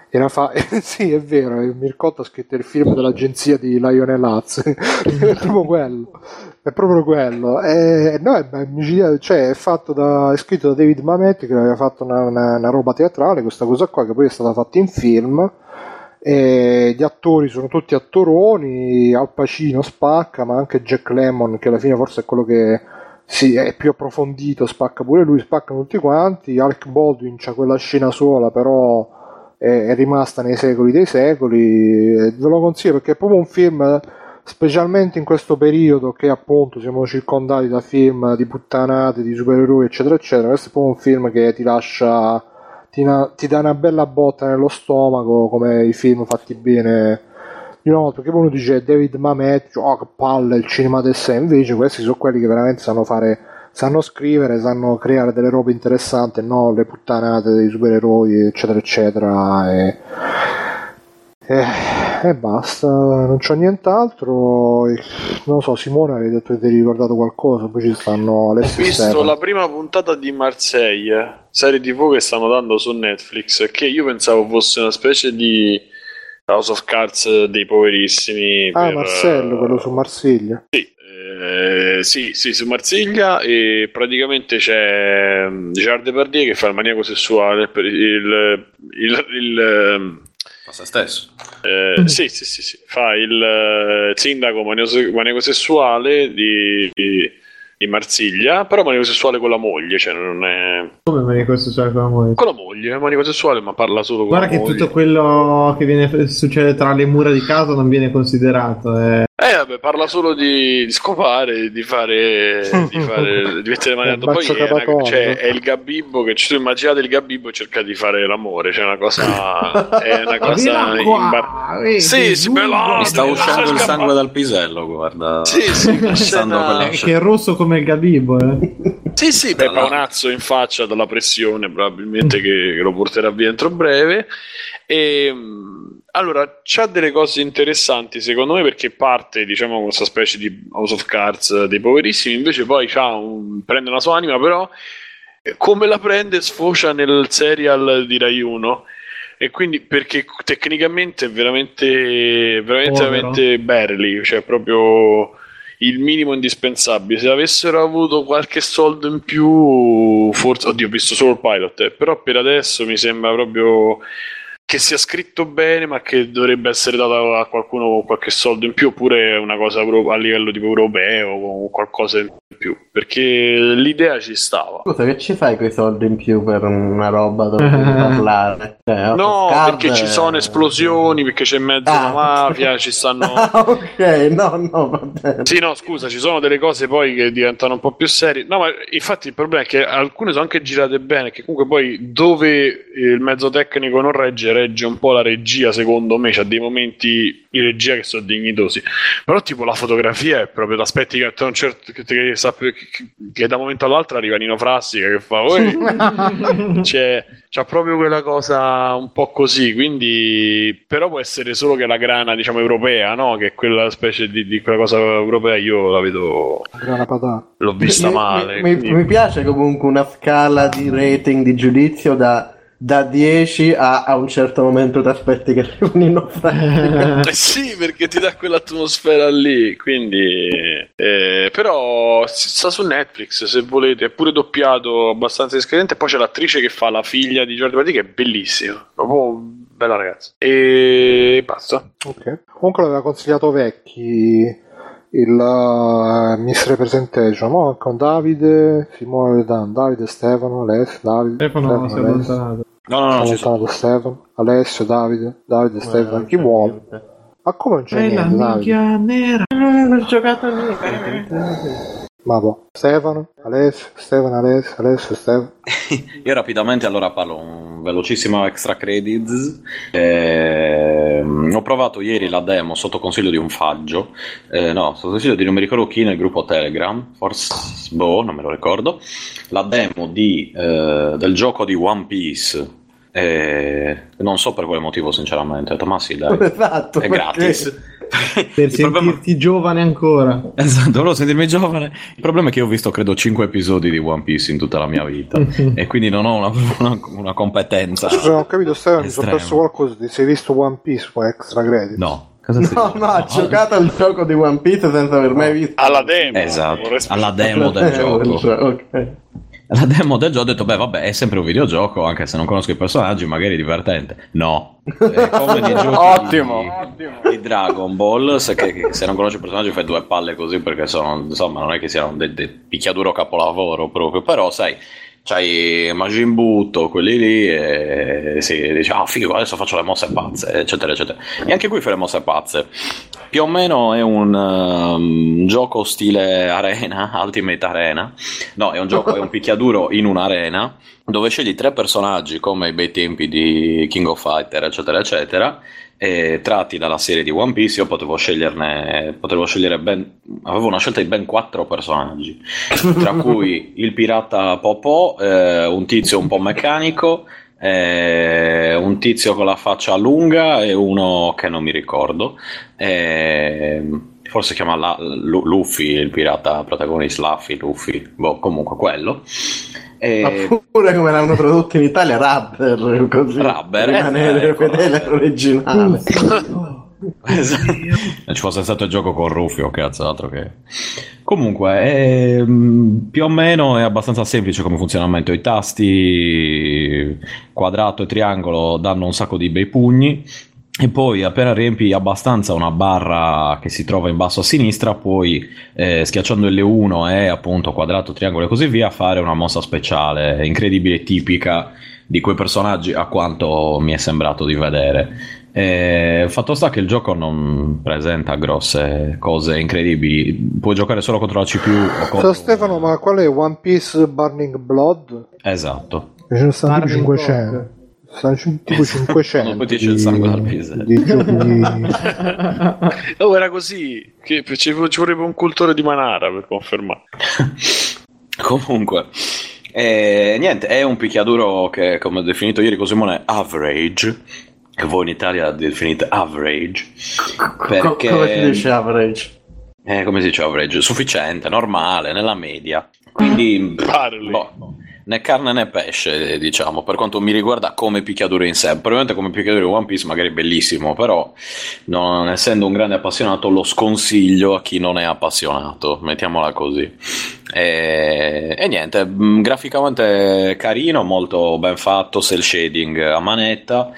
Sì, è vero, Mircotto ha scritto il film dell'agenzia di Lionel Hutz. È proprio quello. No, cioè, è scritto da David Mamet, che aveva fatto una roba teatrale, questa cosa qua, che poi è stata fatta in film. E gli attori sono tutti attoroni, Al Pacino spacca, ma anche Jack Lemmon, che alla fine forse è quello che è più approfondito, spacca pure lui, spaccano tutti quanti. Alec Baldwin c'ha quella scena sola, però è rimasta nei secoli dei secoli. Ve lo consiglio perché è proprio un film, specialmente in questo periodo che appunto siamo circondati da film di puttanate, di supereroi eccetera eccetera. Questo è proprio un film che ti lascia, ti dà una bella botta nello stomaco, come i film fatti bene di una volta, perché uno dice David Mamet, che palle il cinema del sé. Invece questi sono quelli che veramente sanno scrivere, sanno creare delle robe interessanti, no le puttanate dei supereroi eccetera eccetera, e basta, non c'ho nient'altro. Non so, Simone avevi detto che ti hai ricordato qualcosa, poi ci stanno Alessio. Ho visto la prima puntata di Marseille, serie TV che stanno dando su Netflix, che io pensavo fosse una specie di House of Cards dei poverissimi. Marcello, quello su Marsiglia. Sì, su Marsiglia, e praticamente c'è Gerard Depardieu che fa il maniaco sessuale per fa se stesso. Sì, fa il sindaco maniaco sessuale di Marsiglia, però maniaco sessuale con la moglie, cioè non è... Come maniaco sessuale con la moglie? Con la moglie, è maniaco sessuale ma parla solo con la moglie. Guarda che tutto quello che succede tra le mura di casa non viene considerato. Vabbè, parla solo di scopare, di mettere le mani addosso. Poi è il gabibbo che tu immaginate il gabibbo cerca di fare l'amore, cioè una cosa sì, mi sta uscendo il sangue dal pisello, guarda. Sì, che è rosso come il gabibbo, Sì, pepaonazzo in faccia dalla pressione, probabilmente che lo porterà via entro breve. E allora c'ha delle cose interessanti secondo me, perché parte diciamo con questa specie di House of Cards dei poverissimi, invece poi prende una sua anima, però come la prende sfocia nel serial di Rai 1, e quindi perché tecnicamente è veramente barely, cioè proprio il minimo indispensabile. Se avessero avuto qualche soldo in più, forse, oddio, ho visto solo il pilot, però per adesso mi sembra proprio che sia scritto bene, ma che dovrebbe essere dato a qualcuno con qualche soldo in più, oppure una cosa a livello tipo europeo o qualcosa in più, perché l'idea ci stava. Scusa, che ci fai quei soldi in più per una roba dove devi parlare? No, perché ci sono esplosioni, perché c'è in mezzo una mafia, ci stanno... ok, no, va bene. Sì, no, scusa, ci sono delle cose poi che diventano un po' più serie. No, ma infatti il problema è che alcune sono anche girate bene, che comunque poi dove il mezzo tecnico non regge un po' la regia, secondo me. C'ha dei momenti di regia che sono dignitosi, però tipo la fotografia è proprio, t'aspetti che a un certo che da un momento all'altro arriva Nino Frassica che fa c'ha proprio quella cosa un po' così, quindi però può essere solo che la grana diciamo europea, no? Che è quella specie di quella cosa europea, io la vedo grana patata, l'ho vista male. Mi piace comunque una scala di rating, di giudizio da 10 a un certo momento ti aspetti che arrivi Nino Frassica. Sì, perché ti dà quell'atmosfera lì, quindi però sta su Netflix se volete, è pure doppiato abbastanza discretamente. Poi c'è l'attrice che fa la figlia di Giorgio Depardieu, che è bellissima, proprio bella ragazza, e basta. Ok, comunque l'aveva consigliato Vecchi il Misrepresentation, no? Con Davide, Simone, Davide, Stefano, Alessio, Stefano si è allontanato. No, ci sono Stefano, Alessio, Davide, Stefano, chi vuole? Ma come non c'è niente, Davide? Nera. Non ho giocato Ma boh, Stefano, Alessio, Stefano. Io rapidamente allora parlo un velocissimo extra credits. Ho provato ieri la demo sotto consiglio di un faggio, sotto consiglio di non mi ricordo chi nel gruppo Telegram, forse non me lo ricordo, la demo del gioco di One Piece. Non so per quale motivo sinceramente ho detto ma sì dai, esatto, è gratis, per sentirti giovane ancora. Esatto, volevo sentirmi giovane. Il problema è che io ho visto credo 5 episodi di One Piece in tutta la mia vita e quindi non ho una competenza. Scusa, non ho capito, Stefano, mi sono perso qualcosa. Ti sei visto One Piece con extra credit? No. Ha giocato al gioco di One Piece senza aver mai visto alla demo. Esatto, alla demo del gioco. Okay. La demo del gioco ho detto, beh vabbè, è sempre un videogioco, anche se non conosco i personaggi, magari è divertente. No, è come nei giochi ottimo. di Dragon Ball, se non conosci i personaggi fai due palle così, perché sono, insomma, non è che siano dei picchiaduro capolavoro proprio, però sai, c'hai Majin Buu, quelli lì, e si dice, figo, adesso faccio le mosse pazze, eccetera, eccetera. E anche qui fai le mosse pazze. Più o meno è un gioco stile arena, Ultimate Arena. No, è un picchiaduro in un'arena dove scegli 3 personaggi come ai bei tempi di King of Fighter, eccetera, eccetera, e tratti dalla serie di One Piece. Io potevo scegliere avevo una scelta di ben 4 personaggi, tra cui il pirata Popò, un tizio un po' meccanico, un tizio con la faccia lunga e uno che non mi ricordo, forse si chiama Luffy, il pirata protagonista, Luffy, comunque quello. Ma pure come l'hanno tradotto in Italia, Rubber, così Rubber, rimanere fedele all'originale. Esatto. Ci fosse stato il gioco con Rufio, cazzo, altro che. Comunque più o meno è abbastanza semplice come funzionamento. I tasti quadrato e triangolo danno un sacco di bei pugni, e poi appena riempi abbastanza una barra che si trova in basso a sinistra, puoi schiacciando L1 e appunto quadrato, triangolo e così via fare una mossa speciale incredibile, tipica di quei personaggi, a quanto mi è sembrato di vedere. Fatto sta che il gioco non presenta grosse cose incredibili, puoi giocare solo contro la CPU o contro... Stefano, ma qual è One Piece Burning Blood? Esatto, Ce ne stanno tipo 500. Stanno tipo 500 non poi dice il sangue dal pise. di giochi di... era così che ci vorrebbe un cultore di Manara per confermare. Comunque niente, è un picchiaduro che, come ho definito ieri con Simone, average, che voi in Italia definite average, perché come si dice average? Come si dice average? Sufficiente, normale, nella media, quindi né carne né pesce, diciamo, per quanto mi riguarda come picchiaduro in sé. Probabilmente come picchiaduro di One Piece magari bellissimo, però non essendo un grande appassionato lo sconsiglio a chi non è appassionato, mettiamola così. E niente, graficamente carino, molto ben fatto, cel shading a manetta,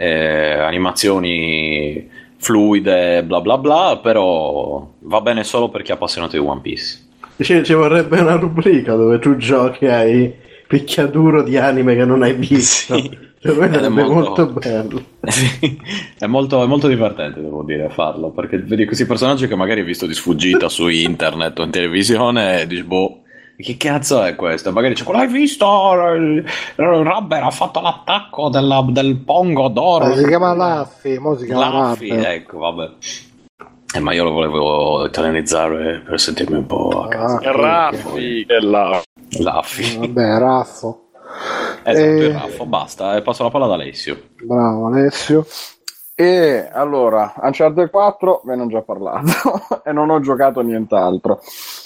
animazioni fluide, bla bla bla, però va bene solo per chi è appassionato di One Piece. Ci vorrebbe una rubrica dove tu giochi ai picchiaduro di anime che non hai visto. Sì, per me sarebbe molto bello. Sì, è molto divertente, devo dire, farlo, perché vedi questi personaggi che magari hai visto di sfuggita su internet o in televisione e dici, che cazzo è questo? Magari c'è l'hai visto? Rubber ha fatto l'attacco del Pongo d'oro. Si chiama Luffy, ecco, vabbè. Ma io lo volevo italianizzare per sentirmi un po' a casa. Raffi è Luffy. Vabbè, Raffo. Esatto, il Raffo, basta, passo la palla ad Alessio. Bravo Alessio. E allora, Uncharted 4 ve ne ho già parlato e non ho giocato nient'altro.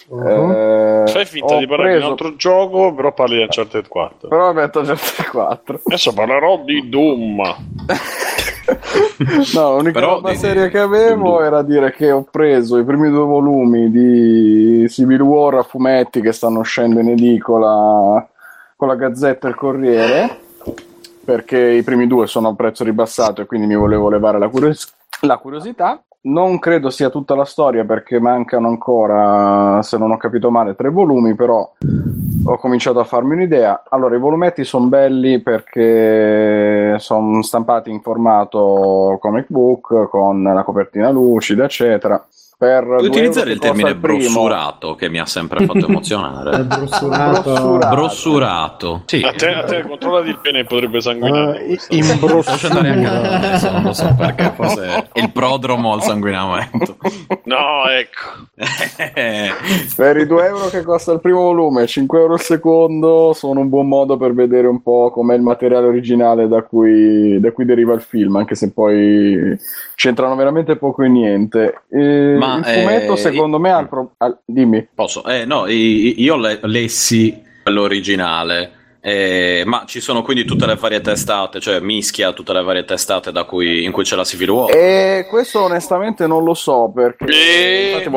Fai finta di parlare di un altro gioco, però parli di Uncharted 4. Però metto Uncharted 4. Adesso parlerò di Doom. No, l'unica roba seria che avevo era dire che ho preso i primi 2 volumi di Civil War a fumetti che stanno uscendo in edicola con la Gazzetta e il Corriere, perché i primi 2 sono a prezzo ribassato e quindi mi volevo levare la curiosità. Non credo sia tutta la storia perché mancano ancora, se non ho capito male, 3 volumi, però ho cominciato a farmi un'idea. Allora, i volumetti sono belli perché sono stampati in formato comic book con la copertina lucida, eccetera. per utilizzare il termine brossurato che mi ha sempre fatto emozionare. Brossurato. Sì. A te controllati il pene, potrebbe sanguinare. Imbrossurato. Non lo so perché, forse il prodromo al sanguinamento. No, ecco. Per i €2 che costa il primo volume, €5 il secondo, sono un buon modo per vedere un po' com'è il materiale originale da cui deriva il film, anche se poi c'entrano veramente poco e niente. Ma il fumetto secondo me dimmi. Posso? No, io lessi l'originale. Ma ci sono quindi tutte le varie testate, cioè mischia tutte le varie testate in cui c'è la Civil War? Questo onestamente non lo so, perché infatti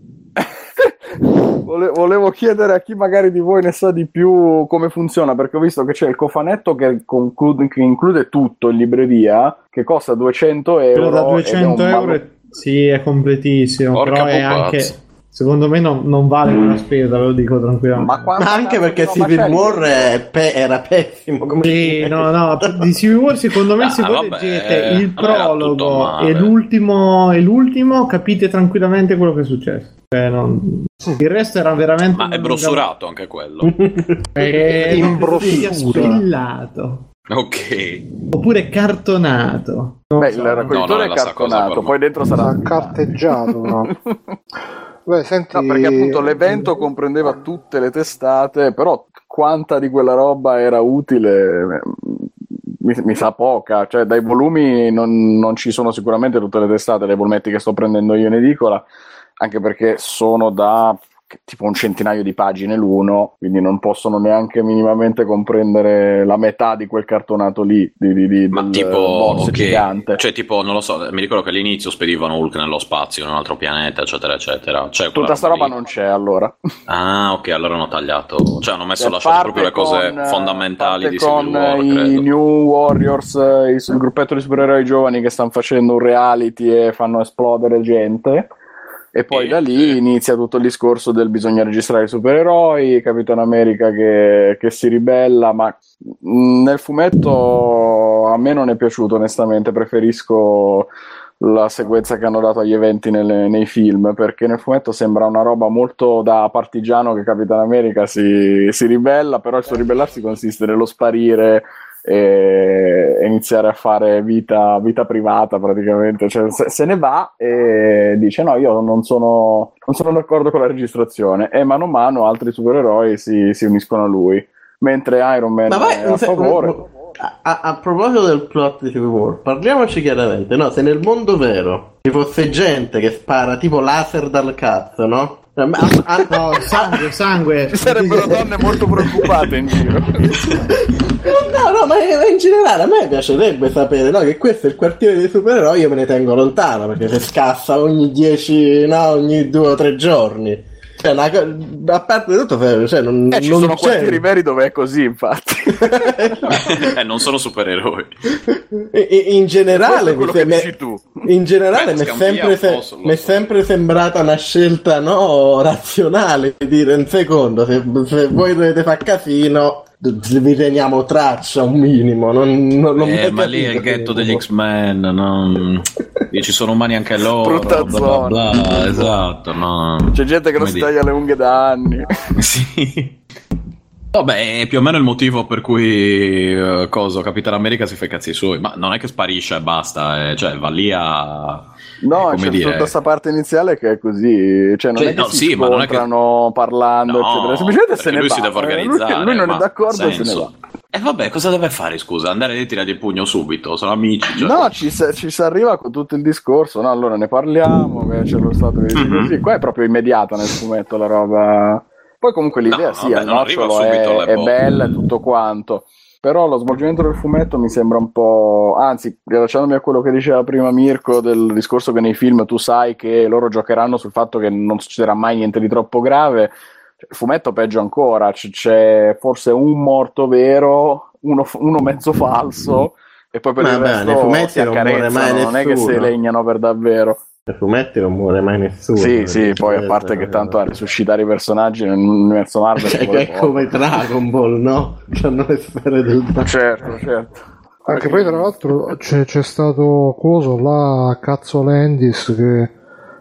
volevo chiedere a chi magari di voi ne sa di più come funziona, perché ho visto che c'è il cofanetto che include tutto in libreria, che costa €200. Però da €200 sì, è completissimo. Porca però è anche, secondo me non vale una spesa, ve lo dico tranquillamente. Ma anche perché Civil War era pessimo. Sì, no, di Civil War secondo me se voi leggete il prologo e l'ultimo capite tranquillamente quello che è successo. Il resto era veramente... Ma è brossurato anche quello. È in brossurato. Ok. Oppure cartonato. Il raccoglitore è cartonato, poi dentro sarà carteggiato, no? Beh, senti... No, perché appunto l'evento comprendeva tutte le testate, però quanta di quella roba era utile mi sa poca, cioè dai volumi non ci sono sicuramente tutte le testate, dai volumetti che sto prendendo io in edicola, anche perché sono da tipo un centinaio di pagine l'uno, quindi non possono neanche minimamente comprendere la metà di quel cartonato lì ma tipo gigante. Cioè tipo, non lo so, mi ricordo che all'inizio spedivano Hulk nello spazio, in un altro pianeta, eccetera eccetera, cioè, tutta sta roba non c'è allora. Ah, ok, allora hanno tagliato, cioè hanno lasciato proprio le cose fondamentali di Civil War, i credo. New Warriors, il gruppetto di supereroi giovani che stanno facendo un reality e fanno esplodere gente. E poi da lì inizia tutto il discorso del bisogna registrare i supereroi, Capitan America che si ribella, ma nel fumetto a me non è piaciuto onestamente, preferisco la sequenza che hanno dato agli eventi nei film, perché nel fumetto sembra una roba molto da partigiano che Capitan America si ribella, però il suo ribellarsi consiste nello sparire e iniziare a fare vita privata praticamente, cioè se ne va e dice no, io non sono d'accordo con la registrazione, e mano a mano altri supereroi si uniscono a lui, mentre Iron Man è a favore. A proposito del plot di Civil War, parliamoci chiaramente, no? Se nel mondo vero ci fosse gente che spara tipo laser dal cazzo, no? No, sangue. Ci sarebbero donne molto preoccupate in giro. No, ma in generale a me piacerebbe sapere, no, che questo è il quartiere dei supereroi, io me ne tengo lontano, perché se scassa ogni 2 o 3 giorni. Cioè, a parte tutto, cioè, ci sono quartieri veri dove è così, infatti. Non sono supereroi. In generale, mi è sempre sembrata una scelta razionale, di dire un secondo, se voi dovete fare casino, vi teniamo traccia un minimo. Non ma lì è il ghetto degli X-Men, ci sono umani anche loro, bla bla bla, esatto, no. C'è gente che non si taglia le unghie da anni. Sì. Vabbè, è più o meno il motivo per cui Capitan America si fa i cazzi suoi, ma non è che sparisce e basta, cioè va lì a... No, c'è tutta questa parte iniziale che è così, cioè non è che si incontrano parlando, eccetera, semplicemente se ne va. Lui si deve organizzare. Lui non è d'accordo e se ne va. E vabbè, cosa deve fare, scusa? Andare a tirare il pugno subito? Sono amici? Cioè... No, ci si arriva con tutto il discorso, no? Allora ne parliamo, che c'è lo stato di così. Qua è proprio immediata nel fumetto la roba. Poi comunque l'idea il nocciolo è bella e tutto quanto. Però lo svolgimento del fumetto mi sembra un po', anzi, rilasciandomi a quello che diceva prima Mirko del discorso che nei film tu sai che loro giocheranno sul fatto che non succederà mai niente di troppo grave, il fumetto peggio ancora, c'è forse un morto vero, uno mezzo falso, e poi per il resto si accarezzano, non è che si legnano per davvero. Nei fumetti non muore mai nessuno. Sì, poi a parte che tanto a risuscitare i personaggi nell'universo Marvel è come Dragon Ball, no? C'hanno le sfere del certo. Anche poi tra l'altro c'è stato coso là, cazzo Landis, che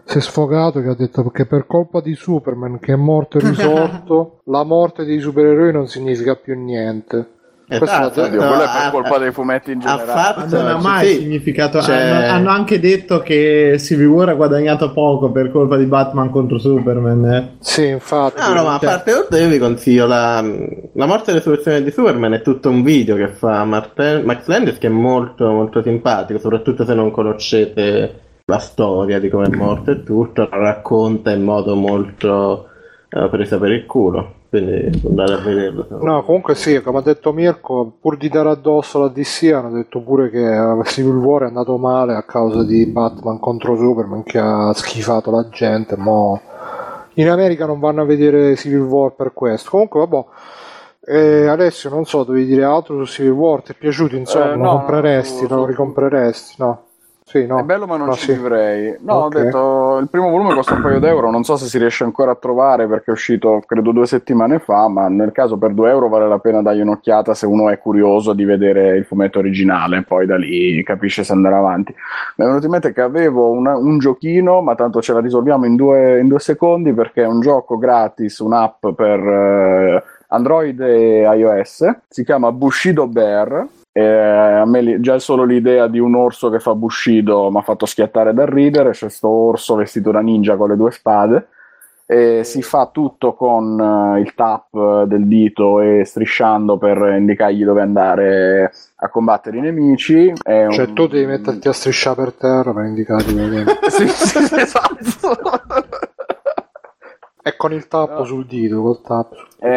si è sfogato, che ha detto che per colpa di Superman, che è morto e risorto, la morte dei supereroi non significa più niente. Esatto, quello è per colpa dei fumetti in generale. Non ha mai significato. Hanno anche detto che Civil War ha guadagnato poco per colpa di Batman contro Superman. Sì, infatti. No, ma a parte tutto, io vi consiglio la morte e resurrezione di Superman. È tutto un video che fa Max Landis, che è molto molto simpatico, soprattutto se non conoscete la storia di come è morto e tutto. La racconta in modo molto presa per il culo. Quindi andare a vederlo. No, comunque sì, come ha detto Mirko, pur di dare addosso alla DC, hanno detto pure che Civil War è andato male a causa di Batman contro Superman, che ha schifato la gente. Mo in America non vanno a vedere Civil War per questo. Comunque vabbè, Alessio, non so, dovevi dire altro su Civil War? Ti è piaciuto? Insomma, lo compreresti, lo ricompreresti? No. Sì, no. È bello, ma non ci vivrei. No, okay. Ho detto, il primo volume costa un paio d'euro, non so se si riesce ancora a trovare perché è uscito credo 2 settimane fa, ma nel caso per 2 euro vale la pena dargli un'occhiata se uno è curioso di vedere il fumetto originale, poi da lì capisce se andare avanti. Mi è venuto in mente che avevo un giochino, ma tanto ce la risolviamo in due secondi, perché è un gioco gratis, un'app per Android e iOS, si chiama Bushido Bear. A me già solo l'idea di un orso che fa Bushido mi ha fatto schiattare dal ridere. C'è sto orso vestito da ninja con le 2 spade e si fa tutto con il tap del dito e strisciando per indicargli dove andare a combattere i nemici. Cioè tu devi metterti a strisciare per terra per indicargli dove sì, esatto. E con il tappo sul dito, col tappo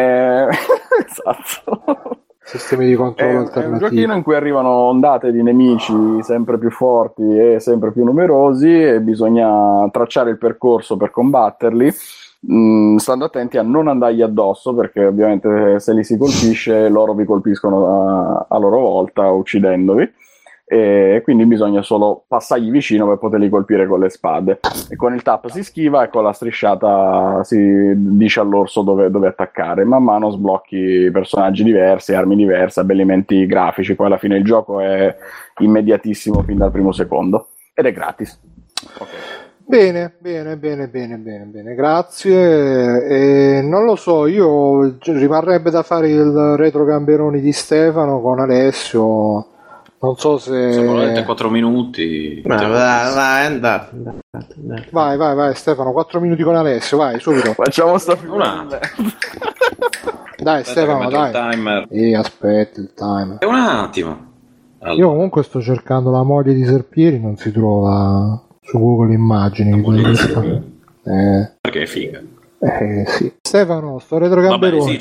esatto. Sistemi di controllo alternativi. È un giochino in cui arrivano ondate di nemici sempre più forti e sempre più numerosi e bisogna tracciare il percorso per combatterli, stando attenti a non andargli addosso, perché ovviamente se li si colpisce loro vi colpiscono a loro volta uccidendovi, e quindi bisogna solo passargli vicino per poterli colpire con le spade, e con il tap si schiva e con la strisciata si dice all'orso dove attaccare. Man mano sblocchi personaggi diversi, armi diverse, abbellimenti grafici, poi alla fine il gioco è immediatissimo fin dal primo secondo ed è gratis. Bene, grazie. Non lo so, io rimarrebbe da fare il retro gamberoni di Stefano con Alessio. Non so se volete 4 minuti. Vai, andate. Vai Stefano, 4 minuti con Alessio, vai subito. Facciamo sta figura. Dai Stefano, dai. Timer. Aspetta il timer. Un attimo. Allora. Io comunque sto cercando la moglie di Serpieri, non si trova su Google Immagini. Perché è figa. Sì. Stefano, sto retro gamberoni.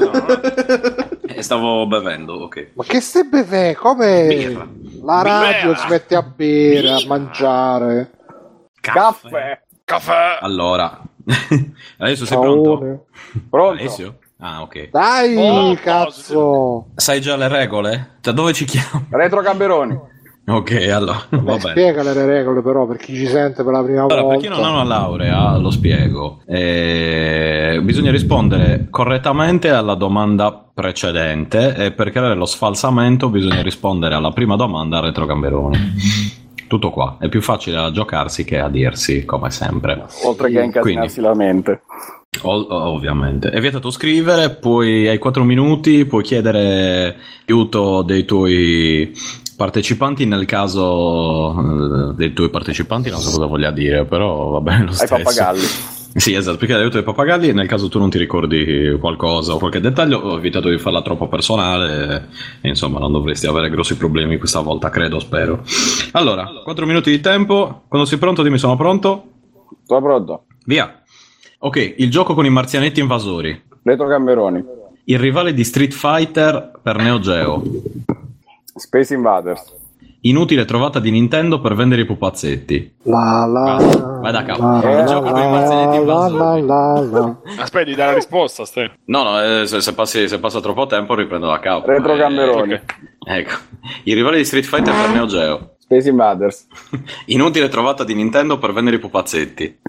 Stavo bevendo, ok. Ma che stai bevendo? Come la radio si mette a bere, a mangiare? Caffè. Allora, adesso sei pronto? Pronto? Alessio? Ah, ok. Dai, cazzo! Sai già le regole? Da dove ci chiami? Retro gamberoni. Ok, allora, va bene. Spiegale le regole però per chi ci sente per la prima volta. Per chi non ha una laurea, lo spiego. Bisogna rispondere correttamente alla domanda precedente, e per creare lo sfalsamento bisogna rispondere alla prima domanda a retro gamberoni. Tutto qua. È più facile a giocarsi che a dirsi, come sempre. Oltre che a incasinarsi la mente. Ovviamente. È vietato scrivere, poi hai 4 minuti, puoi chiedere aiuto dei tuoi partecipanti, nel caso dei tuoi partecipanti non so cosa voglia dire, però va bene lo stesso. Ai pappagalli. Sì, esatto, perché aiuto ai pappagalli, nel caso tu non ti ricordi qualcosa o qualche dettaglio, ho evitato di farla troppo personale e insomma non dovresti avere grossi problemi questa volta, credo, spero. Allora, 4 minuti di tempo, quando sei pronto dimmi sono pronto. Sono pronto. Via. Ok, il gioco con i marzianetti invasori. Retro gamberoni. Il rivale di Street Fighter per Neo Geo. Space Invaders. Inutile trovata di Nintendo per vendere i pupazzetti. Vai da capo. Il gioco con i marzianetti invasori. Aspetta, di dare la risposta, Ste. No, se passa troppo tempo riprendo da capo. Retro gamberoni. Okay. Ecco. Il rivale di Street Fighter per Neo Geo. Space Invaders. Inutile trovata di Nintendo per vendere i pupazzetti.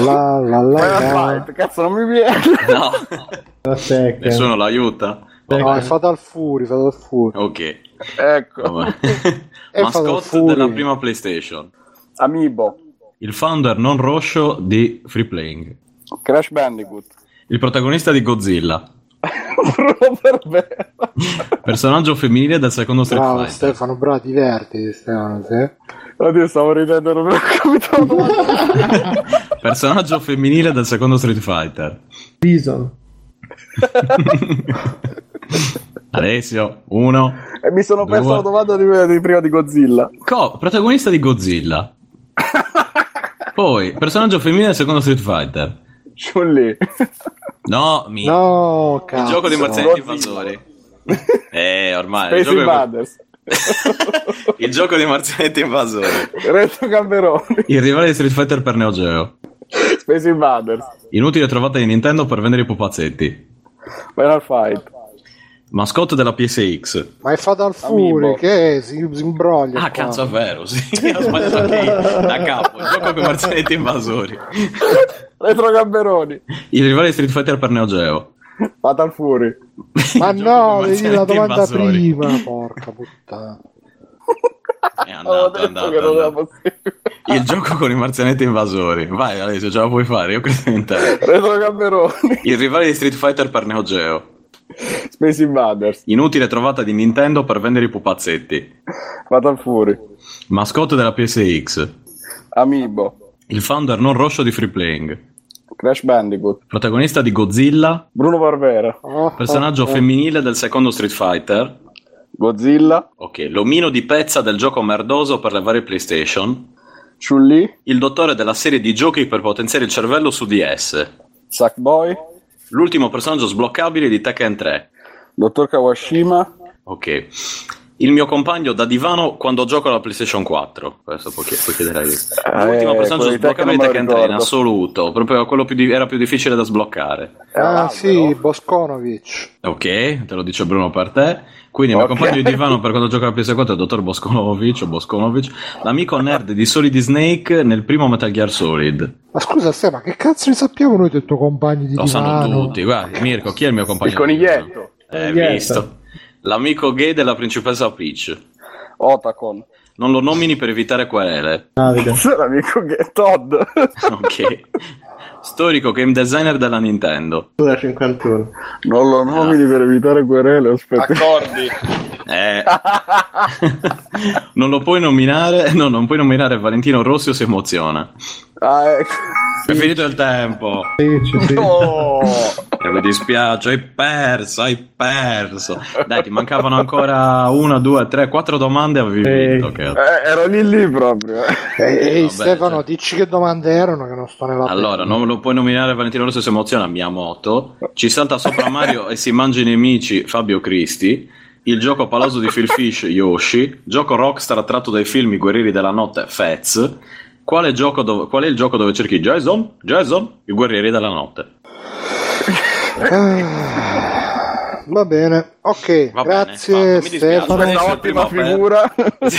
Cazzo, non mi viene. No. Nessuno l'aiuta. No, è Fatal Fury. Ok. Ecco. Mascotte della prima PlayStation. Amiibo. Il founder non roscio di Free Playing. Crash Bandicoot. Il protagonista di Godzilla. Robert Personaggio femminile del secondo Street Bravo Fighter. Stefano, bravo, diverti Stefano, sì. Oddio, stavo ridendo, non avevo capito. Personaggio femminile del secondo Street Fighter. Bison. Alessio, 1. E mi sono perso la domanda di prima di Godzilla. Protagonista di Godzilla. Poi, personaggio femminile del secondo Street Fighter. Chun-Li. No, cazzo. Il gioco dei marzianetti invasori. Ormai Space Invaders. Il gioco dei marzianetti invasori. Retro Gamberoni. Il rivale di Street Fighter per Neo Geo. Space Invaders. Inutile trovata di Nintendo per vendere i pupazzetti. Final Fight. Mascotte della PSX. Ma è Fatal Fury che si imbroglia. Ah, cazzo, è vero, sì. Ho sbagliato anche io. Da capo. Il gioco con i marzianetti invasori. Retro Gamberoni. Il rivale di Street Fighter per Neo Geo. Fatal Fury. Ma no, vedi la domanda invasori. prima, porca puttana. È Avevo andato, detto che non era possibile. Il gioco con i marzianetti invasori. Vai Alessio, ce la puoi fare, io questo in te. Retro Gamberoni. Il rivale di Street Fighter per Neo Geo. Space Invaders. Inutile trovata di Nintendo per vendere i pupazzetti. Fatal Fury. Mascotte della PSX. Amiibo. Il founder non roscio di Free Playing. Crash Bandicoot. Protagonista di Godzilla. Bruno Barbera. Personaggio femminile del secondo Street Fighter. Godzilla. Ok, l'omino di pezza del gioco merdoso per le varie PlayStation. Chun-Li. Il dottore della serie di giochi per potenziare il cervello su DS. Sackboy. L'ultimo personaggio sbloccabile di Tekken 3. Dottor Kawashima. Ok. Il mio compagno da divano quando gioco alla PlayStation 4. Questo puoi chiedere a lui. L'ultimo personaggio quello di sbloccabile di Tekken 3 in ricordo. assoluto. Proprio quello era più difficile da sbloccare. Sì, Boskonovic. Ok, te lo dice Bruno per te. Quindi il mio compagno di divano per quando gioca alla PS4 è il dottor Boskonovic. L'amico nerd di Solid Snake nel primo Metal Gear Solid. Ma scusa Stefano, che cazzo ne sappiamo noi dei tuoi compagni di Lo divano? sanno tutti, guarda, Mirko, chi è il mio compagno? Il coniglietto. Visto. L'amico gay della principessa Peach. Otacon. Non lo nomini per evitare querele. L'amico Todd. Ok. Storico game designer della Nintendo. Sura 51. Non lo nomini per evitare querele. Aspetta. Accordi. Non lo puoi nominare. No, non puoi nominare Valentino Rossi o si emoziona. Ecco. È finito il tempo. No. Mi dispiace, hai perso. Dai, ti mancavano ancora 1, 2, 3, 4 domande e avevi vinto. Okay. Ero lì proprio. Ehi Vabbè, Stefano, cioè. dici che domande erano che non sto nella Allora, non lo puoi nominare Valentino Rossi, si emoziona Miyamoto. Ci salta sopra Mario e si mangia i nemici Fabio Cristi. Il gioco paloso di Phil Fish Yoshi. Gioco Rockstar tratto dai film I Guerrieri della Notte Fez. Qual è il gioco dove cerchi Jason, i Guerrieri della Notte? Va bene, ok, Va grazie bene, mi dispiace, Stefano. adesso il Ottima primo figura.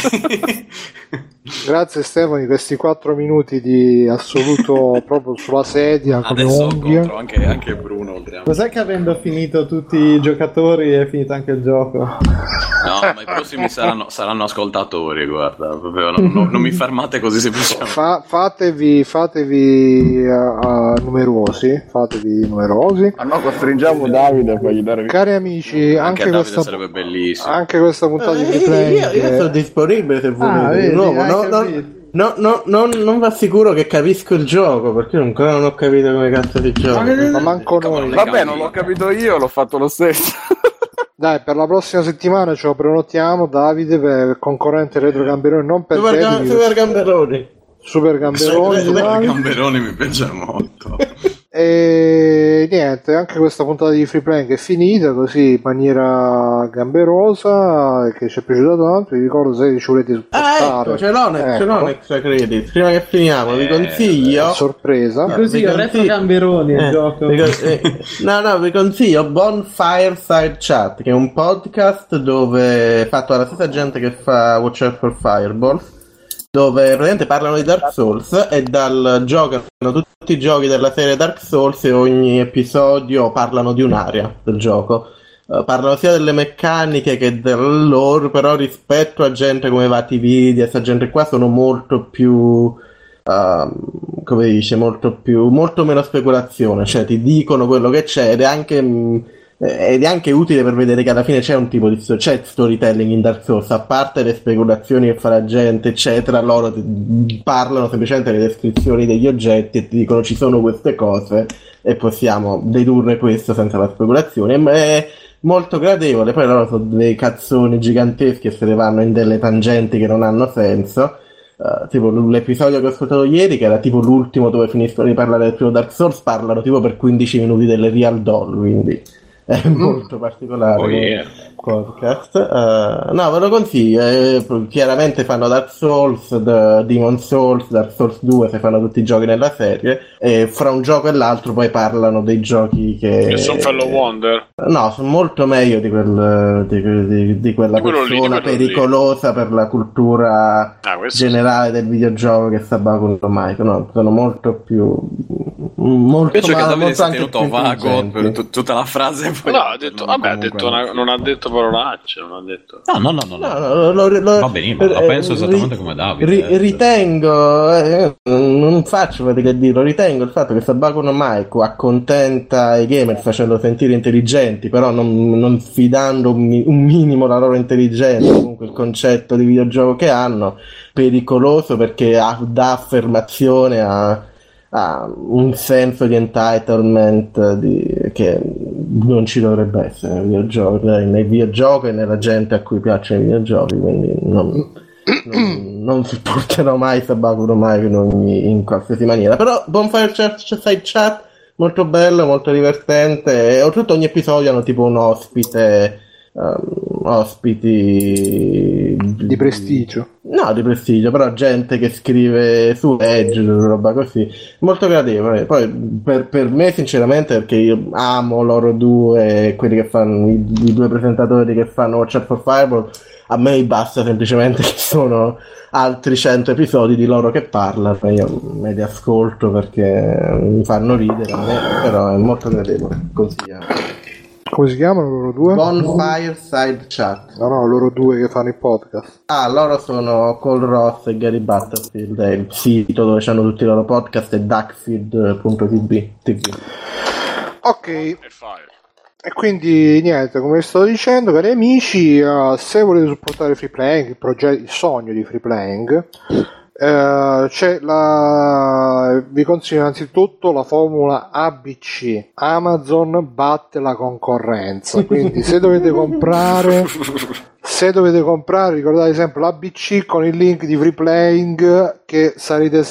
Grazie Stefano di questi 4 minuti di assoluto proprio sulla sedia come Adesso unghie. incontro anche Bruno. Oltre. Cos'è che avendo finito tutti i giocatori è finito anche il gioco? No, ma i prossimi saranno ascoltatori, guarda. Proprio, non mi fermate così semplicemente. Fatevi numerosi. Ah no, costringiamo Davide a fargli dare. Cari amici, Anche anche a Davide questa, sarebbe bellissimo. anche questa puntata di Replay Io sono disponibile se volete. Di nuovo, non vi assicuro che capisco il gioco perché ancora non ho capito come cazzo di gioco. ma manco noi. Vabbè, non l'ho capito io, l'ho fatto lo stesso. Dai, per la prossima settimana ce lo prenotiamo, Davide, per concorrente Retro Gamberoni, non per Super Gamberoni. Super Gamberoni. Gamberoni mi piace molto. E niente, anche questa puntata di Free Playing è finita così in maniera gamberosa, che ci è piaciuta tanto. Vi ricordo, se ci volete supportare, Ecco, ce l'ho un extra credit. Prima che finiamo, vi consiglio sorpresa. Così ho detto Gamberoni il gioco. vi consiglio Bonfireside Chat, che è un podcast dove fatto dalla stessa gente che fa Watch Out for Fireball, dove praticamente parlano di Dark Souls e giocano tutti i giochi della serie Dark Souls e ogni episodio parlano di un'area del gioco. Parlano sia delle meccaniche che del lore, però rispetto a gente come VatiVidia, questa gente qua sono molto più come dice, molto meno speculazione, cioè ti dicono quello che c'è ed è anche utile per vedere che alla fine c'è un tipo di c'è storytelling in Dark Souls, a parte le speculazioni che fa la gente eccetera, loro parlano semplicemente delle descrizioni degli oggetti e ti dicono ci sono queste cose e possiamo dedurre questo senza la speculazione. È molto gradevole, poi loro sono dei cazzoni giganteschi e se ne vanno in delle tangenti che non hanno senso. Tipo l'episodio che ho ascoltato ieri, che era tipo l'ultimo dove finiscono di parlare del primo Dark Souls, parlano tipo per 15 minuti delle Real Doll, quindi è molto particolare podcast. No, ve lo consiglio, chiaramente fanno Dark Souls, Demon Souls, Dark Souls 2, se fanno tutti i giochi nella serie, e fra un gioco e l'altro poi parlano dei giochi che sono Fellow Wonder. No, sono molto meglio di quella persona pericolosa per la cultura generale del videogioco che sta Baku no Mike. No, sono molto più invece che Davide si è tenuto vago per tutta la frase. No, ha detto, non ha detto parolacce, non ha detto. No. Va benissimo, la penso esattamente come Davide. Ritengo, non faccio fatica a dirlo, ritengo il fatto che Baku no Mike accontenta i gamer facendo sentire intelligenti, però non sfidando un minimo la loro intelligenza, comunque il concetto di videogioco che hanno, pericoloso perché dà affermazione a un senso di entitlement che non ci dovrebbe essere nei videogiochi e nella gente a cui piacciono i videogiochi, quindi non si porterò mai Baku no Mike in qualsiasi maniera. Però Bonfire Side Chat molto bello, molto divertente, e oltretutto ogni episodio hanno tipo un ospiti di prestigio. No, di prestigio, però gente che scrive su Edge, roba così, molto gradevole. Poi per me sinceramente, perché io amo loro due, quelli che fanno i due presentatori che fanno Watch Out for Fireball, a me basta semplicemente che sono altri 100 episodi di loro che parlano, io me li ascolto perché mi fanno ridere, però è molto gradevole, consigliamo. Come si chiamano loro due? Bonfire Side Chat. No, loro due che fanno i podcast. Loro sono Cole Ross e Gary Butterfield, è il sito dove hanno tutti i loro podcast, è duckfeed.tv. Ok. E quindi niente, come vi sto dicendo, cari amici, se volete supportare Free Playing, il sogno di Free Playing, vi consiglio innanzitutto la formula ABC. Amazon batte la concorrenza, quindi se dovete comprare ricordate sempre l'ABC con il link di Free Playing, che sarete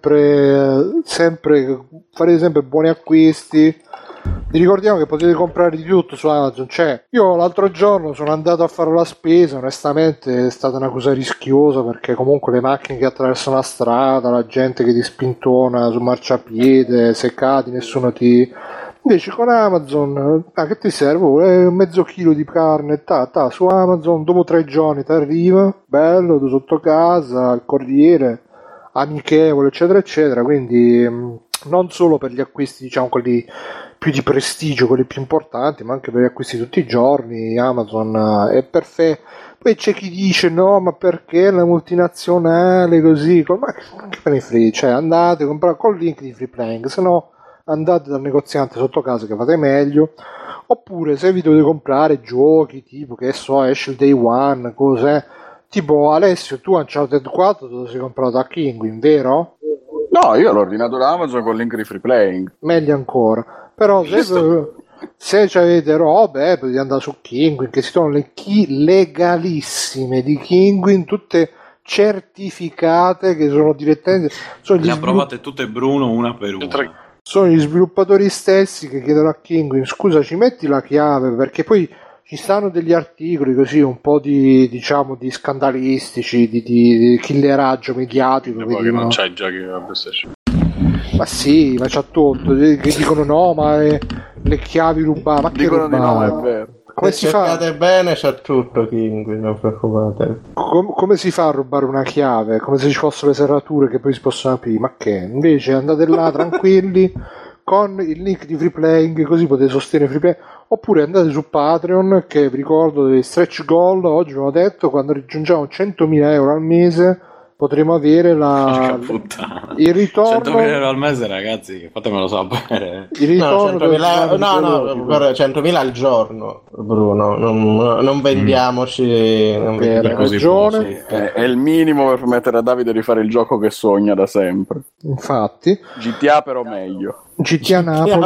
farete sempre buoni acquisti. Vi ricordiamo che potete comprare di tutto su Amazon. Io l'altro giorno sono andato a fare la spesa, onestamente è stata una cosa rischiosa, perché comunque le macchine che attraversano la strada, la gente che ti spintona sul marciapiede, se cadi nessuno ti... Invece con Amazon, che ti serve? Mezzo chilo di carne, su Amazon, dopo 3 giorni ti arriva, bello, tu sotto casa, il corriere, amichevole, eccetera, eccetera. Quindi non solo per gli acquisti, diciamo, quelli più di prestigio, quelli più importanti, ma anche per gli acquisti tutti i giorni, Amazon è perfetto. Poi c'è chi dice no, ma perché la multinazionale così? Ma che me ne frega, andate, comprate col link di Free Playing, se no andate dal negoziante sotto casa che fate meglio. Oppure se vi dovete comprare giochi tipo, che so, esce il Day One, cos'è? Tipo Alessio, tu Uncharted 4 te lo sei comprato da Kinguin, vero? No, io l'ho ordinato da Amazon con il link di Free Playing. Meglio ancora. Però se avete robe, potete andare su Kinguin, che si trovano le key legalissime di Kinguin, tutte certificate, che sono direttamente... Le ha provate tutte Bruno, una per una. Sono gli sviluppatori stessi che chiedono a Kinguin: scusa, ci metti la chiave, perché poi ci stanno degli articoli così un po' di, diciamo, di scandalistici, di killeraggio mediatico, che dicono, non c'hai giochi per la PlayStation. Ma sì, ma c'ha tutto, che dicono no, ma le chiavi rubate, ma che dicono rubate? Di no, è vero. Come si fa? Bene, c'ha tutto Kinguin, non preoccupate. Come si fa a rubare una chiave? Come se ci fossero le serrature che poi si possono aprire, ma che? Invece andate là tranquilli con il link di Free Playing, così potete sostenere Free Playing. Oppure andate su Patreon, che vi ricordo dei stretch goal, oggi abbiamo detto, quando raggiungiamo 100.000 euro al mese potremo avere il ritorno 100.000 euro al mese, ragazzi, fatemelo sapere. Il ritorno 100.000 al giorno, Bruno, non vendiamoci, non ragione. È il minimo per permettere a Davide di fare il gioco che sogna da sempre. Infatti GTA però meglio. GTA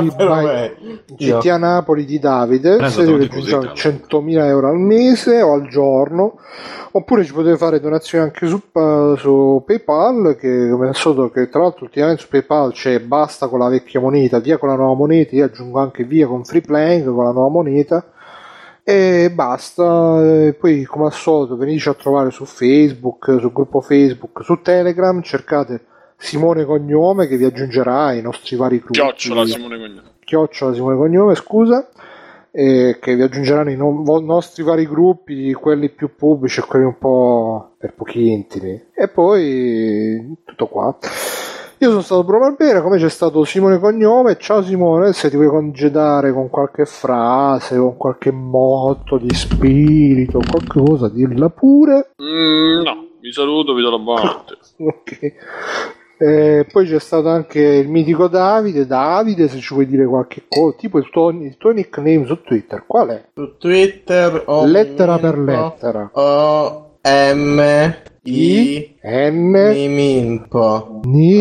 Napoli di Davide, se deve 100.000 euro al mese o al giorno, oppure ci potete fare donazioni anche su PayPal, che come al solito, che tra l'altro ultimamente su PayPal c'è basta con la vecchia moneta, via con la nuova moneta. Io aggiungo anche via con Free Playing con la nuova moneta e basta. E poi come al solito veniteci a trovare su Facebook, sul gruppo Facebook, su Telegram, cercate Simone Cognome che vi aggiungerà ai nostri vari gruppi. Chiocciola Simone Cognome, scusa, che vi aggiungeranno i nostri vari gruppi, quelli più pubblici e quelli un po' per pochi intimi. E poi tutto qua. Io sono stato Bruno Barbera, come c'è stato Simone Cognome. Ciao Simone, se ti vuoi congedare con qualche frase, con qualche motto di spirito, qualche cosa, dirla pure. No, vi saluto, vi do la buonanotte. Ok. Poi c'è stato anche il mitico Davide, se ci vuoi dire qualche cosa, tipo il tuo nickname su Twitter, qual è? Su Twitter lettera per lettera Mimimpo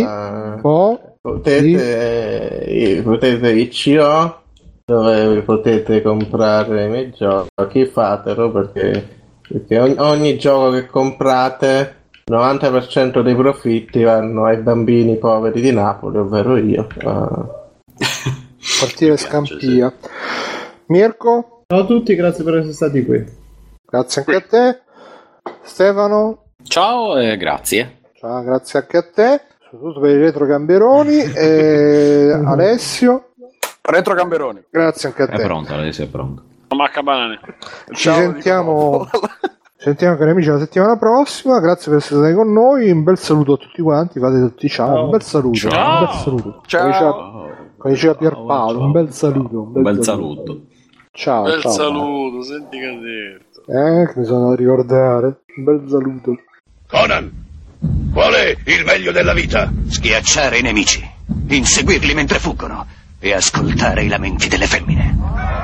potete ICO, dove potete comprare i miei giochi, fatelo perché ogni gioco che comprate 90% dei profitti vanno ai bambini poveri di Napoli, ovvero io. Partire Scampia. Mirko? Ciao a tutti, grazie per essere stati qui. Grazie anche a te. Stefano? Ciao e grazie. Ciao, grazie anche a te, soprattutto per i retro gamberoni. Alessio? Retro gamberoni. Grazie anche a te. È pronto, Alessio è pronto. Macca banane. Ci sentiamo cari amici la settimana prossima, grazie per essere stati con noi, un bel saluto a tutti quanti, fate tutti ciao. Un bel saluto, ciao. Un bel saluto. Ciao. Come diceva Pierpaolo, un bel saluto. Un bel saluto. Ciao. Bel ciao. saluto, senti che ha detto. Che mi sono da ricordare. Un bel saluto. Conan, qual è il meglio della vita? Schiacciare i nemici, inseguirli mentre fuggono e ascoltare i lamenti delle femmine.